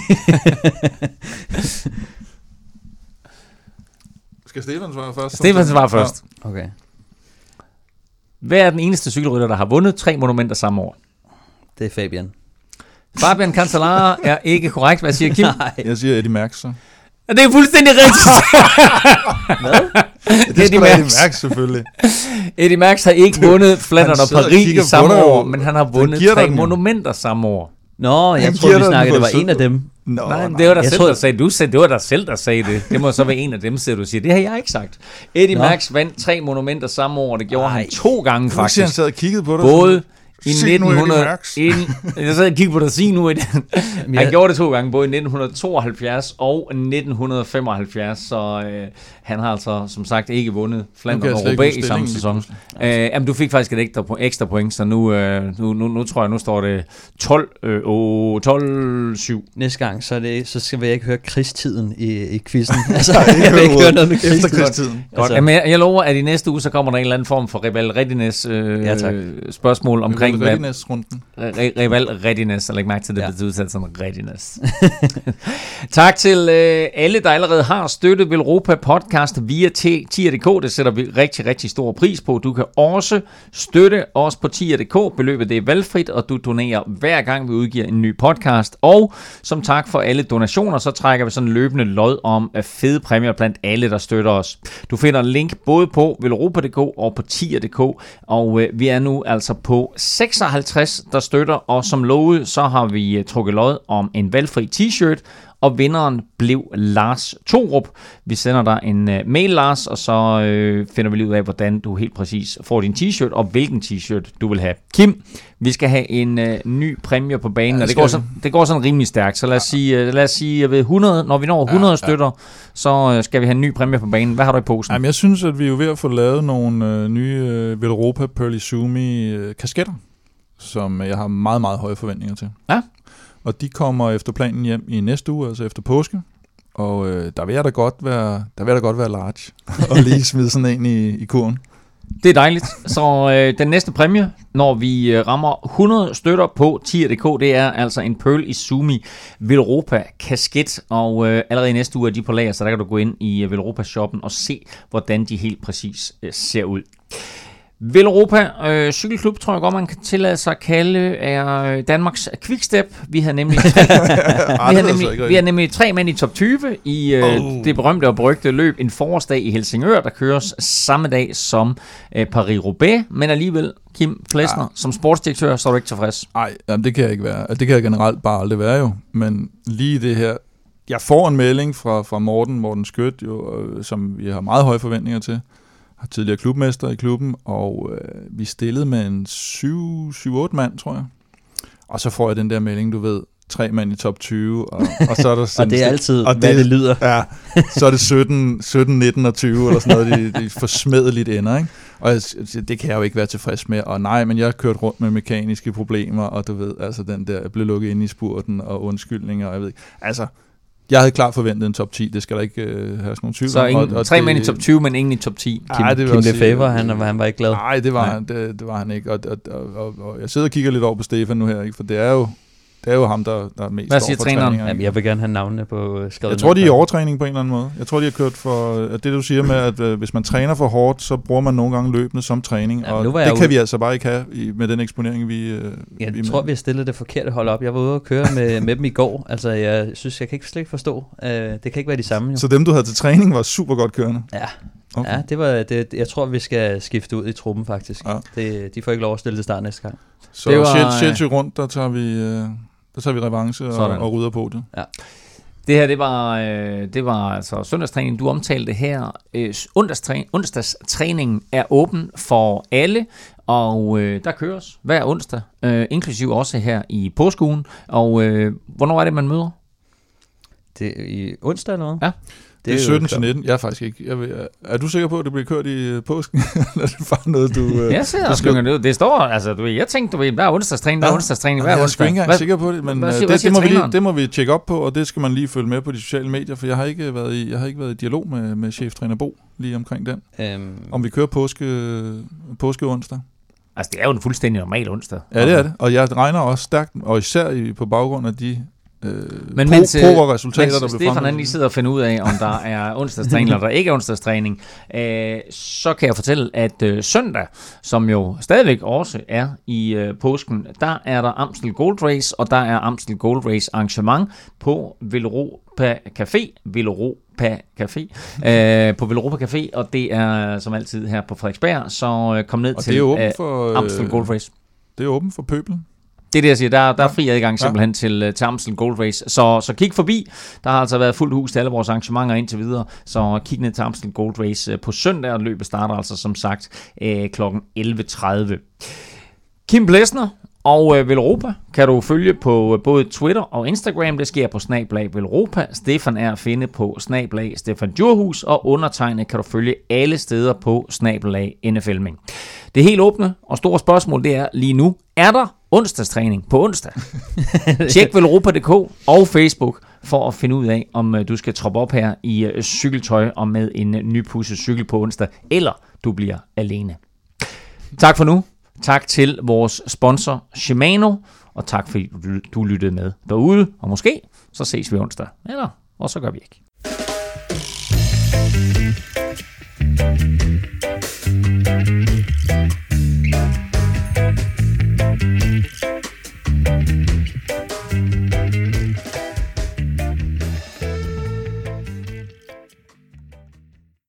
[SPEAKER 6] Skal Stefan svare først?
[SPEAKER 4] Stefan svarer først.
[SPEAKER 5] Okay.
[SPEAKER 4] Hvad er den eneste cykelrytter, der har vundet 3 monumenter samme år?
[SPEAKER 5] Det er Fabian.
[SPEAKER 4] Fabian Cancellara er ikke korrekt. Hvad siger Kim?
[SPEAKER 5] Nej.
[SPEAKER 6] Jeg siger Eddie Merckx, så.
[SPEAKER 4] Det er fuldstændig rigtigt.
[SPEAKER 5] Hvad?
[SPEAKER 6] Det skulle Eddie Merckx, selvfølgelig.
[SPEAKER 4] Eddie Merckx har ikke vundet Flandern og Paris i samme år, men han har vundet 3 monumenter samme år.
[SPEAKER 5] Nå, jeg troede, vi snakkede, det var en af dem.
[SPEAKER 4] Nej, det var der selv, der sagde. Du sagde, det var der selv, der sagde det. Det må så være en af dem, siger du siger. Det har jeg ikke sagt. Eddie Merckx vandt 3 monumenter samme år, og det gjorde han 2 gange faktisk.
[SPEAKER 6] Han sad og kiggede på dig.
[SPEAKER 4] Både i 1900... Jeg sad og kiggede på dig sige nu. Han gjorde det 2 gange, både i 1972 og 1975, så han har altså som sagt ikke vundet Flandern og Roubaix i samme sæson. Jamen, du fik faktisk et ekstra point, så nu tror jeg, nu står det 12-7.
[SPEAKER 5] Næste gang, så skal vi ikke høre krigstiden i quizzen. Altså, jeg vil ikke høre noget med
[SPEAKER 6] efter krigstiden.
[SPEAKER 4] Godt. Altså. Jeg lover, at i næste uge, så kommer der en eller anden form for Rival Readiness spørgsmål omkring
[SPEAKER 6] Readiness-runden.
[SPEAKER 4] Rival Readiness, og læg mærke til det, det udsat som Readiness. Tak til alle, der allerede har støttet Velropa podcast via tier.dk. Det sætter vi rigtig, rigtig stor pris på. Du kan også støtte os på tier.dk. Beløbet det er valgfrit, og du donerer hver gang, vi udgiver en ny podcast. Og som tak for alle donationer, så trækker vi sådan løbende lod om fede præmier blandt alle, der støtter os. Du finder en link både på velropa.dk og på tier.dk, og vi er nu altså på 56, der støtter, og som lovet, så har vi trukket lod om en valgfri t-shirt, og vinderen blev Lars Thorup. Vi sender dig en mail, Lars, og så finder vi lige ud af, hvordan du helt præcis får din t-shirt, og hvilken t-shirt du vil have. Kim, vi skal have en ny præmie på banen, og det går sådan rimelig stærkt, så lad os sige ved 100, når vi når 100 støtter, så skal vi have en ny præmie på banen. Hvad har du i posen?
[SPEAKER 6] Jamen, jeg synes, at vi er ved at få lavet nogle nye Velropa Pearly Sumi kasketter, som jeg har meget, meget høje forventninger til.
[SPEAKER 4] Ja.
[SPEAKER 6] Og de kommer efter planen hjem i næste uge, altså efter påske. Og der vil jeg da godt være large og lige smide sådan en i kurven.
[SPEAKER 4] Det er dejligt. Så den næste præmie, når vi rammer 100 støtter på tier.dk, det er altså en Pearl Izumi Velropa kasket. Og allerede i næste uge er de på lager, så der kan du gå ind i Velropa shoppen og se, hvordan de helt præcis ser ud. Velropa cykelklub, tror jeg godt, man kan tillade sig at kalde, er Danmarks Quickstep. Vi har nemlig 3 mænd i top 20 i det berømte og berygte løb en forårsdag i Helsingør, der køres samme dag som Paris-Roubaix, men alligevel, Kim Plesner, som sportsdirektør, så er du ikke tilfreds?
[SPEAKER 6] Nej, det kan jeg ikke være. Det kan jeg generelt bare aldrig være jo, men lige det her, jeg får en melding fra Morten Skødt, jo, som vi har meget høje forventninger til. Har tidligere klubmester i klubben, og vi stillede med en 7-8 mand, tror jeg. Og så får jeg den der melding, du ved, 3 mand i top 20, og så er der sådan...
[SPEAKER 5] og det er altid, hvad det lyder.
[SPEAKER 6] Ja, så er det 17, 19 og 20, eller sådan noget, de forsmedeligt ender, ikke? Og det kan jeg jo ikke være tilfreds med, og nej, men jeg har kørt rundt med mekaniske problemer, og du ved, altså den der, jeg blev lukket ind i spurten, og undskyldninger, og jeg ved ikke, altså... Jeg havde klart forventet en top 10, det skal der ikke have sådan nogle tvivl om.
[SPEAKER 4] Så 3 mænd i top 20, men ingen i top 10.
[SPEAKER 5] Kim Lefebvre, han var ikke glad.
[SPEAKER 6] Nej, det var han ikke. Og jeg sidder og kigger lidt over på Stefan nu her, ikke? For det er jo ham, der er mest.
[SPEAKER 4] Hvad siger træneren?
[SPEAKER 5] Jamen, jeg vil gerne have navnene på skrevet.
[SPEAKER 6] Jeg tror, de er i overtræning på en eller anden måde. Jeg tror, de har kørt for... Det du siger med, at hvis man træner for hårdt, så bruger man nogle gange løbende som træning. Jamen, og det kan vi altså bare ikke have med den eksponering, vi
[SPEAKER 5] jeg tror, vi har stillet det forkerte hold op. Jeg var ude og køre med dem i går. Altså, jeg synes, jeg kan slet ikke forstå. Det kan ikke være de samme. Jo.
[SPEAKER 6] Så dem, du havde til træning, var super godt kørende?
[SPEAKER 5] Ja. Okay. Ja, det var det. Jeg tror, vi skal skifte ud i truppen, faktisk. Ja. De får ikke lov at stille det start næste gang.
[SPEAKER 6] Så Chelsea rundt, der tager vi revanche og rydder på det.
[SPEAKER 4] Ja. Det her, det var altså søndagstræning. Du omtalte det her. Onsdagstræningen er åben for alle, og der køres hver onsdag, inklusiv også her i påskeugen. Og hvornår er det, man møder?
[SPEAKER 5] Det er i onsdag eller noget?
[SPEAKER 4] Ja.
[SPEAKER 6] Det er 17 til 19. Jeg er faktisk ikke. Er du sikker på, at det bliver kørt i påsken? Eller er det bare noget, du...
[SPEAKER 4] Jeg ser og slynger det ud. Det står, altså, jeg tænkte, hver onsdagstræning, hver onsdagstræning, hver onsdag.
[SPEAKER 6] Jeg er ikke engang sikker på det, men det må vi tjekke op på, og det skal man lige følge med på de sociale medier, for jeg har ikke været i dialog med cheftræner Bo lige omkring den. Om vi kører påske onsdag.
[SPEAKER 4] Altså, det er jo en fuldstændig normal onsdag.
[SPEAKER 6] Ja, det er det. Og jeg regner også stærkt, og især på baggrund af de
[SPEAKER 4] Men mens
[SPEAKER 6] resultater, der
[SPEAKER 4] Stefan han lige sidder og finder ud af, om der er onsdagstræning eller der ikke er onsdagstræning, så kan jeg fortælle, at søndag, som jo stadigvæk også er i påsken, der er der Amstel Gold Race, og der er Amstel Gold Race arrangement på Velropa Café, på Velropa Café, og det er som altid her på Frederiksberg, så kom ned til Amstel Gold Race.
[SPEAKER 6] Det er åbent for pøblen.
[SPEAKER 4] Det er det, jeg siger. Der er fri adgang simpelthen til Amstel Gold Race. Så kig forbi. Der har altså været fuldt hus til alle vores arrangementer indtil videre. Så kig ned til Amstel Gold Race på søndag, og løbet starter altså som sagt kl. 11.30. Kim Plesner og Velropa kan du følge på både Twitter og Instagram. Det sker på @Velropa. Stefan er at finde på @Stefan Djurhus, og undertegnet kan du følge alle steder på @NFLming. Det helt åbne og store spørgsmål, det er lige nu, er der onsdagstræning på onsdag? Tjek velropa.dk og Facebook for at finde ud af, om du skal troppe op her i cykeltøj og med en nypudset cykel på onsdag, eller du bliver alene. Tak for nu. Tak til vores sponsor Shimano, og tak fordi du lyttede med derude, og måske så ses vi onsdag, eller og så gør vi ikke.